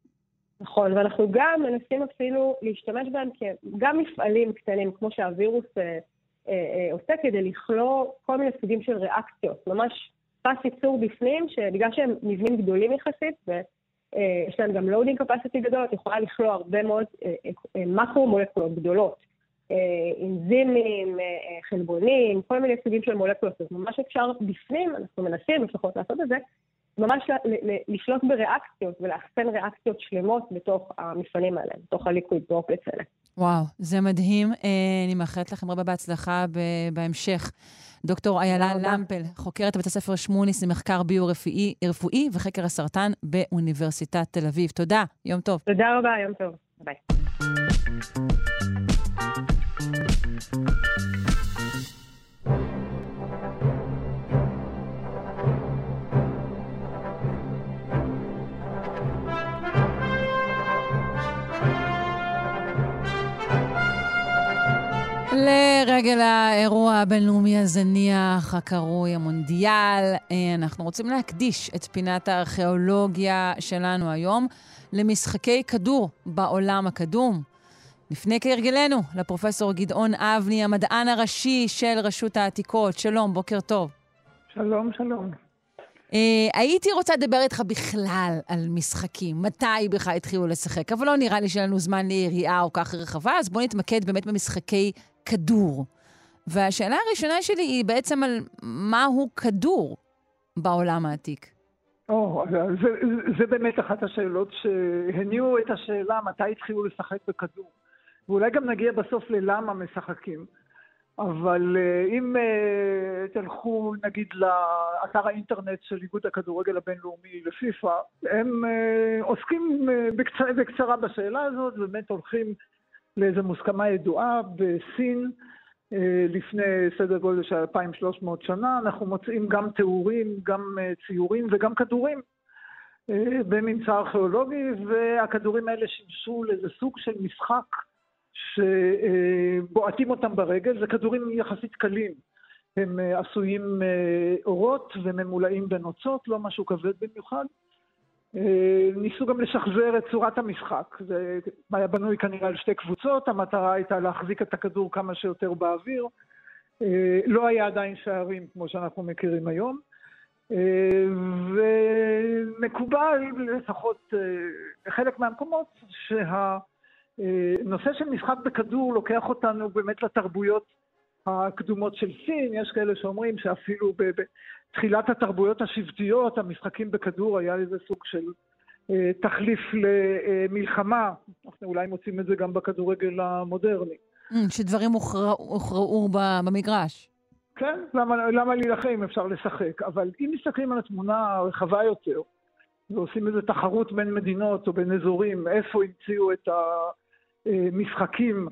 נכון, ואנחנו גם מנסים אפילו להשתמש בהם גם מפעלים קטנים, כמו שהווירוס אה, אה, עושה, כדי לכלוא כל מיני סוגים של ריאקציות. ממש פס ייצור בפנים, שבגלל שהם מבנים גדולים יחסית, ויש להם גם loading capacity גדול, את יכולה לכלוא הרבה מאוד אה, אה, מקרו-מולקולות גדולות. אה, אנזימים, אה, חלבונים, כל מיני סוגים של מולקולות. אז ממש אפשר בפנים, אנחנו מנסים לפחות לעשות את זה, ממש לשלוט בריאקציות ולאחסן ריאקציות שלמות בתוך המפעלים האלה, בתוך הליקוויד דרופלטס האלה. וואו, זה מדהים. אני מאחלת לכם רבה בהצלחה בהמשך. דוקטור איילה למפל, חוקרת בבית הספר שמוניס למחקר ביו-רפואי וחקר הסרטן באוניברסיטת תל אביב. תודה, יום טוב. תודה רבה, יום טוב. ביי. לרגל האירוע הבינלאומי הזניח, הקרוי המונדיאל, אנחנו רוצים להקדיש את פינת הארכיאולוגיה שלנו היום למשחקי כדור בעולם הקדום. לפני כהרגלנו, לפרופסור גדעון אבני, המדען הראשי של רשות העתיקות. שלום, בוקר טוב. שלום, שלום. הייתי רוצה לדבר איתך בכלל על משחקים, מתי בכלל התחילו לשחק, אבל לא נראה לי שלנו זמן ליריעה או כך רחבה, אז בואו נתמקד באמת במשחקי כדור. והשאלה הראשונה שלי היא בעצם על מהו כדור בעולם העתיק. או, זה, זה באמת אחת השאלות שהניעו את השאלה מתי התחילו לשחק בכדור. ואולי גם נגיע בסוף ללמה משחקים. אבל אם תלכו נגיד לאתר האינטרנט של איגוד הכדורגל הבינלאומי לפיפ"א, הם עוסקים בקצרה, בקצרה בשאלה הזאת, ובאמת הולכים לאיזו מוסכמה ידועה בסין לפני סדר גודל של אלפיים ושלוש מאות שנה. אנחנו מוצאים גם תיאורים, גם ציורים וגם כדורים בממצא ארכיאולוגי, והכדורים האלה שימשו לאיזה סוג של משחק שבועטים אותם ברגל. זה כדורים יחסית קלים, הם עשויים אורות וממולאים בנוצות, לא משהו כבד במיוחד. ניסו גם לשחזר את צורת המשחק. זה היה בנוי כנראה על שתי קבוצות, המטרה הייתה להחזיק את הכדור כמה שיותר באוויר. לא היה עדיין שערים כמו שאנחנו מכירים היום. ומקובל לפחות בחלק מהמקומות שהנושא של משחק בכדור לוקח אותנו באמת לתרבויות הקדומות של סין. יש כאלה שאומרים שאפילו בתחילת התרבויות השבטיות, המשחקים בכדור היה איזה סוג של אה, תחליף למלחמה. אנחנו אולי מוצאים את זה גם בכדורגל המודרני. שדברים הוכרעו במגרש. כן, למה, למה להילחם? אפשר לשחק. אבל אם מסתכלים על התמונה הרחבה יותר, ועושים איזו תחרות בין מדינות או בין אזורים, איפה המציאו את המשחקים,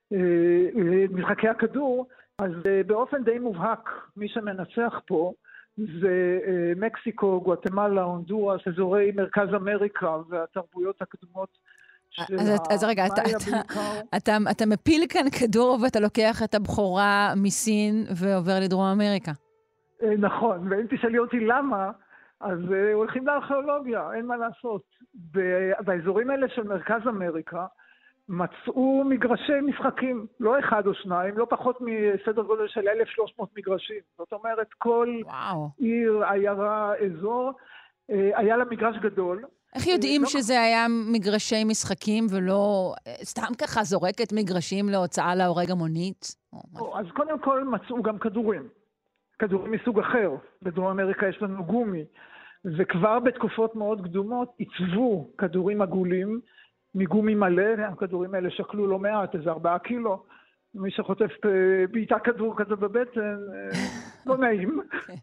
משחקי הכדור, אז באופן די מובהק, מי שמנצח פה זה מקסיקו, גואטמלה, הונדורס, אזורי מרכז אמריקה והתרבויות הקדומות של אז, אז רגע, אתה, אתה, אתה, אתה מפיל כאן כדור ואתה לוקח את הבחורה מסין ועובר לדרום אמריקה. נכון, ואם תשאלי אותי למה, אז הולכים לארכיאולוגיה, אין מה לעשות. באזורים האלה של מרכז אמריקה, מצאו מגרשי משחקים, לא אחד או שניים, לא פחות מסדר גודל של אלף ושלוש מאות מגרשים. זאת אומרת, כל וואו. עיר, עיירה, אזור, היה לה מגרש גדול. איך יודעים לא... שזה היה מגרשי משחקים ולא סתם ככה זורקת מגרשים להוצאה להורג המונית? או, אז קודם כל מצאו גם כדורים. כדורים מסוג אחר. בדרום אמריקה יש לנו גומי. וכבר בתקופות מאוד קדומות עיצבו כדורים עגולים, מגומי מלא. הכדורים האלה שקלו לא מעט, איזה ארבעה קילו. מי שחוטף בעיטה כדור כזה בבטן, לא נעים.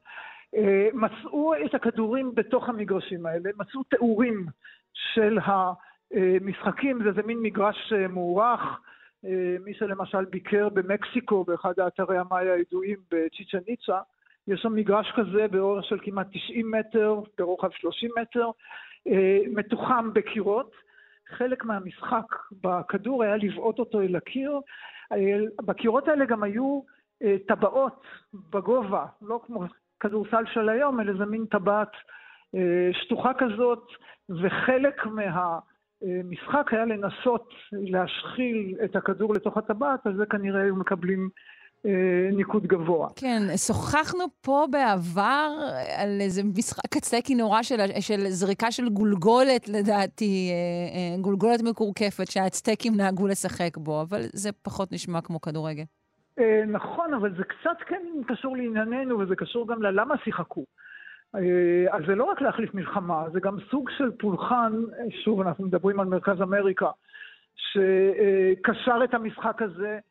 מצאו את הכדורים בתוך המגרשים האלה, מצאו תיאורים של המשחקים, זה, זה מין מגרש מוערך. מי שלמשל ביקר במקסיקו, באחד האתרי המאיה הידועים בצ'יצ'ן איטזה, יש שם מגרש כזה באורך של כמעט תשעים מטר, ברוחב שלושים מטר, מתוחם בקירות. חלק מהמשחק בכדור היה לבעוט אותו אל הקיר. בקירות האלה גם היו טבעות בגובה, לא כמו כדורסל של היום, אלא זה מין טבעת שטוחה כזאת, וחלק מהמשחק היה לנסות להשחיל את הכדור לתוך הטבעת, אז זה כנראה היו מקבלים ניקוד גבוה. כן, שוחחנו פה בעבר על איזה משחק הצטקי נורא של, של זריקה של גולגולת, לדעתי, גולגולת מקורקפת, שהצטקים נהגו לשחק בו, אבל זה פחות נשמע כמו כדורגל. נכון, אבל זה קצת כן קשור לענייננו, וזה קשור גם ללמה שיחקו. אז זה לא רק להחליף מלחמה, זה גם סוג של פולחן, שוב אנחנו מדברים על מרכז אמריקה, שקשר את המשחק הזה,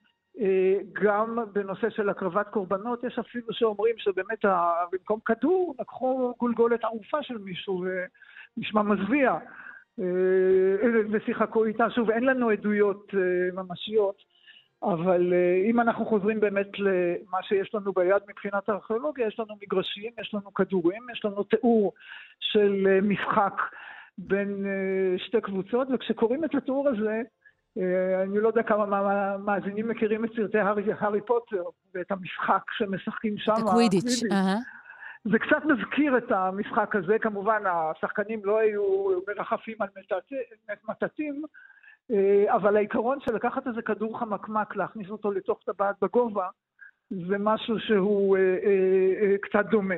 גם בנושא של הקרבת קורבנות. יש אפילו שאומרים שבאמת במקום כדור לקחו גולגולת ערופה של מישהו ונשמע מזוויע ושיחקו איתה. שוב, אין לנו עדויות ממשיות, אבל אם אנחנו חוזרים באמת למה שיש לנו ביד מבחינת הארכיאולוגיה, יש לנו מגרשים, יש לנו כדורים, יש לנו תיאור של משחק בין שתי קבוצות, וכשקוראים את התיאור הזה, אני לא יודע כמה מאזינים מכירים את סרטי הארי, הארי פוטר, ואת המשחק שמשחקים שם. את הקווידיץ'. זה קצת מזכיר את המשחק הזה, כמובן השחקנים לא היו מרחפים על מטטים, אבל העיקרון של לקחת איזה כדור חמקמק, להכניס אותו לתוך טבעת בגובה, זה משהו שהוא קצת דומה.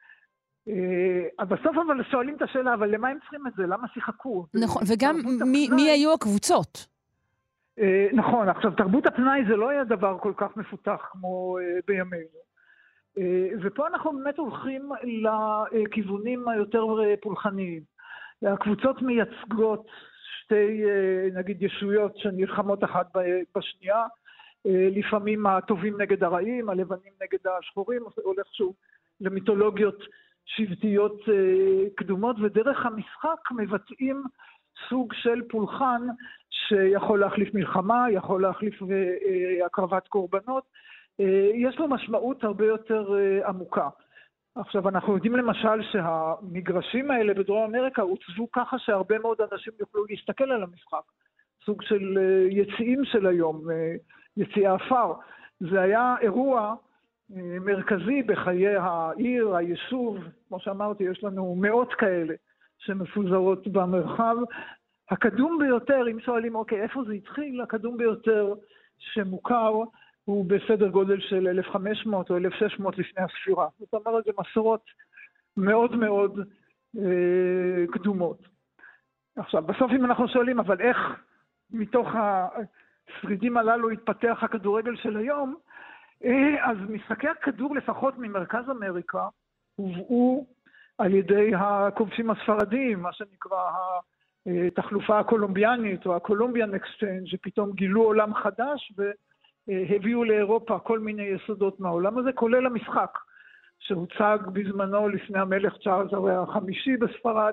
בסוף אבל שואלים את השאלה, אבל למה הם צריכים את זה? למה שיחקו? נכון, וגם מי היו הקבוצות? נכון, עכשיו תרבות הפנאי זה לא היה דבר כל כך מפותח כמו בימינו. ופה אנחנו באמת הולכים לכיוונים היותר פולחניים. הקבוצות מייצגות שתי, נגיד, ישויות שנלחמות אחת בשנייה, לפעמים הטובים נגד הרעים, הלבנים נגד השחורים, הולך שוב למיתולוגיות שבטיות קדומות, ודרך המשחק מבטאים סוג של פולחן שיכול להחליף מלחמה, יכול להחליף הקרבת קורבנות, יש לו משמעות הרבה יותר עמוקה. עכשיו, אנחנו יודעים למשל שהמגרשים האלה בדרום אמריקה הוצבו ככה שהרבה מאוד אנשים יוכלו להסתכל על המשחק. סוג של יציאים של היום, יציאי אפר. זה היה אירוע מרכזי בחיי העיר, היישוב. כמו שאמרתי, יש לנו מאות כאלה שמפוזרות במרחב. הקדום ביותר, אם שואלים, אוקיי, איפה זה התחיל? הקדום ביותר שמוכר הוא בסדר גודל של אלף וחמש מאות או אלף ושש מאות לפני הספירה. זאת אומרת, זה מסורות מאוד מאוד אה, קדומות. עכשיו, בסוף אם אנחנו שואלים, אבל איך מתוך השרידים הללו התפתח הכדורגל של היום, אה, אז משחקי הכדור לפחות ממרכז אמריקה הובאו על ידי הכובשים הספרדיים, מה שנקרא התחלופה הקולומביאנית או הקולומביאן אקסצ'יינג', שפתאום גילו עולם חדש ו... הביאו לאירופה כל מיני יסודות מהעולם הזה, כולל המשחק, שהוצג בזמנו לפני המלך צ'ארלס החמישי בספרד,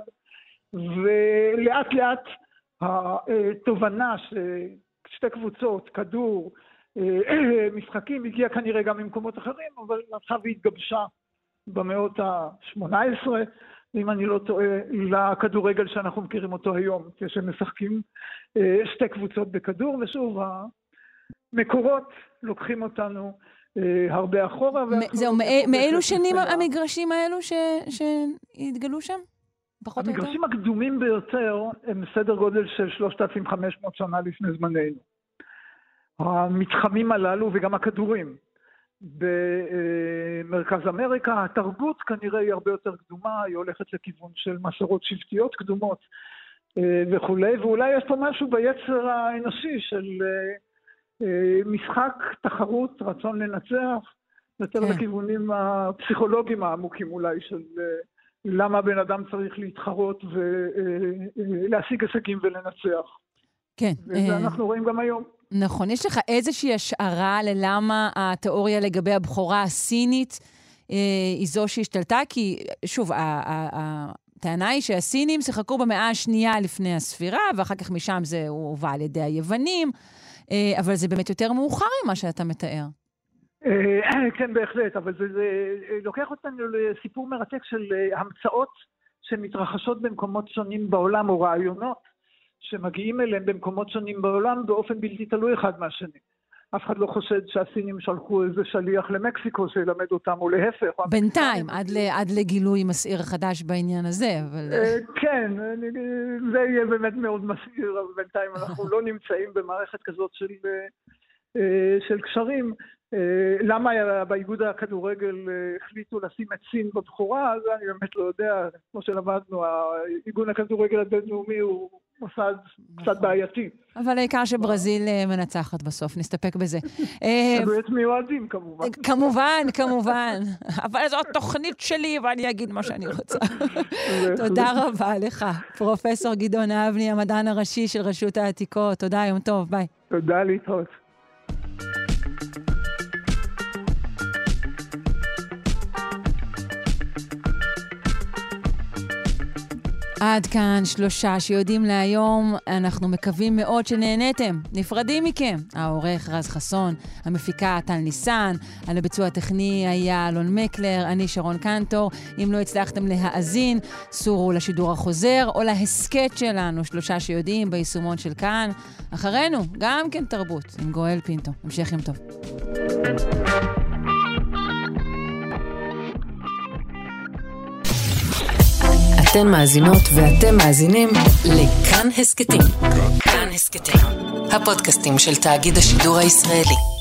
ולאט לאט התובנה ששתי קבוצות, כדור, משחקים, הגיע כנראה גם ממקומות אחרים, אבל עכשיו היא התגבשה במאות ה-שמונה עשרה, אם אני לא טועה, לכדורגל שאנחנו מכירים אותו היום, כשמשחקים שתי קבוצות בכדור, ושוב, מקורות לוקחים אותנו אה, הרבה אחורה. זהו, מאילו שנים המגרשים האלו ש... שהתגלו שם? פחות או יותר? המגרשים הקדומים ביותר הם סדר גודל של שלושת אלפים וחמש מאות שנה לפני זמננו. המתחמים הללו וגם הכדורים. במרכז אמריקה, התרבות כנראה היא הרבה יותר קדומה, היא הולכת לכיוון של מסורות שבטיות קדומות אה, וכולי, ואולי יש פה משהו ביצר האנושי של... אה, משחק, תחרות, רצון לנצח, יותר כן. לכיוונים הפסיכולוגיים העמוקים אולי של למה בן אדם צריך להתחרות ולהשיג הישגים ולנצח. כן. וזה אה... אנחנו רואים גם היום. נכון. יש לך איזושהי השערה ללמה התיאוריה לגבי הבחורה הסינית אה, היא זו שהשתלטה? כי שוב, הטענה היא שהסינים שיחקו במאה השנייה לפני הספירה, ואחר כך משם זה הובא על ידי היוונים, אבל זה באמת יותר מאוחר ממה שאתה מתאר. כן, בהחלט, אבל זה, זה לוקח אותנו לסיפור מרתק של המצאות שמתרחשות במקומות שונים בעולם, או רעיונות שמגיעים אליהם במקומות שונים בעולם באופן בלתי תלוי אחד מהשני. אף אחד לא חושד שהסינים שלחו איזה שליח למקסיקו שילמד אותם, או להפך. בינתיים, עד, ל, עד לגילוי מסעיר חדש בעניין הזה. אבל... כן, זה יהיה באמת מאוד מסעיר, אבל בינתיים אנחנו לא נמצאים במערכת כזאת של, של קשרים. למה באיגוד הכדורגל החליטו לשים את סין בבחורה? זה אני באמת לא יודע. כמו שלמדנו, האיגוד הכדורגל הבינלאומי הוא מוסד קצת בעייתי. אבל העיקר שברזיל מנצחת בסוף, נסתפק בזה. תלוי את מיועדים, כמובן. כמובן, כמובן. אבל זו התוכנית שלי, ואני אגיד מה שאני רוצה. תודה רבה לך, פרופסור גדעון אבני, המדען הראשי של רשות העתיקות. תודה, יום טוב, ביי. תודה, להתראות. עד כאן שלושה שיודעים להיום. אנחנו מקווים מאוד שנהניתם. נפרדים מכם. העורך רז חסון, המפיקה טל ניסן, על הביצוע הטכני היה אלון מקלר, אני שרון קנטור. אם לא הצלחתם להאזין, סורו לשידור החוזר או להסקט שלנו, שלושה שיודעים, ביישומון של כאן. אחרינו, גם כן תרבות, עם גואל פינטו. המשך יום טוב. אתן מאזינות ואתם מאזינים לכאן הסקטים. כאן הסקטים, הפודקאסטים של תאגיד השידור הישראלי.